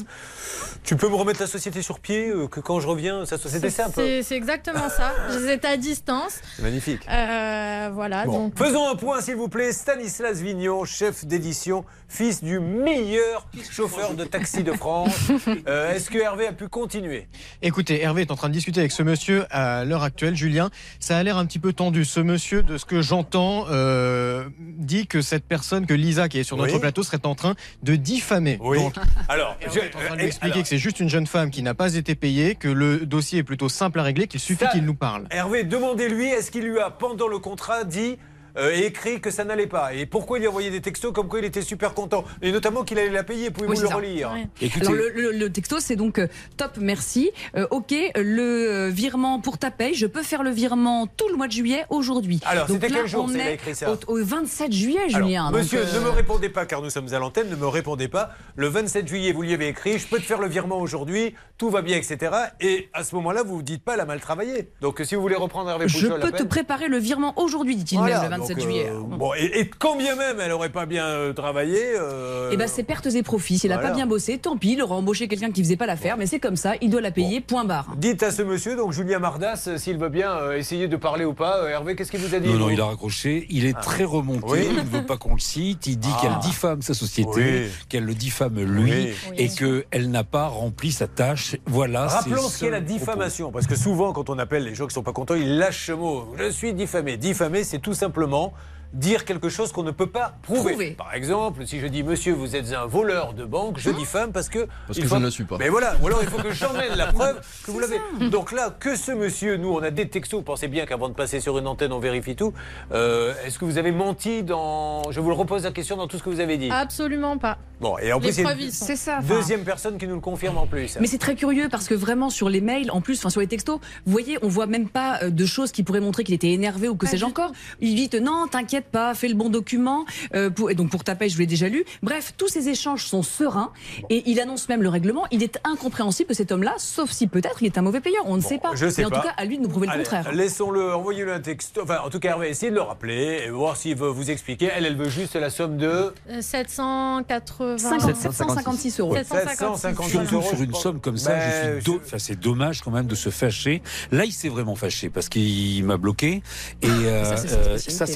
tu peux me remettre la société sur pied, euh, que quand je reviens, sa société c'est un peu... C'est c'est exactement ça. J'étais à distance. C'est magnifique. Euh, voilà. Bon, Donc, faisons un point s'il vous plaît, Stanislas Vignon, chef d'édition, fils du meilleur chauffeur de taxi de France, Euh, est-ce que Hervé a pu continuer? Écoutez, Hervé est en train de discuter avec ce monsieur à l'heure actuelle, Julien. Ça a l'air un petit peu tendu. Ce monsieur, de ce que j'entends, euh, dit que cette personne, que Lisa, qui est sur notre Oui. plateau, serait en train de diffamer. Oui. Donc, Alors, Hervé est en train de lui expliquer alors- que c'est juste une jeune femme qui n'a pas été payée, que le dossier est plutôt simple à régler, qu'il suffit Ça- qu'il nous parle. Hervé, demandez-lui, est-ce qu'il lui a, pendant le contrat, dit euh, et écrit que ça n'allait pas? Et pourquoi il lui a envoyé des textos comme quoi il était super content? Et notamment qu'il allait la payer, pouvez-vous Oui, le c'est ça. relire? Alors le, le- le texto c'est donc euh, top merci Euh, ok le euh, virement pour ta paye je peux faire le virement tout le mois de juillet aujourd'hui. Alors, Donc c'était là, quel jour on qu'il a est écrit ça? au, au vingt-sept juillet Alors, Julien. donc, monsieur, euh, ne me répondez pas car nous sommes à l'antenne, ne me répondez pas. Le vingt-sept juillet, vous lui avez écrit, je peux te faire le virement aujourd'hui, tout va bien, et cetera. Et à ce moment-là, vous ne dites pas, elle a mal travaillé. Donc si vous voulez reprendre Hervé je Pouchol, peux te préparer le virement aujourd'hui dit-il Voilà, même le vingt-sept donc, euh, juillet. Bon, et, et quand bien même elle n'aurait pas bien euh, travaillé. euh, Et ben c'est pertes et profits. S'il n'a voilà. pas bien bossé, tant pis, il aura embauché quelqu'un qui faisait pas l'affaire, mais c'est comme ça, il doit la payer, point barre. Dites à ce monsieur, donc Julien Mardas, euh, s'il veut bien euh, essayer de parler ou pas. Euh, Hervé, qu'est-ce qu'il vous a dit? Non, non, vous il a raccroché. Il est Ah. très remonté. Oui. Il ne veut pas qu'on le cite. Il dit Ah. qu'elle diffame sa société, Oui. qu'elle le diffame lui, Oui. et qu'elle n'a pas rempli sa tâche. Voilà. Rappelons c'est ce qu'est la seul diffamation, parce que souvent, quand on appelle les gens qui ne sont pas contents, ils lâchent ce mot. Je suis diffamé. Diffamer, c'est tout simplement dire quelque chose qu'on ne peut pas prouver. Prouver. Par exemple, si je dis monsieur, vous êtes un voleur de banque, je diffame parce que. Parce il que faut- je ne le suis pas. Mais voilà, ou alors il faut que j'emmène la preuve que vous l'avez. Donc là, que ce monsieur, nous, on a des textos. Pensez bien qu'avant de passer sur une antenne, on vérifie tout. Euh, Est-ce que vous avez menti dans. Je vous le repose la question dans tout ce que vous avez dit. absolument pas. Bon, et en Les plus, il y a preuves une y sont. C'est ça. enfin. deuxième personne qui nous le confirme en plus. Mais c'est très curieux parce que vraiment sur les mails, en plus, enfin sur les textos, vous voyez, on voit même pas euh, de choses qui pourraient montrer qu'il était énervé ou que sais-je encore. Il dit non, t'inquiète pas, fais le bon document. Euh, pour, et donc pour ta paye, je l'ai déjà lu. Bref, tous ces échanges sont sereins et il annonce même le règlement. Il est incompréhensible que cet homme-là, sauf si peut-être il est un mauvais payeur, on ne sait pas. je sais Mais en pas. tout cas, à lui de nous prouver le Allez, contraire. Laissons-le, envoyez-le un texto. Enfin, en tout cas, Hervé, essayez de le rappeler et voir s'il veut vous expliquer. Elle, elle veut juste la somme de. Euh, sept cent quatre-vingts. sept cent cinquante-six euros. sept cent cinquante-six. Surtout euros, sur je une pense. somme comme ça, Ben, je suis do- enfin, c'est dommage quand même de se fâcher. Là, il s'est vraiment fâché parce qu'il m'a bloqué et euh, Ça, c'est sa euh, spécialité. ça, c'est pas terrible.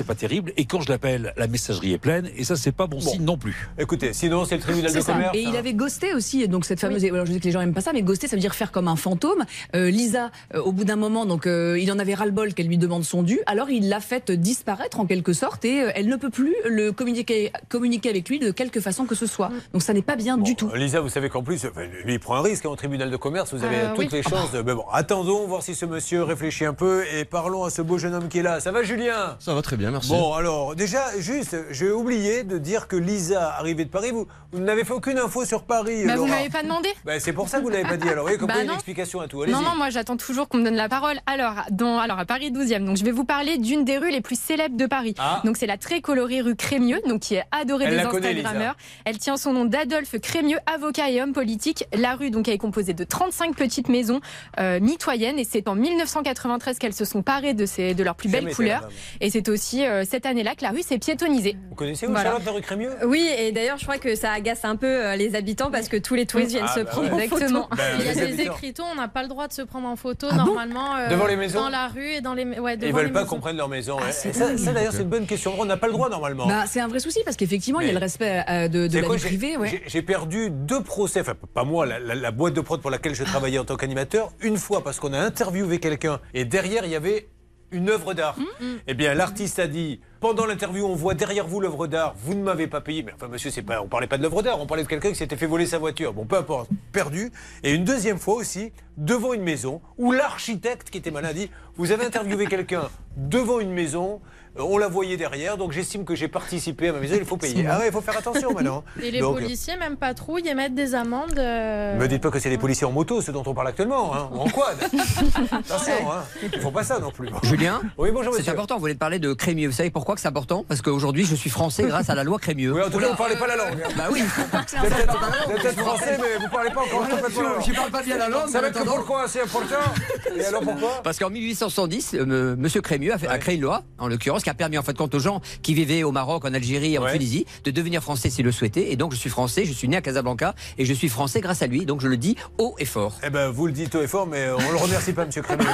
disponible. Et quand je l'appelle, la messagerie est pleine. Et ça, c'est pas bon, bon signe non plus. Écoutez, sinon, c'est le tribunal de ça. commerce. Et il avait ghosté aussi, donc cette fameuse. Oui. Alors je sais que les gens n'aiment pas ça, mais ghoster, ça veut dire faire comme un fantôme. Euh, Lisa, euh, au bout d'un moment, donc euh, il en avait ras-le-bol qu'elle lui demande son dû. Alors il l'a fait disparaître en quelque sorte et euh, elle ne peut plus le communiquer, communiquer avec lui de quelque façon que ce soit. Mm. Donc ça n'est pas bien bon, du tout. Lisa, vous savez qu'en plus, enfin, lui, il prend un risque hein, au tribunal de commerce. Vous avez euh, toutes oui. les chances. De... Mais bon, attendons, voir si ce monsieur réfléchit un peu et parlons à ce beau jeune homme qui est là. Ça va, Julien? Ça va très bien, merci. Bon, alors déjà, juste, j'ai oublié de dire que Lisa, arrivée de Paris, vous, vous n'avez fait aucune info sur Paris. Bah, vous ne m'avez pas demandé. Bah, c'est pour ça que vous ne l'avez pas dit. Alors, vous voyez, comme bah, une explication à tout. Non, non, moi j'attends toujours qu'on me donne la parole. Alors, dans, alors à Paris douzième, donc je vais vous parler d'une des rues les plus célèbres de Paris. Ah. Donc c'est la très colorée rue Crémieux, donc qui est adorée Elle des Instagrammeurs. Elle tient son nom d'Adolphe Crémieux, avocat et homme politique. La rue donc elle est composée de trente-cinq petites maisons euh, mitoyennes et c'est en mille neuf cent quatre-vingt-treize qu'elles se sont parées de, ces, de leurs plus belles couleurs. Et c'est aussi euh, cette année-là que la rue s'est piétonnisée. Vous connaissez où, voilà. Charlotte, la rue Crémieux? Oui, et d'ailleurs je crois que ça agace un peu euh, les habitants parce que tous les touristes viennent ah, se bah prendre ouais. en photo. Exactement. Ben, il y a des habitants. écriteaux, on n'a pas le droit de se prendre en photo ah normalement bon euh, devant les maisons, dans la rue et dans les ouais, devant ils veulent les pas maisons. qu'on prenne leur maison. Ah, ouais. Ça, ça d'ailleurs c'est une bonne question. On n'a pas le droit normalement. Bah, c'est un vrai souci parce qu'effectivement mais il y a le respect euh, de, de la quoi, vie privée. Ouais. J'ai perdu deux procès, enfin pas moi, la, la, la boîte de prod pour laquelle je travaillais en tant qu'animateur, une fois parce qu'on a interviewé quelqu'un et derrière il y avait une œuvre d'art. Mmh. Eh bien, l'artiste a dit, pendant l'interview, on voit derrière vous l'œuvre d'art, vous ne m'avez pas payé. Mais enfin, monsieur, c'est pas, on parlait pas de l'œuvre d'art, on parlait de quelqu'un qui s'était fait voler sa voiture. Bon, peu importe, perdu. Et une deuxième fois aussi, devant une maison, où l'architecte qui était malin dit, vous avez interviewé quelqu'un devant une maison, on la voyait derrière, donc j'estime que j'ai participé à ma maison, il faut payer. Ah ouais, il faut faire attention maintenant. Et les donc, policiers, même patrouilles, émettent des amendes. Euh... Me dites pas que c'est les policiers en moto, ceux dont on parle actuellement, hein, ou en quad. Attention, hein, il ne faut pas ça non plus. Julien, oui, bonjour, c'est important, vous voulez parler de Crémieux. Vous savez pourquoi que c'est important? Parce qu'aujourd'hui, je suis français grâce à la loi Crémieux. Oui, en tout cas, vous ne parlez pas la langue. Bah oui. Vous êtes peut-être français, mais vous ne parlez pas encore complètement la langue. Je ne parle pas bien la langue. Ça va être pourquoi c'est important? Et alors pourquoi? Parce qu'en mille huit cent soixante-dix, euh, monsieur Crémieux a, fait, ouais. a créé une loi, en l'occurrence, qui a permis en fait compte aux gens qui vivaient au Maroc, en Algérie, en ouais. Tunisie, de devenir français s'ils le souhaitaient. Et donc je suis français, je suis né à Casablanca et je suis français grâce à lui. Donc je le dis haut et fort. Eh ben vous le dites haut et fort, mais on le remercie pas, monsieur Crémieux.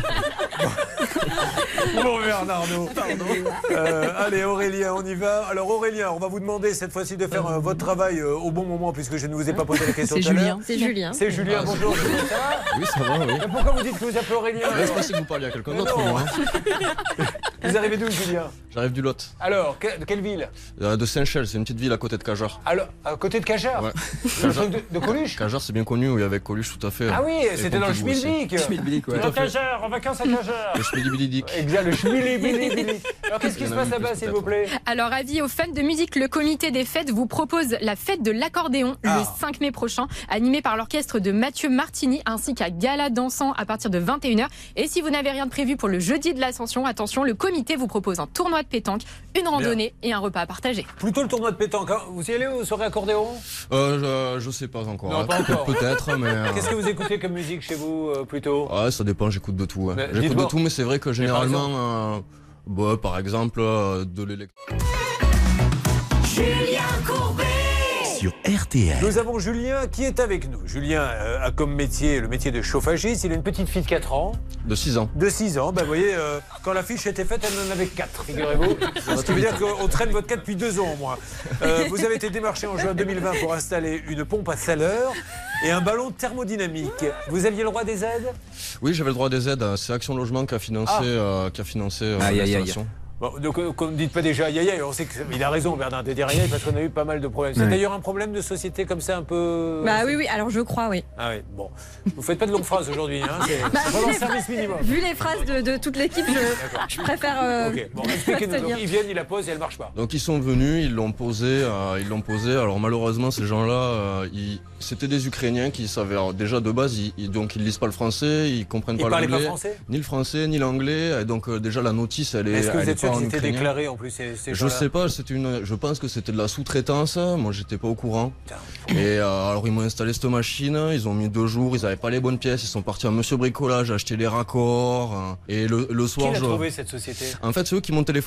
Bon Bernard Arnault. Euh, allez Aurélien, on y va. Alors Aurélien, on va vous demander cette fois-ci de faire euh, votre travail euh, au bon moment puisque je ne vous ai pas posé la question tout à l'heure. C'est Julien. C'est Julien. Bonjour. Ça va? Oui, ça va. Oui. Et pourquoi vous dites que vous appelez Aurélien? Je pensais que vous parliez à quelqu'un d'autre. Vous arrivez d'où, Julien? J'arrive du Lot. Alors, que, de quelle ville? euh, De Saint-Chel, c'est une petite ville à côté de Cajar. Alors, à côté de Cajar? Ouais. Cajar. De, de Coluche? Cajar, c'est bien connu, oui, avec Coluche, tout à fait. Ah oui, c'était dans le Schmilblick. Schmilblick, ouais. Cajar, en vacances à Cajar. Le Schmilblick. Exact, le Schmilblick. Alors, qu'est-ce qui se passe là-bas, s'il vous plaît? Alors, avis aux fans de musique, le comité des fêtes vous propose la fête de l'accordéon ah. le cinq mai prochain, animée par l'orchestre de Mathieu Martini, ainsi qu'à gala dansant à partir de vingt et une heures. Et si vous n'avez rien de prévu pour le jeudi de l'Ascension, attention, le comité vous propose un tournoi de pétanque, une randonnée Bien. et un repas à partager. Plutôt le tournoi de pétanque. Hein. Vous y allez aux soirées accordéon? euh, je, je sais pas encore. Non, pas encore. Peut-être, mais. Qu'est-ce que vous écoutez comme musique chez vous euh, plutôt? Ah, ça dépend, j'écoute de tout. Ouais. J'écoute de tout, mais c'est vrai que généralement, euh, bah, par exemple, euh, de l'électro. Julien Courbet sur R T L. Nous avons Julien qui est avec nous. Julien euh, a comme métier le métier de chauffagiste. Il a une petite fille de quatre ans. De six ans. De six ans. Ben, vous voyez, euh, quand la fiche était faite, elle en avait quatre, figurez-vous. Ce qui veut dire qu'on traîne votre cas depuis deux ans au moins. Euh, vous avez été démarché en juin deux mille vingt pour installer une pompe à chaleur et un ballon thermodynamique. Vous aviez le droit des aides? Oui, j'avais le droit des aides. C'est Action Logement qui a financé, ah. euh, qui a financé euh, aïe, l'installation. Aïe, aïe. Bon, donc, euh, ne dites pas déjà aïe aïe aïe, on sait qu'il a raison Bernard de dire aïe aïe parce qu'on a eu pas mal de problèmes. C'est ouais. d'ailleurs un problème de société comme ça un peu... Bah oui, oui, alors je crois, oui. Ah oui, bon. Vous faites pas de longues phrases aujourd'hui, hein, c'est bah, vraiment service minimum. Vu les phrases de, de toute l'équipe, je, je préfère... Euh, ok, bon, expliquez-nous. Donc, ils viennent, ils la posent et elle marche pas. Donc ils sont venus, ils l'ont posé, euh, ils l'ont posé. Alors malheureusement, ces gens-là, euh, ils... c'était des Ukrainiens qui savaient, alors, déjà de base, ils, ils, donc ils lisent pas le français, ils comprennent ils pas l'anglais. Ils parlaient pas français? Ni le français, ni l'anglais. Et donc euh, déjà la notice, elle est... Est-ce que elle vous êtes sûr qu'ils étaient ukrainien. déclarés en plus ces, ces Je sais pas, c'était une, je pense que c'était de la sous-traitance. Moi, j'étais pas au courant. Et euh, alors ils m'ont installé cette machine. Ils ont mis deux jours. Ils avaient pas les bonnes pièces. Ils sont partis à Monsieur Bricolage acheter les raccords. Et le, le soir, qui a je... trouvé cette société? En fait, c'est eux qui m'ont téléphoné.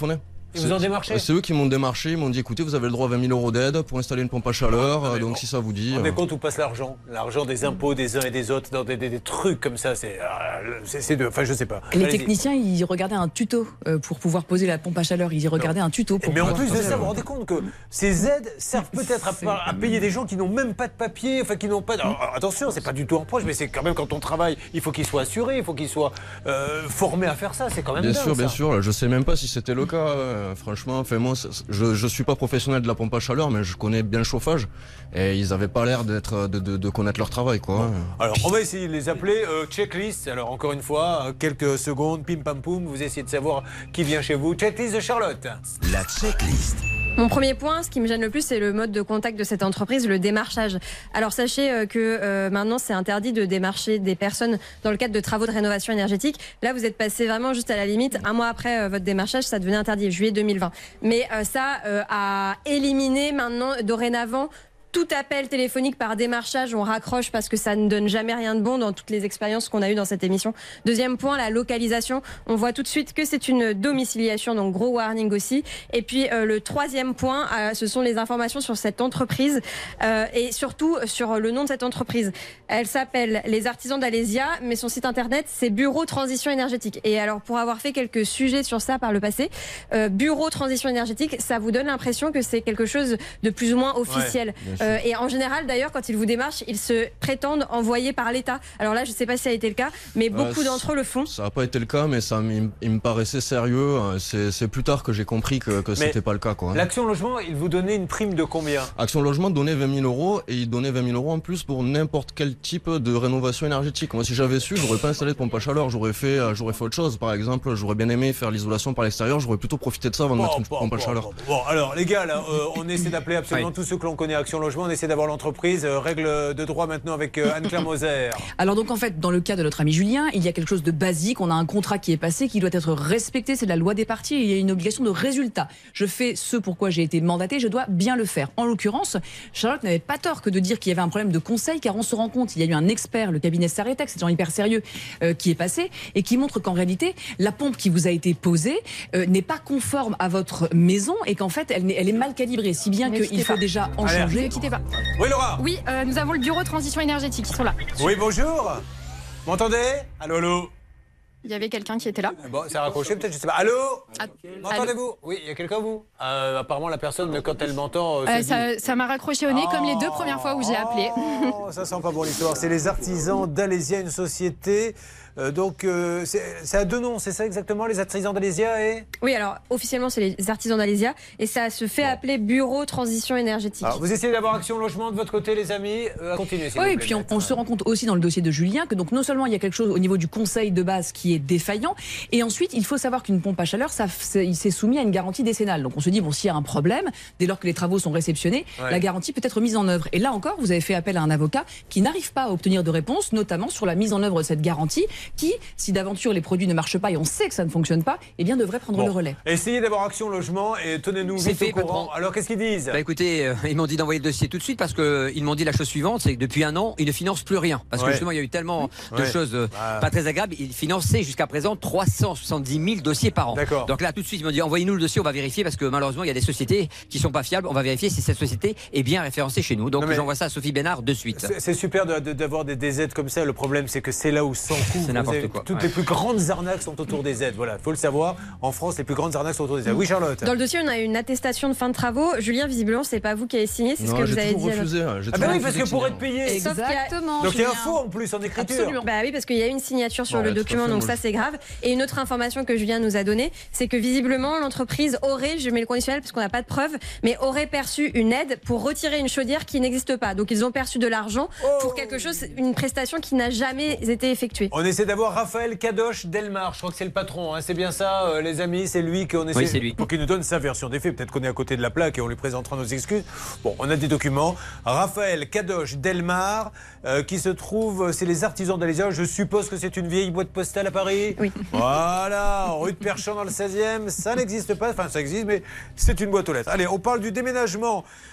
Ils vous ont démarché? C'est eux qui m'ont démarché, ils m'ont dit écoutez, vous avez le droit à vingt mille euros d'aide pour installer une pompe à chaleur, Ah, donc bon. si ça vous dit. On est euh, compte où passe l'argent? L'argent des impôts des uns et des autres, dans des, des- des trucs comme ça, c'est. euh, c'est c'est de. Enfin, je sais pas. Les Allez-y. techniciens, ils regardaient un tuto euh, pour pouvoir poser la pompe à chaleur. Ils regardaient un tuto pour Mais en pouvoir plus de poser ça, la- vous vous rendez compte que ces aides servent peut-être à, à payer des gens qui n'ont même pas de papier, enfin qui n'ont pas. De... Alors, attention, c'est pas du tout un reproche, mais c'est quand même quand on travaille, il faut qu'ils soient assurés, il faut qu'ils soient euh, formés à faire ça. C'est quand même Bien dingue, sûr, bien ça. sûr. Je sais même pas si c'était le cas. euh, franchement, enfin moi, c'est- je je suis pas professionnel de la pompe à chaleur, mais je connais bien le chauffage. Et ils avaient pas l'air d'être de, de, de connaître leur travail, quoi. Alors, on va essayer de les appeler. Euh, checklist. Alors, encore une fois, euh, quelques secondes, pim pam poum, vous essayez de savoir qui vient chez vous. Checklist de Charlotte. La checklist. Mon premier point, ce qui me gêne le plus, c'est le mode de contact de cette entreprise, le démarchage. Alors sachez euh, que euh, maintenant, c'est interdit de démarcher des personnes dans le cadre de travaux de rénovation énergétique. Là, vous êtes passé vraiment juste à la limite. Un mois après euh, votre démarchage, ça devenait interdit, juillet deux mille vingt. Mais euh, ça euh, a éliminé maintenant, dorénavant, tout appel téléphonique par démarchage, on raccroche parce que ça ne donne jamais rien de bon dans toutes les expériences qu'on a eues dans cette émission. Deuxième point, la localisation. On voit tout de suite que c'est une domiciliation, donc gros warning aussi. Et puis euh, le troisième point, euh, ce sont les informations sur cette entreprise euh, et surtout sur le nom de cette entreprise. Elle s'appelle Les Artisans d'Alésia, mais son site internet, c'est Bureau Transition Énergétique. Et alors, pour avoir fait quelques sujets sur ça par le passé, euh, Bureau Transition Énergétique, ça vous donne l'impression que c'est quelque chose de plus ou moins officiel. Ouais, bien sûr. Euh, et en général, d'ailleurs, quand ils vous démarchent, ils se prétendent envoyés par l'État. Alors là, je ne sais pas si ça a été le cas, mais beaucoup Euh, d'entre eux le font. Ça n'a pas été le cas, mais ça, m- il, m- il me paraissait sérieux. C'est c'est plus tard que j'ai compris que, que Mais c'était pas le cas, quoi. L'Action Logement, il vous donnait une prime de combien? Action Logement donnait vingt mille euros et il donnait vingt mille euros en plus pour n'importe quel type de rénovation énergétique. Moi, si j'avais su, j'aurais pas installé de pompe à chaleur, j'aurais fait, euh, j'aurais fait autre chose. Par exemple, j'aurais bien aimé faire l'isolation par l'extérieur, j'aurais plutôt profité de ça avant de Bon, mettre une bon, pompe à bon, chaleur. bon, bon. Bon, alors les gars, là, euh, on essaie d'appeler absolument Oui. tous ceux que l'on connaît Action Logement, on essaie d'avoir l'entreprise. Euh, règle de droit maintenant avec euh, Anne-Claire Moser. Alors donc en fait, dans le cas de notre ami Julien, il y a quelque chose de basique, on a un contrat qui est passé, qui doit être respecté, c'est la loi des parties, et il y a une obligation de résultat. Je fais ce pourquoi j'ai été mandaté, je dois bien le faire. En l'occurrence, Charlotte n'avait pas tort que de dire qu'il y avait un problème de conseil, car on se rend compte, il y a eu un expert, le cabinet Saretec, c'est des gens hyper sérieux, euh, qui est passé, et qui montre qu'en réalité, la pompe qui vous a été posée euh, n'est pas conforme à votre maison, et qu'en fait, elle, n'est- elle est mal calibrée, si bien Ne qu'il quittez faut pas. déjà en Allez, changer. Ne quittez pas. Oui, Laura. Oui, euh, nous avons le bureau de transition énergétique, ils sont là. Oui, bonjour. M'entendez? Allô, allô. Il y avait quelqu'un qui était là. Bon, c'est raccroché peut-être, je sais pas. Allô? Ah, M'entendez-vous? Oui, il y a quelqu'un, vous? euh, Apparemment, la personne, quand elle m'entend. euh, Euh, se ça ça m'a raccroché au nez comme les deux premières fois où j'ai appelé. Oh, ça sent pas bon l'histoire. C'est les artisans d'Alésia, une société. euh, donc, euh, c'est c'est à deux noms, c'est ça exactement, les artisans d'Alésia et. Oui, alors officiellement, c'est les artisans d'Alésia et ça se fait appeler Bureau Transition Énergétique. Alors, vous essayez d'avoir Action Logement de votre côté, les amis. Euh, continuez, s'il Oui, vous et plaît, puis on, maître. on se rend compte aussi dans le dossier de Julien que donc non seulement il y a quelque chose au niveau du conseil de base qui est défaillant, et ensuite il faut savoir qu'une pompe à chaleur, ça, c'est- il s'est soumis à une garantie décennale. Donc on se dit bon, s'il y a un problème, dès lors que les travaux sont réceptionnés, Ouais. la garantie peut être mise en œuvre. Et là encore, vous avez fait appel à un avocat qui n'arrive pas à obtenir de réponse, notamment sur la mise en œuvre de cette garantie, qui, si d'aventure les produits ne marchent pas et on sait que ça ne fonctionne pas, eh bien devrait prendre Bon. le relais. Essayez d'avoir Action Logement et tenez-nous C'est vite fait, au courant. patron. Alors, qu'est-ce qu'ils disent? Bah écoutez, euh, ils m'ont dit d'envoyer le dossier tout de suite parce qu'ils m'ont dit la chose suivante, c'est que depuis un an, ils ne financent plus rien. Parce que Ouais. justement, il y a eu tellement de Ouais. choses euh, Ah. pas très agréables. Ils finançaient jusqu'à présent trois cent soixante-dix mille dossiers par an. D'accord. Donc là, tout de suite, ils m'ont dit envoyez-nous le dossier, on va vérifier parce que malheureusement, il y a des sociétés qui sont pas fiables. On va vérifier si cette société est bien référencée chez nous. Donc Non, mais- j'envoie ça à Sophie Bénard de suite. C'est c'est super de- de- d'avoir des, des aides comme ça. Le problème, c'est que c'est là où s'encouvre. C'est n'importe Vous avez- quoi, Toutes ouais. les plus grandes arnaques sont autour des aides. Voilà, il faut le savoir. En France, les plus grandes arnaques sont autour des aides. Oui, Charlotte. Dans le dossier, on a une attestation de fin de travaux. Julien, visiblement, c'est pas vous qui avez signé, c'est ce Non, que j'ai vous avez toujours dit. à notre- refusé. hein, j'ai Ah, toujours bah oui, parce refusé que pour signer. être payé. Sauf qu'il y a- Exactement. Donc il y a un Julien. faux en plus en écriture. Absolument. Bah oui, parce qu'il y a une signature sur Ouais, le tout à document, fait, donc moi, ça je- c'est grave. Et une autre information que Julien nous a donnée, c'est que visiblement l'entreprise aurait, je mets le conditionnel parce qu'on n'a pas de preuves, mais aurait perçu une aide pour retirer une chaudière qui n'existe pas. Donc ils ont perçu de l'argent pour quelque chose, une prestation qui n'a jamais été effectuée. On essaie d'avoir Raphaël Kadosh Delmar. Je crois que c'est le patron. hein. C'est bien ça, euh, les amis. C'est lui qu'on essaie. Oui, c'est lui. Pour qu'il nous donne sa version des faits. Peut-être qu'on est à côté de la plaque et on lui présentera nos excuses. Bon, on a des documents. Raphaël Kadosh Delmar, euh, qui se trouve, c'est les artisans d'Alésia. Je suppose que c'est une vieille boîte postale à Paris. Oui. Voilà, rue de Perchamp dans le seizième. Ça n'existe pas. Enfin, ça existe, mais c'est une boîte aux lettres. Allez, on parle du déménagement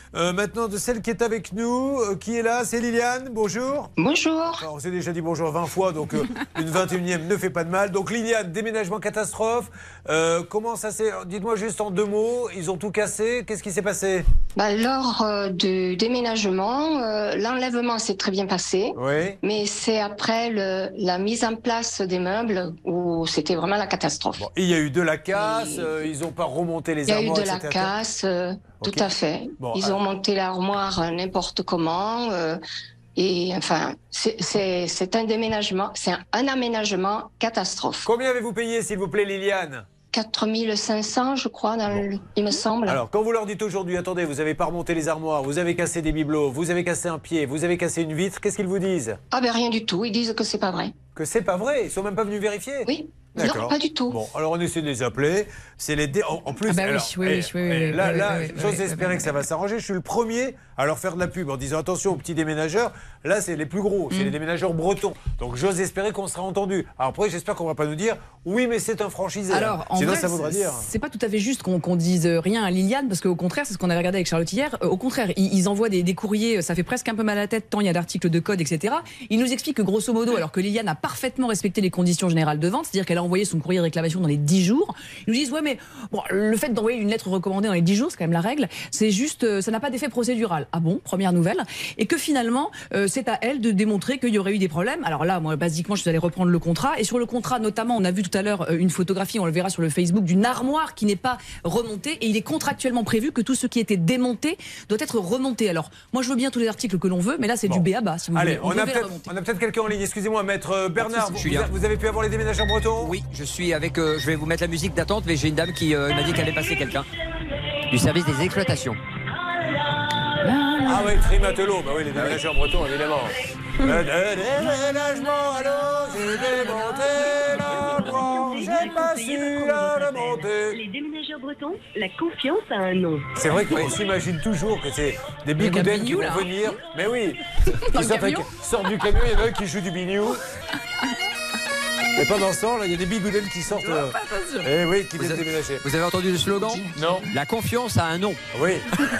euh, maintenant de celle qui est avec nous. Euh, qui est là? C'est Liliane. Bonjour. Bonjour. Alors, on s'est déjà dit bonjour vingt fois, donc euh, une vingt et unième ne fait pas de mal. Donc Liliane, déménagement catastrophe. Euh, comment ça s'est... Dites-moi juste en deux mots. Ils ont tout cassé. Qu'est-ce qui s'est passé? Bah, lors euh, du déménagement, euh, l'enlèvement s'est très bien passé. Oui. Mais c'est après le, la mise en place des meubles où c'était vraiment la catastrophe. Bon, il y a eu de la casse. Euh, ils n'ont pas remonté les Il y a eu armoires, de la et cetera. casse, euh, Ok. tout à fait. Bon, Ils alors- ont monté l'armoire euh, n'importe comment. euh, et enfin, c'est- c'est c'est un déménagement, c'est un, un aménagement catastrophe. Combien avez-vous payé, s'il vous plaît, Liliane? quatre mille cinq cents, je crois, dans le- il me semble. Alors, quand vous leur dites aujourd'hui, attendez, vous n'avez pas remonté les armoires, vous avez cassé des bibelots, vous avez cassé un pied, vous avez cassé une vitre, qu'est-ce qu'ils vous disent? Ah ben rien du tout, ils disent que c'est pas vrai. Que c'est pas vrai? Ils sont même pas venus vérifier? Oui. D'accord. Non, pas du tout. Bon, alors on essaie de les appeler. C'est les dé... en, en plus. Ah bah oui, alors, oui, oui, eh, oui, oui, eh, oui, là, oui, là, oui, oui, j'ose oui, espérer oui, que ça va s'arranger. Je suis le premier à leur faire de la pub en disant attention aux petits déménageurs. Là, c'est les plus gros, Mm. c'est les déménageurs bretons. Donc j'ose espérer qu'on sera entendu. Alors après, j'espère qu'on va pas nous dire oui, mais c'est un franchisé. Alors, hein. en Sinon, vrai, ça voudrait c'est- dire. c'est pas tout à fait juste qu'on qu'on dise rien à Liliane, parce qu'au contraire, c'est ce qu'on avait regardé avec Charlotte hier. Euh, au contraire, ils, ils envoient des, des courriers, ça fait presque un peu mal à la tête, tant il y a d'articles de code, et cetera. Ils nous expliquent que grosso modo, alors que Liliane a parfaitement respecté les conditions générales de vente, c'est-à-dire qu'elle a envoyé son courrier de réclamation dans les dix jours, ils nous disent ouais, mais bon, le fait d'envoyer une lettre recommandée dans les dix jours, c'est quand même la règle, c'est juste, euh, ça n'a pas d'effet procédural. Ah bon, première nouvelle. Et que finalement, euh, c'est à elle de démontrer qu'il y aurait eu des problèmes. Alors là, moi, basiquement, je suis allée reprendre le contrat. Et sur le contrat, notamment, on a vu tout à l'heure euh, une photographie, on le verra sur le Facebook, d'une armoire qui n'est pas remontée. Et il est contractuellement prévu que tout ce qui était démonté doit être remonté. Alors, moi, je veux bien tous les articles que l'on veut, mais là, c'est du B A B A, si vous Allez, voulez. on a devait peut-être remonter. on a peut-être quelqu'un en ligne. Excusez-moi, maître euh, Bernard. Vous, Julien. vous avez pu avoir les déménageurs bretons? Oui, je suis avec. euh, je vais vous mettre la musique d'attente, mais j'ai une dame qui euh, m'a dit qu'elle allait passer quelqu'un du service des exploitations. Ah oui, Trimatelot, bah oui, les déménageurs bretons, évidemment. Le déménagement, alors, j'ai démonté l'armoire, j'ai pas su la remonter. Les déménageurs bretons, la confiance a un nom. C'est vrai qu'on s'imagine toujours que c'est des Le bigoudens qui bignou, vont là. venir. Mais oui, Dans ils le sortent, camion avec- sortent du camion, il y en a un qui joue du bignou. Et pendant ce temps, là, il y a des bigoudens qui sortent. euh, Eh oui, qui viennent déménager. Vous avez entendu le slogan? Non. La confiance a un nom. Oui.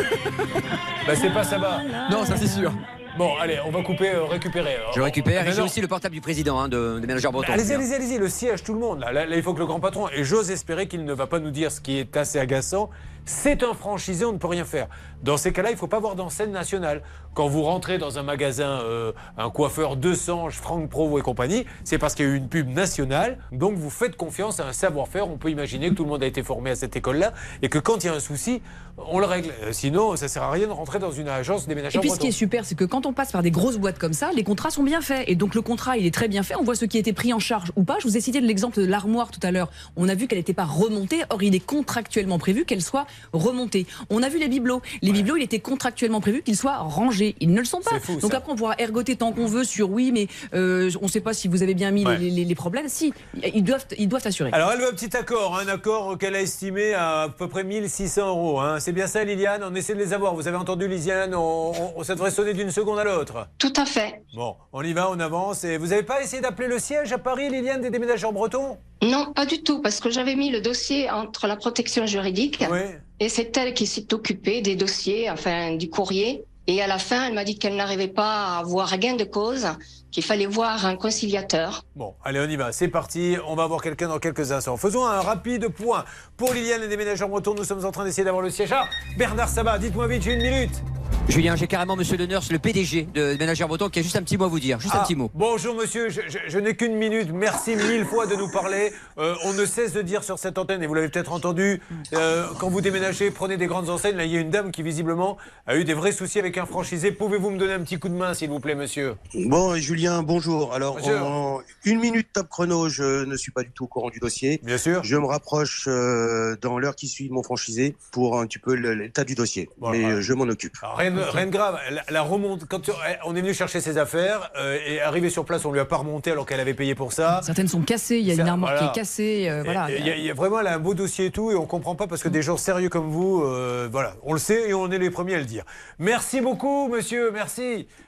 Bah, c'est pas ça va. Non, ça c'est sûr. Bon, allez, on va couper, euh, récupérer. alors. Je récupère Ah, et j'ai non. aussi le portable du président hein, de, des ménageurs bretons. Allez-y, allez-y, allez-y, le siège, tout le monde. Là, là, là, il faut que le grand patron, et j'ose espérer qu'il ne va pas nous dire ce qui est assez agaçant, c'est un franchisé, on ne peut rien faire. Dans ces cas-là, il ne faut pas avoir d'enseigne nationale. Quand vous rentrez dans un magasin, euh, un coiffeur deux cents, Franck Provo et compagnie, c'est parce qu'il y a eu une pub nationale, donc vous faites confiance à un savoir-faire. On peut imaginer que tout le monde a été formé à cette école-là, et que quand il y a un souci, on le règle. Euh, Sinon, ça ne sert à rien de rentrer dans une agence Et déménageur puis ce qui breton. est super, c'est que quand on passe par des grosses boîtes comme ça, les contrats sont bien faits. Et donc le contrat, il est très bien fait. On voit ce qui a été pris en charge ou pas. Je vous ai cité l'exemple de l'armoire tout à l'heure. On a vu qu'elle n'était pas remontée. Or, il est contractuellement prévu qu'elle soit remontée. On a vu les bibelots. Les bibelots, il était contractuellement prévu qu'ils soient rangés. Ils ne le sont pas. C'est fou, Donc ça. après, on pourra ergoter tant qu'on veut sur oui, mais euh, on ne sait pas si vous avez bien mis Ouais. les, les- les problèmes. Si, ils doivent, ils doivent assurer. Alors, elle veut un petit accord, un accord qu'elle a estimé à à peu près mille six cents euros. Hein. C'est bien ça, Liliane? On essaie de les avoir. Vous avez entendu, Liliane? on, on- on- Ça devrait sonner d'une seconde à l'autre. Tout à fait. Bon, on y va, on avance. Et vous n'avez pas essayé d'appeler le siège à Paris, Liliane, des déménageurs bretons? Non, pas du tout, parce que j'avais mis le dossier entre la protection juridique et c'est elle qui s'est occupée des dossiers, enfin du courrier. Et à la fin, elle m'a dit qu'elle n'arrivait pas à avoir gain de cause, qu'il fallait voir un conciliateur. Bon, allez, on y va. C'est parti. On va voir quelqu'un dans quelques instants. Faisons un rapide point. Pour Liliane et des déménageurs bretons, nous sommes en train d'essayer d'avoir le siège. Ah, Bernard Sabat, dites-moi vite, j'ai une minute. Julien, j'ai carrément monsieur Le Neurs, le P D G de Ménageurs Bretons, qui a juste un petit mot à vous dire. Juste un Ah, petit mot. Bonjour monsieur, je, je- je n'ai qu'une minute. Merci mille fois de nous parler. Euh, on ne cesse de dire sur cette antenne, et vous l'avez peut-être entendu, euh, quand vous déménagez, prenez des grandes enseignes. Là, il y a une dame qui visiblement a eu des vrais soucis avec un franchisé. Pouvez-vous me donner un petit coup de main, s'il vous plaît, monsieur? Bon, Julien, bonjour. Alors, Bonjour. en une minute top chrono, je ne suis pas du tout au courant du dossier. Bien sûr. Je me rapproche euh, dans l'heure qui suit de mon franchisé pour un petit peu le- l'état du dossier. Mais euh, je m'en occupe. Alors, Rien, de- rien de grave. La, la remonte, quand tu- on est venu chercher ses affaires euh, et arrivé sur place, on lui a pas remonté alors qu'elle avait payé pour ça. Certaines sont cassées. Il y a Ça, une armoire voilà. qui est cassée. euh, voilà. Et Il y, a- il y a vraiment là, un beau dossier et tout, et on comprend pas parce que des gens sérieux comme vous, euh, voilà, on le sait et on est les premiers à le dire. Merci beaucoup, monsieur, merci.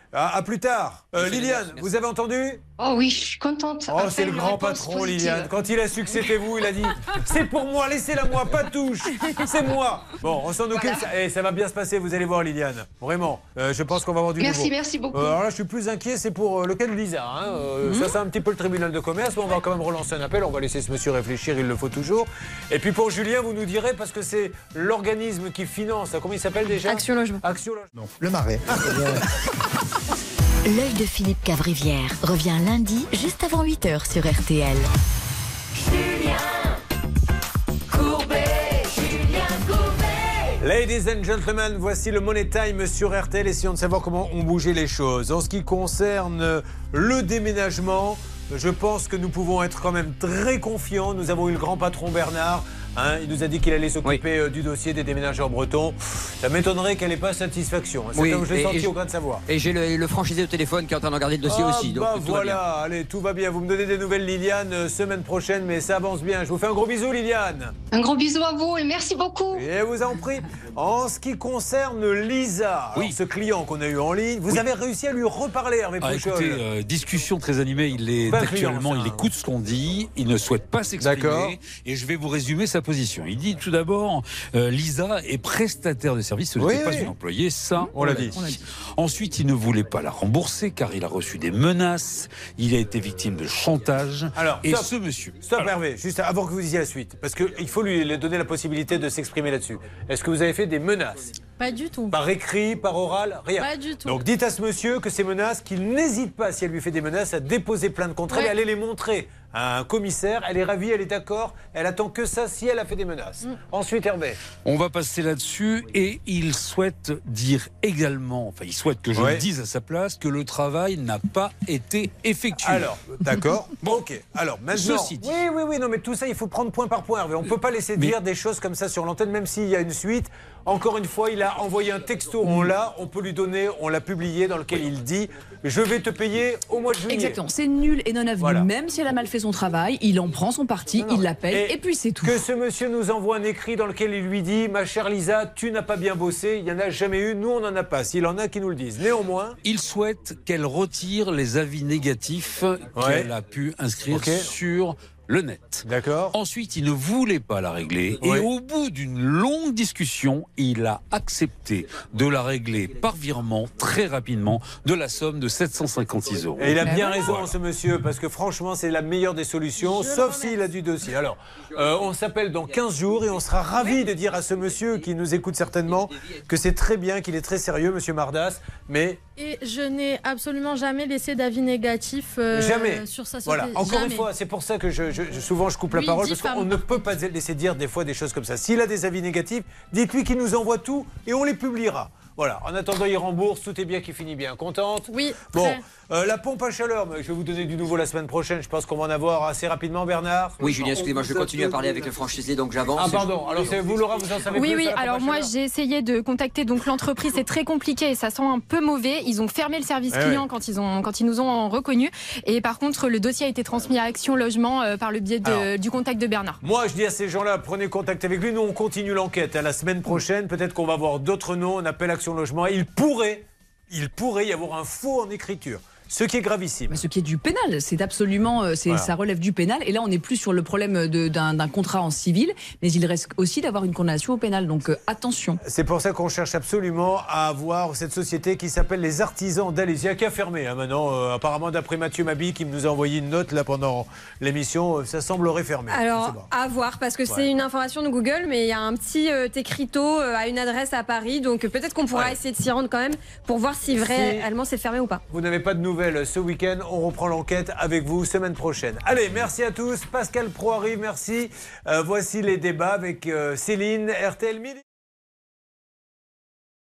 À, à plus tard. Euh, Liliane, vous avez entendu? Oh oui, je suis contente. Oh, c'est le grand patron, Liliane. Quand il a su que c'était vous, il a dit c'est pour moi, laissez-la moi, pas de touche. C'est moi. Bon, on s'en occupe. Voilà. Ça, et ça va bien se passer, vous allez voir, Liliane. Vraiment. Euh, je pense qu'on va avoir du Merci, nouveau. merci beaucoup. Euh, alors là, je suis plus inquiet, c'est pour euh, le cas de Lisa. Hein. Euh, Mhm. Ça, c'est un petit peu le tribunal de commerce, mais on va quand même relancer un appel. On va laisser ce monsieur réfléchir, il le faut toujours. Et puis pour Julien, vous nous direz, parce que c'est l'organisme qui finance. Comment il s'appelle déjà? Action Logement. Action Logement. Le Marais. L'œil de Philippe Cavrivière revient lundi, juste avant huit heures sur R T L. Julien Courbet, Julien Courbet. Ladies and gentlemen, voici le Money Time sur R T L. Essayons de savoir comment ont bougé les choses. En ce qui concerne le déménagement, je pense que nous pouvons être quand même très confiants. Nous avons eu le grand patron Bernard. Hein, il nous a dit qu'il allait s'occuper oui. du dossier des déménageurs bretons. Ça m'étonnerait qu'elle n'ait pas satisfaction. C'est Oui, comme je l'ai et- senti et je- au grain de savoir. Et j'ai le, le franchisé au téléphone qui est en train de regarder le dossier Ah, aussi. Donc bah tout va bien. voilà, allez, tout va bien. Vous me donnez des nouvelles, Liliane, euh, semaine prochaine, mais ça avance bien. Je vous fais un gros bisou, Liliane. Un gros bisou à vous et merci beaucoup. Et vous en prie. En ce qui concerne Lisa, alors, ce client qu'on a eu en ligne, vous avez réussi à lui reparler, Hervé Ah, Pouchol. écoutez, euh, discussion très animée. Il est Pas actuellement, client, ça. il écoute ce qu'on dit. Il ne souhaite pas D'accord. s'exprimer. Et je vais vous résumer sa position. Il dit tout d'abord, euh, Lisa est prestataire de service. Ce Oui, n'était pas oui. une employée. Ça, On l'a dit. Ensuite, il ne voulait pas la rembourser car il a reçu des menaces. Il a été victime de chantage. Alors, et stop. ce monsieur. Stop, Hervé, juste avant que vous disiez la suite, parce qu'il faut lui donner la possibilité de s'exprimer là-dessus. Est-ce que vous avez fait des menaces? Pas du tout. Par écrit, par oral, rien. Pas du tout. Donc dites à ce monsieur que ces menaces, qu'il n'hésite pas, si elle lui fait des menaces, à déposer plainte contre elle Ouais. et aller les montrer à un commissaire. Elle est ravie, elle est d'accord, elle attend que ça si elle a fait des menaces. Mm. Ensuite, Hervé. On va passer là-dessus et il souhaite dire également, enfin il souhaite que je Ouais. le dise à sa place, que le travail n'a pas été effectué. Alors, d'accord. Bon, ok. Alors, maintenant. Ceci dit. Oui, oui, oui, non, mais tout ça, il faut prendre point par point, Hervé. On ne peut pas laisser dire des choses comme ça sur l'antenne, même s'il y a une suite. Encore une fois, il a envoyé un texto, on l'a, on peut lui donner, on l'a publié, dans lequel il dit je vais te payer au mois de juillet. Exactement, c'est nul et non avenu. Voilà. Même si elle a mal fait son travail, il en prend son parti, il la paye et, puis c'est tout. Que ce monsieur nous envoie un écrit dans lequel il lui dit ma chère Lisa, tu n'as pas bien bossé, il n'y en a jamais eu, nous on n'en a pas. S'il en a, qui nous le disent. Néanmoins. Il souhaite qu'elle retire les avis négatifs Ouais. qu'elle a pu inscrire Ok. sur le net. D'accord. Ensuite, il ne voulait pas la régler. Ouais. Et au bout d'une longue discussion, il a accepté de la régler par virement très rapidement de la somme de sept cent cinquante-six euros. Et il a bien Voilà. raison, ce monsieur, parce que franchement, c'est la meilleure des solutions, sauf s'il a du dossier. Alors, euh, on s'appelle dans quinze jours et on sera ravis de dire à ce monsieur qui nous écoute certainement que c'est très bien, qu'il est très sérieux, monsieur Mardas, mais Et je n'ai absolument jamais laissé d'avis négatif euh, jamais. sur sa société. Voilà, encore Jamais. une fois, c'est pour ça que je, je- je- souvent je coupe la Oui, parole, parce diffame. qu'on ne peut pas laisser dire des fois des choses comme ça. S'il a des avis négatifs, dites-lui qu'il nous envoie tout et on les publiera. Voilà, en attendant, il rembourse, tout est bien qui finit bien. Contente? Oui. Bon, très. euh, la pompe à chaleur, mais je vais vous donner du nouveau la semaine prochaine. Je pense qu'on va en avoir assez rapidement, Bernard. Oui, Julien, excusez-moi, je continue à parler avec le franchisé, donc j'avance. Ah, pardon. Alors, c'est vous, Laura, vous en savez Oui, plus oui. sur la pompe Alors à moi, chaleur j'ai essayé de contacter donc l'entreprise. C'est très compliqué et ça sent un peu mauvais. Ils ont fermé le service Eh client ouais. quand ils ont quand ils nous ont reconnus. Et par contre, le dossier a été transmis à Action Logement euh, par le biais de- Alors. du contact de Bernard. Moi, je dis à ces gens-là, prenez contact avec lui. Nous, on continue l'enquête. À la semaine prochaine, peut-être qu'on va avoir d'autres noms. On appelle Action Logement. Il pourrait, il pourrait y avoir un faux en écriture. Ce qui est gravissime. Mais ce qui est du pénal, c'est absolument, euh, c'est, Voilà. ça relève du pénal. Et là, on n'est plus sur le problème de- d'un, d'un contrat en civil, mais il reste aussi d'avoir une condamnation au pénal. Donc euh, attention. C'est pour ça qu'on cherche absolument à avoir cette société qui s'appelle les Artisans d'Alésia, qui a fermé hein, maintenant. Euh, apparemment, d'après Mathieu Mabi, qui nous a envoyé une note là pendant l'émission, euh, ça semblerait fermé. Je sais Alors, pas. à voir, parce que Ouais. c'est une information de Google, mais il y a un petit euh, écriteau euh, à une adresse à Paris, donc euh, peut-être qu'on pourra Ouais. essayer de s'y rendre quand même pour voir si réellement c'est fermé ou pas. Vous n'avez pas de nouvelles ce week-end, on reprend l'enquête avec vous semaine prochaine. Allez, merci à tous. Pascal Pro arrive, merci. Euh, voici les débats avec euh, Céline, R T L Midi.